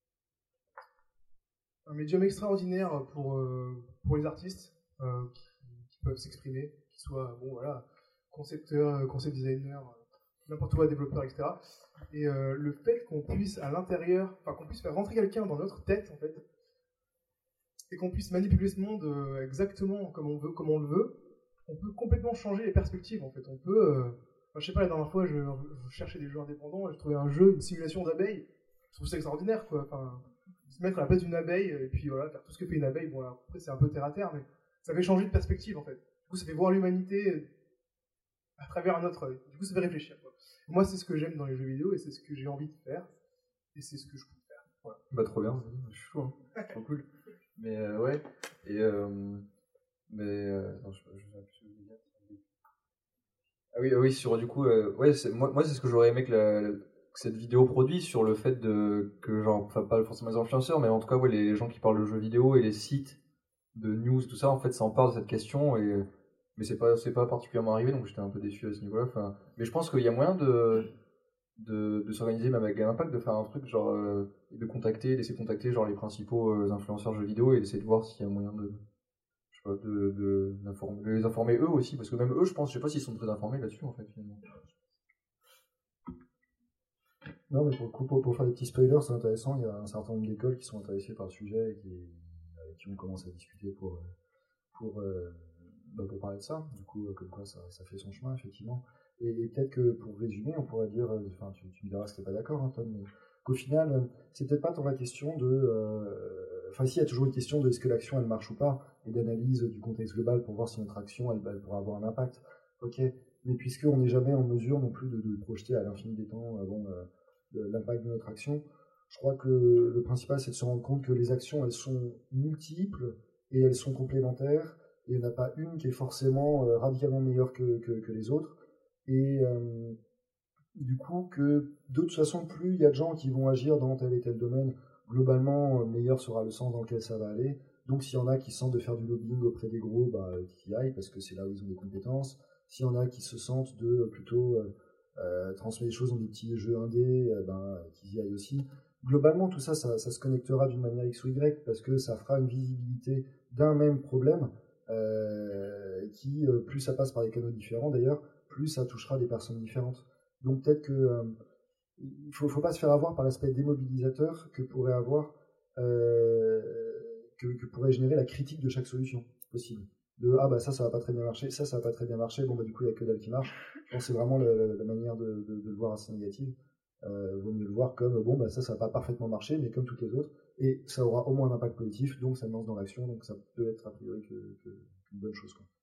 un médium extraordinaire pour, euh, pour les artistes euh, qui, qui peuvent s'exprimer, qu'ils soient, bon, voilà, concepteurs, concept designers, n'importe quoi, développeurs, et cetera. Et euh, le fait qu'on puisse, à l'intérieur, enfin, qu'on puisse faire rentrer quelqu'un dans notre tête, en fait, et qu'on puisse manipuler ce monde euh, exactement comme on veut, comme on le veut, on peut complètement changer les perspectives, en fait. On peut, euh, enfin, je sais pas, la dernière fois, je, je cherchais des jeux indépendants, et je trouvais un jeu, une simulation d'abeilles. Je trouve ça extraordinaire, quoi. Enfin, se mettre à la place d'une abeille, et puis voilà, faire tout ce que fait une abeille. Bon, alors, après, c'est un peu terre à terre, mais ça fait changer de perspective, en fait. Du coup, ça fait voir l'humanité à travers un autre œil. Du coup, ça fait réfléchir, quoi. Moi, c'est ce que j'aime dans les jeux vidéo, et c'est ce que j'ai envie de faire, et c'est ce que je peux faire. Voilà. Bah, trop bien, je suis chaud, hein. Trop cool. Mais euh, ouais, et euh, mais euh, non, je, je, je, je, je, je, ah oui, ah oui, sur du coup, euh, ouais, c'est, moi, moi c'est ce que j'aurais aimé que, la, que cette vidéo produise sur le fait de que genre, enfin pas forcément les influenceurs, mais en tout cas ouais, les, les gens qui parlent de jeux vidéo et les sites de news, tout ça, en fait, ça en parle de cette question et mais c'est pas c'est pas particulièrement arrivé, donc j'étais un peu déçu à ce niveau-là. Enfin, mais je pense qu'il y a moyen de de, de s'organiser même avec Game Impact, de faire un truc genre euh, de contacter, d'essayer de contacter genre les principaux euh, influenceurs jeux vidéo et d'essayer de voir s'il y a moyen de je sais pas de, de, d'informer, de les informer eux aussi, parce que même eux je pense, je sais pas s'ils sont très informés là-dessus en fait finalement. Non mais pour le coup, pour, pour faire des petits spoilers, c'est intéressant, il y a un certain nombre d'écoles qui sont intéressées par le sujet et qui, avec qui on commence à discuter pour pour, euh, bah pour parler de ça, du coup comme quoi ça, ça fait son chemin effectivement. Et, et peut-être que pour résumer, on pourrait dire, enfin tu, tu me diras si t'es pas d'accord, hein, Tom, mais qu'au final, c'est peut-être pas tant la question de, enfin euh, si il y a toujours une question de est-ce que l'action elle marche ou pas, et d'analyse du contexte global pour voir si notre action elle, elle pourra avoir un impact. Ok, mais puisqu'on n'est jamais en mesure non plus de, de projeter à l'infini des temps euh, bon, euh, l'impact de notre action, je crois que le, le principal c'est de se rendre compte que les actions elles sont multiples et elles sont complémentaires, et il n'y en a pas une qui est forcément euh, radicalement meilleure que, que, que les autres. Et euh, du coup que de toute façon plus il y a de gens qui vont agir dans tel et tel domaine, globalement meilleur sera le sens dans lequel ça va aller. Donc s'il y en a qui sentent de faire du lobbying auprès des gros, bah qu'ils y aillent parce que c'est là où ils ont des compétences. S'il y en a qui se sentent de plutôt euh, euh, transmettre les choses dans des petits jeux indés, euh, ben qu'ils y aillent aussi. Globalement tout ça, ça, ça se connectera d'une manière X ou Y parce que ça fera une visibilité d'un même problème euh, qui, euh, plus ça passe par des canaux différents d'ailleurs, plus ça touchera des personnes différentes. Donc peut-être que euh, il faut, faut pas se faire avoir par l'aspect démobilisateur que pourrait avoir euh, que, que pourrait générer la critique de chaque solution possible. De ah bah ça ça va pas très bien marcher, ça ça va pas très bien marcher, bon bah du coup il y a que dalle qui marche. Je pense que c'est vraiment la, la, la manière de, de, de le voir assez négative. Euh, vaut mieux le voir comme bon bah ça ça va pas parfaitement marcher, mais comme toutes les autres, et ça aura au moins un impact positif, donc ça me lance dans l'action, donc ça peut être a priori que, que, qu'une bonne chose quoi.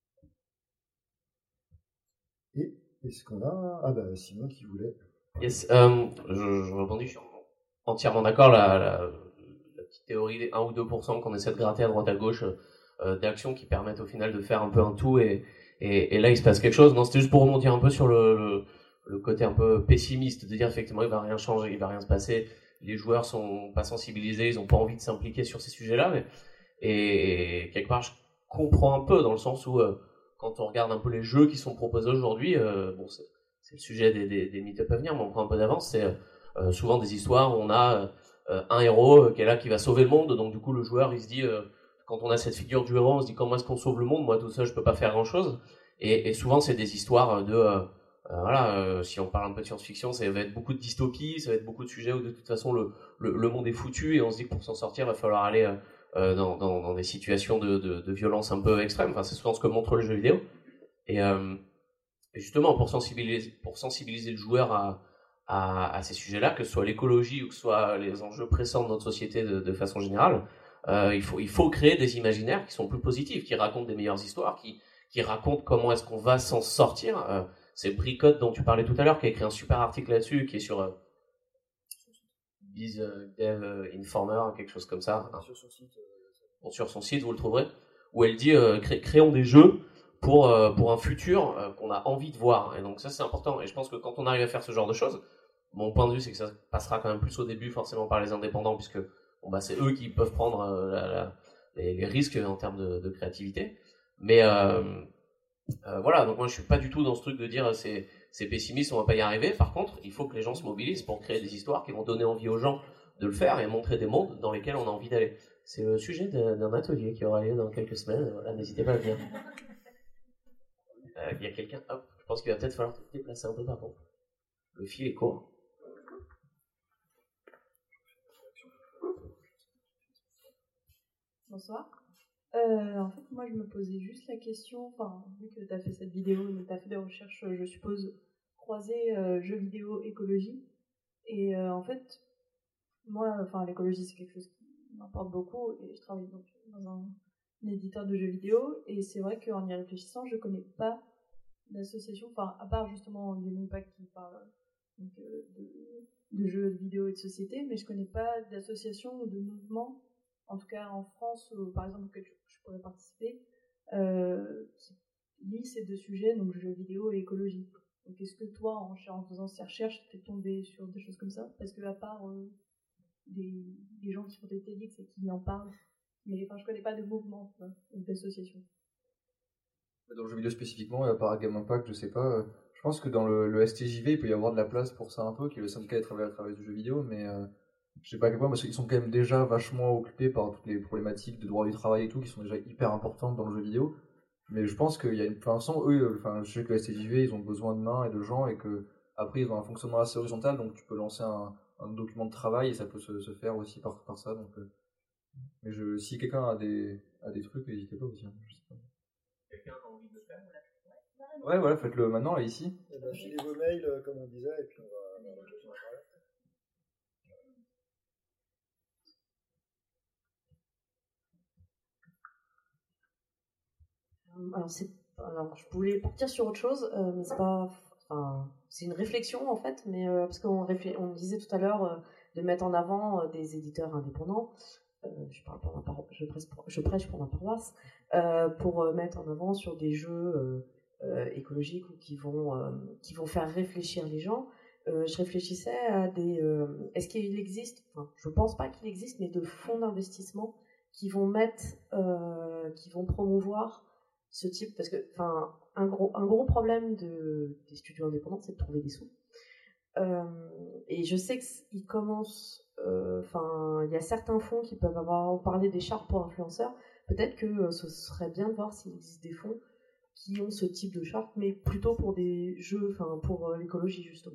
Et est-ce qu'on a... Ah bah Simon qui voulait... Yes, euh, je, je rebondis, je suis entièrement d'accord, la, la, la petite théorie des un ou deux pour cent qu'on essaie de gratter à droite à gauche euh, d'actions qui permettent au final de faire un peu un tout et, et, et là il se passe quelque chose. Non, c'était juste pour rebondir un peu sur le, le, le côté un peu pessimiste, de dire effectivement il va rien changer, il va rien se passer, les joueurs sont pas sensibilisés, ils ont pas envie de s'impliquer sur ces sujets-là, mais, et, et quelque part je comprends un peu dans le sens où... Euh, quand on regarde un peu les jeux qui sont proposés aujourd'hui, euh, bon, c'est, c'est le sujet des, des, des meet-up à venir, mais on prend un peu d'avance, c'est, euh, souvent des histoires où on a euh, un héros qui est là, qui va sauver le monde, donc du coup le joueur il se dit, euh, quand on a cette figure du héros, on se dit comment est-ce qu'on sauve le monde, moi tout ça je peux pas faire grand chose, et, et souvent c'est des histoires de, euh, euh, voilà, euh, si on parle un peu de science-fiction, ça va être beaucoup de dystopie, ça va être beaucoup de sujets où de toute façon le, le, le monde est foutu, et on se dit que pour s'en sortir il va falloir aller euh, euh, dans, dans, dans des situations de, de, de violence un peu extrêmes, enfin c'est souvent ce que montre le jeu vidéo, et, euh, et justement pour sensibiliser, pour sensibiliser le joueur à À, à ces sujets-là, que ce soit l'écologie ou que ce soit les enjeux pressants de notre société de, de façon générale, euh, il, faut, il faut créer des imaginaires qui sont plus positifs, qui racontent des meilleures histoires, qui, qui racontent comment est-ce qu'on va s'en sortir. Euh, c'est Bricode dont tu parlais tout à l'heure, qui a écrit un super article là-dessus, qui est sur euh, Biz euh, Dev euh, Informer, quelque chose comme ça. Hein. Sur son site. Euh, bon, sur son site, vous le trouverez, où elle dit euh, cré- créons des jeux pour, euh, pour un futur euh, qu'on a envie de voir. Et donc ça, c'est important. Et je pense que quand on arrive à faire ce genre de choses, mon point de vue, c'est que ça passera quand même plus au début, forcément, par les indépendants, puisque bon, bah, c'est eux qui peuvent prendre euh, la, la, les, les risques en termes de, de créativité. Mais euh, euh, voilà, donc moi, je suis pas du tout dans ce truc de dire c'est, c'est pessimiste, on va pas y arriver. Par contre, il faut que les gens se mobilisent pour créer des histoires qui vont donner envie aux gens de le faire et montrer des mondes dans lesquels on a envie d'aller. C'est le sujet d'un, d'un atelier qui aura lieu dans quelques semaines. Voilà, n'hésitez pas à venir. Il euh, y a quelqu'un, hop, je pense qu'il va peut-être falloir te déplacer un peu par contre. Le fil est court. Bonsoir. Euh, en fait, moi, je me posais juste la question, enfin, vu que tu as fait cette vidéo, tu as fait des recherches, je suppose, croisées euh, jeux vidéo, écologie. Et euh, en fait, moi, enfin, l'écologie, c'est quelque chose qui m'importe beaucoup, et je travaille donc dans un, un éditeur de jeux vidéo, et c'est vrai qu'en y réfléchissant, je connais pas d'association, enfin, à part justement Game Impact qui parle donc, euh, de, de jeux vidéo et de société, mais je connais pas d'association ou de mouvement, en tout cas en France, où, par exemple, auquel je, je pourrais participer, euh, qui lie ces deux sujets, donc jeux vidéo et écologie. Donc est-ce que toi, en, en faisant ces recherches, tu es tombé sur des choses comme ça? Parce que à part euh, des, des gens qui font des TEDx et qui en parlent, mais enfin, je connais pas de mouvement ou d'association. Dans le jeu vidéo spécifiquement, et à part Game Impact, je sais pas. Euh, je pense que dans le, le S T J V, il peut y avoir de la place pour ça un peu, qui est le syndicat des travailleurs et travailleuses du jeu vidéo, mais euh, je sais pas à quel point, parce qu'ils sont quand même déjà vachement occupés par toutes les problématiques de droit du travail et tout, qui sont déjà hyper importantes dans le jeu vidéo. Mais je pense qu'il y a une. Enfin, sans eux, enfin, je sais que le S T J V, ils ont besoin de mains et de gens, et que après, ils ont un fonctionnement assez horizontal, donc tu peux lancer un, un document de travail, et ça peut se, se faire aussi par, par ça. Donc, euh, mais je, si quelqu'un a des, a des trucs, n'hésitez pas aussi. Hein, je sais pas. Quelqu'un a envie de le faire? Ouais, voilà, faites-le maintenant, là, ici. Eh ben, filez vos mails, euh, comme on disait, et puis on va, on va on va parler. Alors, c'est, alors, je voulais partir sur autre chose, euh, mais c'est pas, enfin, c'est une réflexion en fait, mais euh, parce qu'on réflé- on disait tout à l'heure euh, de mettre en avant euh, des éditeurs indépendants. Euh, je parle pour ma paro- je, presse pour- je prêche pour ma paroisse euh, pour euh, mettre en avant sur des jeux euh, euh, écologiques ou qui vont euh, qui vont faire réfléchir les gens. Euh, je réfléchissais à des, euh, est-ce qu'il existe, enfin, je pense pas qu'il existe, mais de fonds d'investissement qui vont mettre, euh, qui vont promouvoir ce type, parce que enfin un gros un gros problème de des studios indépendants, c'est de trouver des sous. Euh, et je sais qu'ils commencent, enfin euh, il y a certains fonds qui peuvent avoir parlé des chartes pour influenceurs. Peut-être que euh, ce serait bien de voir s'il existe des fonds qui ont ce type de charte, mais plutôt pour des jeux, enfin pour euh, l'écologie justement.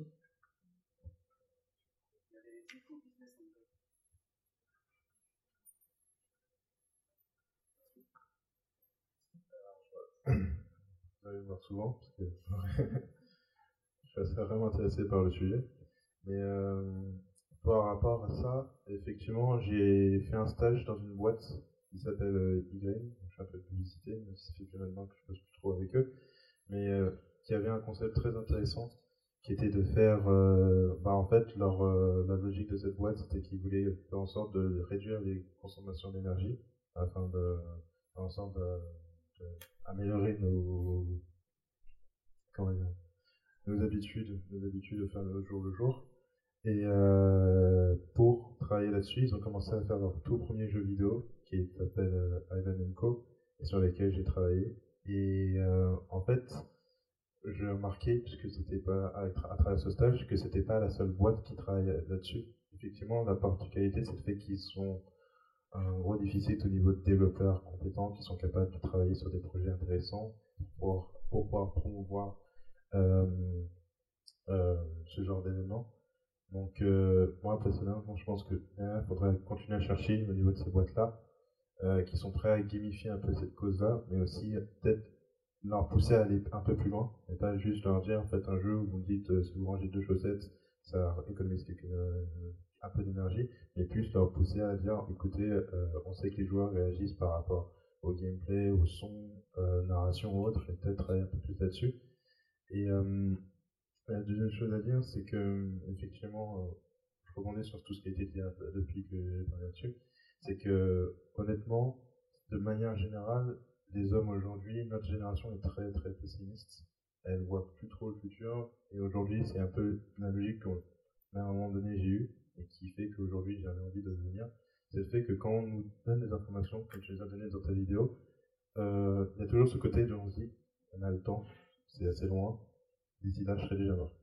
Vous allez me voir souvent, parce que je suis assez vraiment intéressé par le sujet. Mais euh, par rapport à ça, effectivement, j'ai fait un stage dans une boîte qui s'appelle euh, Y, je fais un peu de publicité, même si ça fait plus maintenant que je ne bosse plus trop avec eux, mais euh, qui avait un concept très intéressant, qui était de faire, euh, bah, en fait, leur, euh, la logique de cette boîte, c'était qu'ils voulaient faire en sorte de réduire les consommations d'énergie, afin de faire en sorte de, de améliorer nos, comment dire, nos habitudes, nos habitudes de faire le jour le jour. Et euh, pour travailler là-dessus, ils ont commencé à faire leur tout premier jeu vidéo qui s'appelle euh, Ivan and Co, et sur lesquels j'ai travaillé. Et euh, en fait, j'ai remarqué, puisque c'était pas à, à travers ce stage, que c'était pas la seule boîte qui travaille là-dessus. Effectivement, la particularité, c'est le fait qu'ils sont un gros déficit au niveau de développeurs compétents qui sont capables de travailler sur des projets intéressants pour, pour pouvoir promouvoir euh, euh, ce genre d'événements. Donc, euh, moi, personnellement, je pense qu'il euh, faudrait continuer à chercher au niveau de ces boîtes-là, euh, qui sont prêts à gamifier un peu cette cause-là, mais aussi peut-être leur pousser à aller un peu plus loin, et pas juste leur dire, faites un jeu où vous me dites, euh, si vous rangez deux chaussettes, ça économise quelque, euh, un peu d'énergie, mais plus leur pousser à dire, écoutez, euh, on sait que les joueurs réagissent par rapport au gameplay, au son, euh, narration ou autre, et peut-être travailler un peu plus là-dessus. Et euh, la deuxième chose à dire, c'est que, effectivement, euh, je rebondis sur tout ce qui a été dit depuis que j'ai parlé là-dessus, c'est que, honnêtement, de manière générale, les hommes aujourd'hui, notre génération est très très pessimiste, elle voit plus trop le futur, et aujourd'hui c'est un peu la logique qu'à un moment donné j'ai eu, et qui fait qu'aujourd'hui j'avais envie de devenir, c'est le fait que quand on nous donne des informations, comme tu les as données dans ta vidéo, euh, il y a toujours ce côté de on se dit, on a le temps, c'est assez loin, d'ici là je serai déjà mort.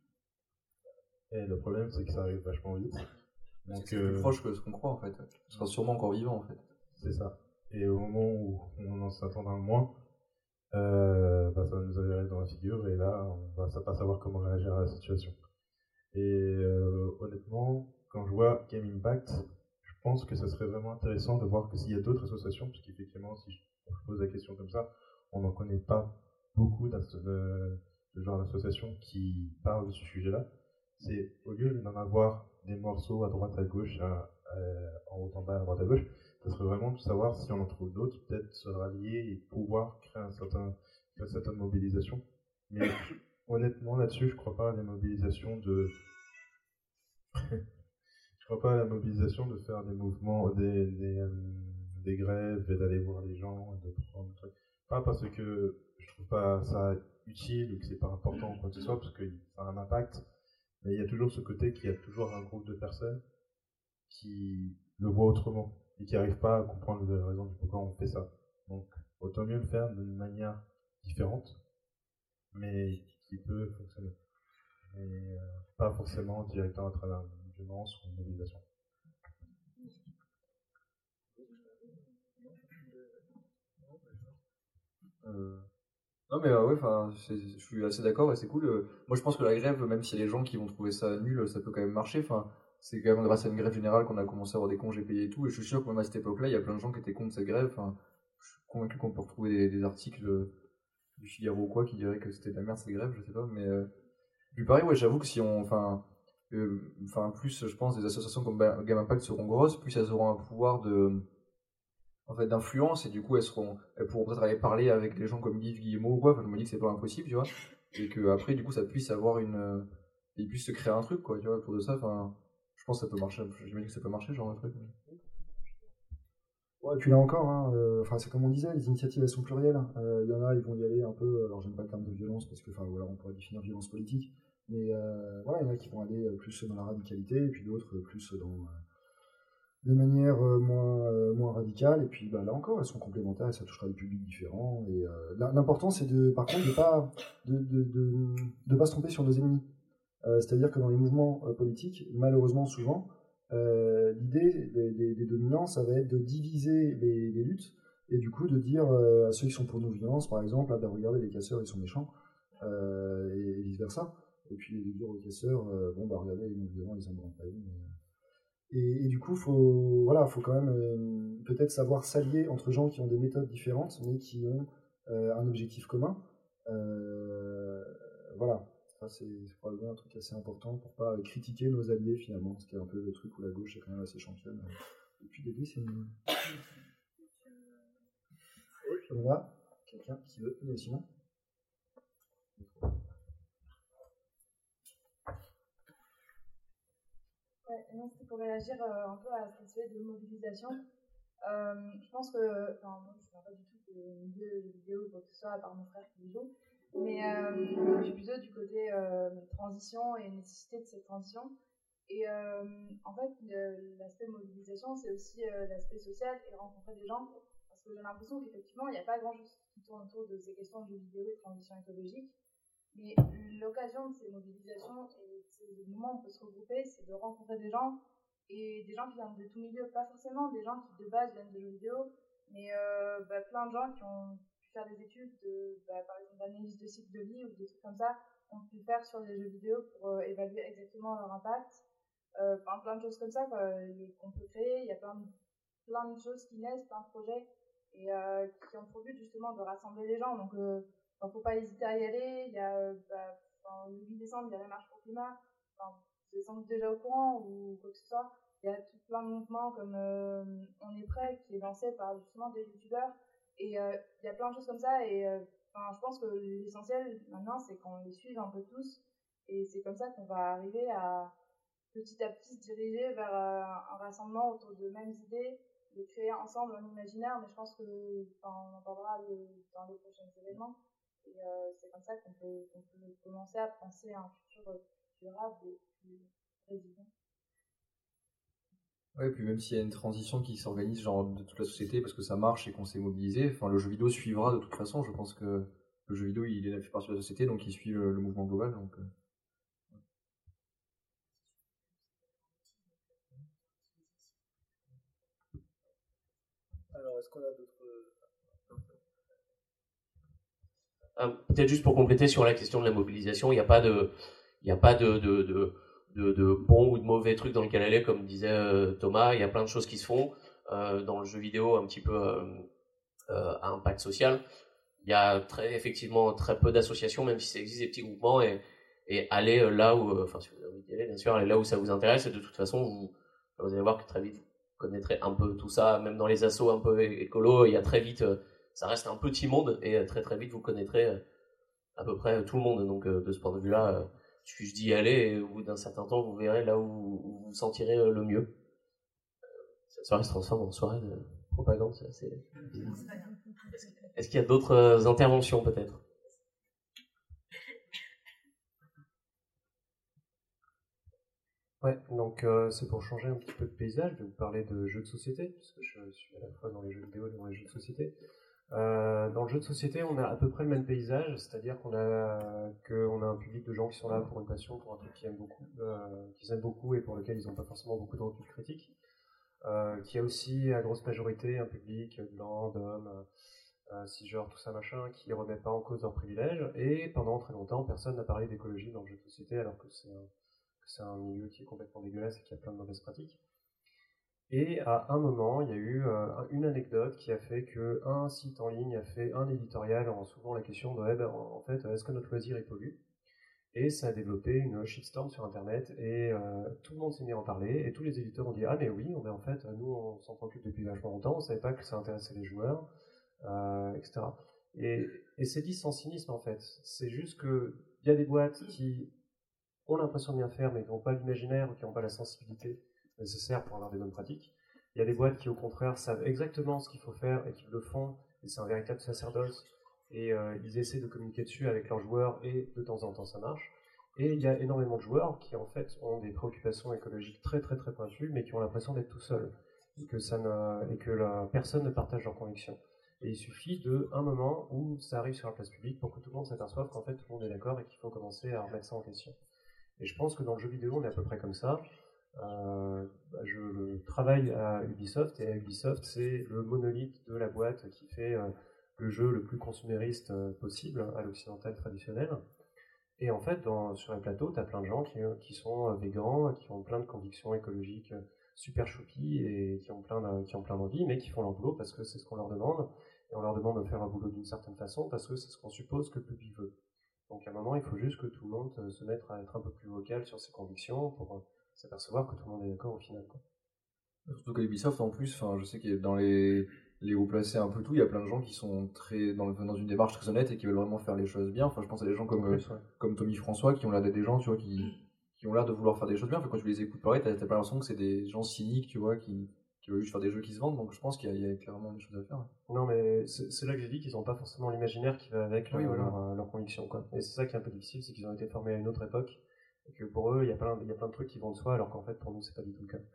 Et le problème c'est que ça arrive vachement vite. Donc, c'est euh, plus proche que ce qu'on croit en fait, on sera sûrement encore vivant en fait. C'est ça. Et au moment où on en s'attendra le moins, euh, bah, ça va nous avérer dans la figure, et là, on va pas savoir comment réagir à la situation. Et euh, honnêtement, quand je vois Game Impact, je pense que ça serait vraiment intéressant de voir que s'il y a d'autres associations, parce qu'effectivement, si je pose la question comme ça, on n'en connaît pas beaucoup de, de genre d'associations qui parlent de ce sujet-là. C'est au lieu d'en avoir des morceaux à droite à gauche, à, à, en haut en bas, à droite à gauche, ça serait vraiment de savoir si on en trouve d'autres, peut-être se rallier et pouvoir créer un certain, une certaine mobilisation. Mais honnêtement, là-dessus, je crois pas à la mobilisation de... je crois pas à la mobilisation de faire des mouvements, des, des, euh, des grèves et d'aller voir les gens, de prendre des trucs. Pas parce que je trouve pas ça utile ou que c'est pas important ou quoi que ce soit, parce que ça a un impact, mais il y a toujours ce côté qu'il y a toujours un groupe de personnes qui le voient autrement et qui n'arrivent pas à comprendre la raison du pourquoi on fait ça. Donc, autant mieux le faire d'une manière différente, mais qui peut fonctionner. Et euh, pas forcément directement à travers une violence ou une mobilisation. Euh... Non mais euh, ouais, enfin, je suis assez d'accord et c'est cool. Euh, moi je pense que la grève, même s'il y a des gens qui vont trouver ça nul, ça peut quand même marcher. Enfin, c'est quand même grâce à une grève générale qu'on a commencé à avoir des congés payés et tout. Et je suis sûr que même à cette époque-là, il y a plein de gens qui étaient contre cette grève. Enfin, je suis convaincu qu'on peut retrouver des, des articles du Figaro ou quoi qui diraient que c'était de la merde cette grève, je sais pas. Mais euh... puis pareil, ouais, j'avoue que si on, enfin, euh, enfin plus, je pense, des associations comme Game Impact seront grosses, plus elles auront un pouvoir de en fait d'influence, et du coup elles seront elles pourront peut-être aller parler avec des gens comme Guy Guillemot ou quoi. Enfin, je me dis que c'est pas impossible, tu vois, et que après du coup ça puisse avoir une euh, ils puissent se créer un truc, quoi, tu vois, autour de ça. Enfin, je pense que ça peut marcher, j'imagine que ça peut marcher, genre un truc. Ouais, et puis là encore, hein, euh, enfin, c'est comme on disait, les initiatives elles sont plurielles. Il euh, y en a, ils vont y aller un peu, alors j'aime pas le terme de violence parce que, enfin, voilà, on pourrait définir violence politique, mais euh, voilà, il y en a qui vont aller plus dans la radicalité, et puis d'autres plus dans euh, de manière euh, moins, euh, moins radicale, et puis bah, là encore, elles sont complémentaires et ça touchera des publics différents. Et euh, l'important, c'est de, par contre, de pas, de, de, de, de pas se tromper sur nos ennemis. Euh, C'est-à-dire que dans les mouvements euh, politiques, malheureusement, souvent, euh, l'idée des, des, des dominants, ça va être de diviser les, les luttes, et du coup de dire euh, à ceux qui sont pour non-violence, par exemple, ah, bah, regardez, les casseurs, ils sont méchants, euh, et, et vice-versa. Et puis de dire aux casseurs, euh, bon, bah regardez, les non-violents, ils en branlent pas une. Et, et du coup, faut, voilà, faut quand même euh, peut-être savoir s'allier entre gens qui ont des méthodes différentes, mais qui ont euh, un objectif commun. Euh, voilà, ça c'est probablement un truc assez important pour pas critiquer nos alliés finalement, ce qui est un peu le truc où la gauche est quand même assez championne depuis des décennies. On a quelqu'un qui veut venir, Simon. Ouais, non, c'était pour réagir euh, un peu à cet aspect de mobilisation. Euh, je pense que, enfin, moi, je ne suis pas du tout de milieu vidéo ou quoi que ce soit, à part mon frère qui joue, mais euh, je suis plutôt du côté euh, transition et nécessité de cette transition. Et euh, en fait, l'aspect mobilisation, c'est aussi euh, l'aspect social et rencontrer des gens, parce que j'ai l'impression qu'effectivement, il n'y a pas grand-chose qui tourne autour de ces questions de jeux vidéo et de transition écologique. Mais l'occasion de ces mobilisations et de ces moments où on peut se regrouper, c'est de rencontrer des gens, et des gens qui viennent de tout milieu, pas forcément des gens qui de base viennent de jeux vidéo, mais euh, bah, plein de gens qui ont pu faire des études, de, bah, par exemple d'analyse de cycle de vie ou des trucs comme ça, ont pu faire sur les jeux vidéo pour euh, évaluer exactement leur impact. Euh, enfin, plein de choses comme ça quoi, qu'on peut créer. Il y a plein de, plein de choses qui naissent, plein de projets, et euh, qui ont pour but justement de rassembler les gens. Donc, il euh, ne faut pas hésiter à y aller. Il y a, euh, bah, enfin, le huit décembre, il y a la marche pour le climat. Enfin, vous êtes sans doute déjà au courant ou quoi que ce soit. Il y a tout plein de mouvements comme euh, On est prêt, qui est lancé par justement des youtubeurs. Et euh, il y a plein de choses comme ça. Et euh, je pense que l'essentiel maintenant, c'est qu'on les suive un peu tous. Et c'est comme ça qu'on va arriver à petit à petit se diriger vers euh, un rassemblement autour de mêmes idées, de créer ensemble un imaginaire. Mais je pense que, on en parlera le, dans les prochains événements. Et euh, c'est comme ça qu'on peut, qu'on peut commencer à penser à un futur durable et plus résilient. Ouais, puis même s'il y a une transition qui s'organise genre de toute la société parce que ça marche et qu'on s'est mobilisé, enfin le jeu vidéo suivra de toute façon. Je pense que le jeu vidéo il fait partie de la société, donc il suit le, le mouvement global. Donc, euh... Alors, est-ce qu'on a d'autres... Euh, Peut-être juste pour compléter sur la question de la mobilisation, il n'y a pas de, il n'y a pas de, de, de, de, de bon ou de mauvais trucs dans lequel aller, comme disait euh, Thomas. Il y a plein de choses qui se font euh, dans le jeu vidéo un petit peu euh, euh, à impact social. Il y a très, effectivement très peu d'associations, même si ça existe des petits groupements, et, et aller là où, enfin si vous avez envie d'y aller, bien sûr, aller là où ça vous intéresse. Et de toute façon, vous, vous allez voir que très vite vous connaîtrez un peu tout ça, même dans les assos un peu écolo. Il y a très vite euh, ça reste un petit monde et très très vite vous connaîtrez à peu près tout le monde. Donc de ce point de vue-là, il suffit juste d'y aller et au bout d'un certain temps, vous verrez là où vous vous sentirez le mieux. Cette soirée se transforme en soirée de propagande. C'est assez... Est-ce qu'il y a d'autres interventions peut-être ? Ouais, donc euh, c'est pour changer un petit peu de paysage, je vais vous parler de jeux de société, parce que je suis à la fois dans les jeux vidéo et dans les jeux de société. Euh, dans le jeu de société, on a à peu près le même paysage, c'est-à-dire qu'on a, qu'on a un public de gens qui sont là pour une passion, pour un truc qu'ils aiment beaucoup, euh, qu'ils aiment beaucoup et pour lequel ils n'ont pas forcément beaucoup de recul critique. Euh, qui a aussi à grosse majorité un public blanc, d'hommes, euh, cisgenres, tout ça machin, qui ne remet pas en cause leurs privilèges. Et pendant très longtemps, personne n'a parlé d'écologie dans le jeu de société, alors que c'est un, que c'est un milieu qui est complètement dégueulasse et qui a plein de mauvaises pratiques. Et à un moment, il y a eu euh, une anecdote qui a fait qu'un site en ligne a fait un éditorial en soulevant la question de eh ben, en fait, est-ce que notre loisir il pollue ? Et ça a développé une shitstorm sur Internet et euh, tout le monde s'est mis à en parler et tous les éditeurs ont dit ah mais oui, mais en fait nous on s'en occupe depuis vachement longtemps, on savait pas que ça intéressait les joueurs, euh, et cetera. Et, et c'est dit sans cynisme en fait. C'est juste que il y a des boîtes qui ont l'impression de bien faire mais qui n'ont pas l'imaginaire ou qui n'ont pas la sensibilité nécessaire pour avoir des bonnes pratiques. Il y a des boîtes qui au contraire savent exactement ce qu'il faut faire et qui le font et c'est un véritable sacerdoce. Et euh, ils essaient de communiquer dessus avec leurs joueurs et de temps en temps ça marche. Et il y a énormément de joueurs qui en fait ont des préoccupations écologiques très très très pointues mais qui ont l'impression d'être tout seuls et que, ça ne, et que la, personne ne partage leurs convictions. Et il suffit d'un moment où ça arrive sur la place publique pour que tout le monde s'aperçoive qu'en fait tout le monde est d'accord et qu'il faut commencer à remettre ça en question. Et je pense que dans le jeu vidéo on est à peu près comme ça. Euh, bah, je travaille à Ubisoft et à Ubisoft c'est le monolithe de la boîte qui fait euh, le jeu le plus consumériste possible à l'occidental traditionnel. Et en fait, dans, sur les plateaux, tu as plein de gens qui, qui sont végans, qui ont plein de convictions écologiques super choupies et qui ont plein de, qui ont plein d'envie, mais qui font leur boulot parce que c'est ce qu'on leur demande. Et on leur demande de faire un boulot d'une certaine façon parce que c'est ce qu'on suppose que le public veut. Donc à un moment, il faut juste que tout le monde se mette à être un peu plus vocal sur ses convictions pour s'apercevoir que tout le monde est d'accord au final, quoi. Surtout qu'à Ubisoft, en plus, enfin, je sais que dans les, les groupes assez un peu tout, il y a plein de gens qui sont très dans, le, dans une démarche très honnête et qui veulent vraiment faire les choses bien. Enfin, je pense à des gens comme, plus, ouais. comme Tommy François qui ont l'air d'être des gens, tu vois, qui, qui ont l'air de vouloir faire des choses bien. Enfin, quand tu les écoutes parler, t'as, t'as pas l'impression que c'est des gens cyniques, tu vois, qui, qui veulent juste faire des jeux qui se vendent. Donc je pense qu'il y a, il y a clairement des choses à faire. Ouais. Non, mais c'est, c'est là que j'ai dit qu'ils n'ont pas forcément l'imaginaire qui va avec oui, leur, voilà. leur, leur conviction, quoi. Et c'est ça qui est un peu difficile, c'est qu'ils ont été formés à une autre époque et que pour eux, il y a plein, il y a plein de trucs qui vont de soi, alors qu'en fait, pour nous, c'est pas du tout le cas.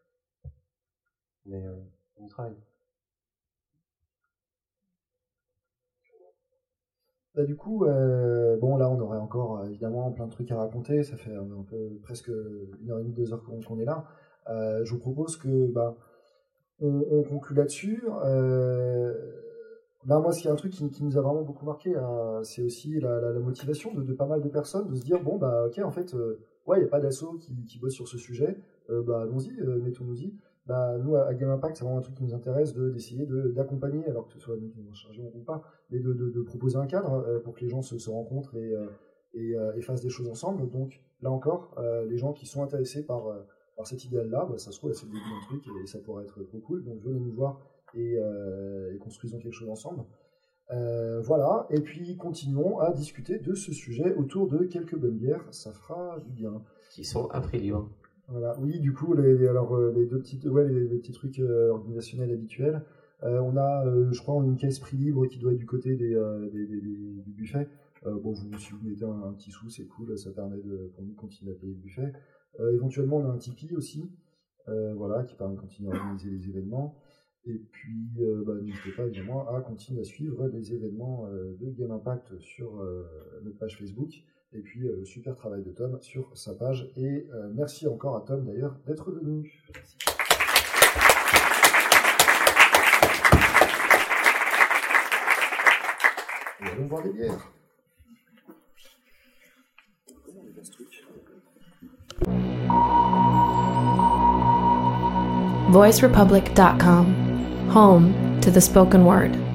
Mais euh, on y travaille. Bah, du coup, euh, bon, là, on aurait encore évidemment plein de trucs à raconter. Ça fait un peu presque une heure et demie, deux heures qu'on, qu'on est là. Euh, je vous propose que bah, on, on conclue là-dessus. Euh, là, moi, ce qui est un truc qui, qui nous a vraiment beaucoup marqué, euh, c'est aussi la, la, la motivation de, de pas mal de personnes de se dire bon, bah, ok, en fait, euh, ouais, il n'y a pas d'asso qui, qui bosse sur ce sujet. Euh, bah, allons-y, euh, mettons-nous-y. Bah, nous, à Game Impact, c'est vraiment un truc qui nous intéresse de, d'essayer de, d'accompagner, alors que ce soit nous qui nous en chargeons ou pas, mais de, de, de proposer un cadre euh, pour que les gens se, se rencontrent et, euh, et, euh, et fassent des choses ensemble. Donc, là encore, euh, les gens qui sont intéressés par, euh, par cet idéal-là, bah, ça se trouve, c'est le début d'un truc et, et ça pourrait être trop cool. Donc, venez nous voir et, euh, et construisons quelque chose ensemble. Euh, voilà, et puis continuons à discuter de ce sujet autour de quelques bonnes bières, ça fera du bien. Qui sont à prix libre. Voilà. Oui, du coup, les, les, alors, les deux petites, ouais, les, les petits trucs euh, organisationnels habituels. Euh, on a, euh, je crois, une caisse prix libre qui doit être du côté des, euh, des, des, des, du buffet. Euh, bon, vous, si vous mettez un, un petit sou, c'est cool, ça permet de, pour nous de continuer à payer le buffet. Euh, éventuellement, on a un Tipeee aussi, euh, voilà, qui permet de continuer à organiser les événements. Et puis, euh, bah, n'hésitez pas évidemment à continuer à suivre les événements euh, de Game Impact sur euh, notre page Facebook. Et puis, euh, super travail de Tom sur sa page. Et euh, merci encore à Tom d'ailleurs d'être venu. Merci. Et allons voir des bières. Comment on est dans ce truc ? voice republic dot com, home to the spoken word.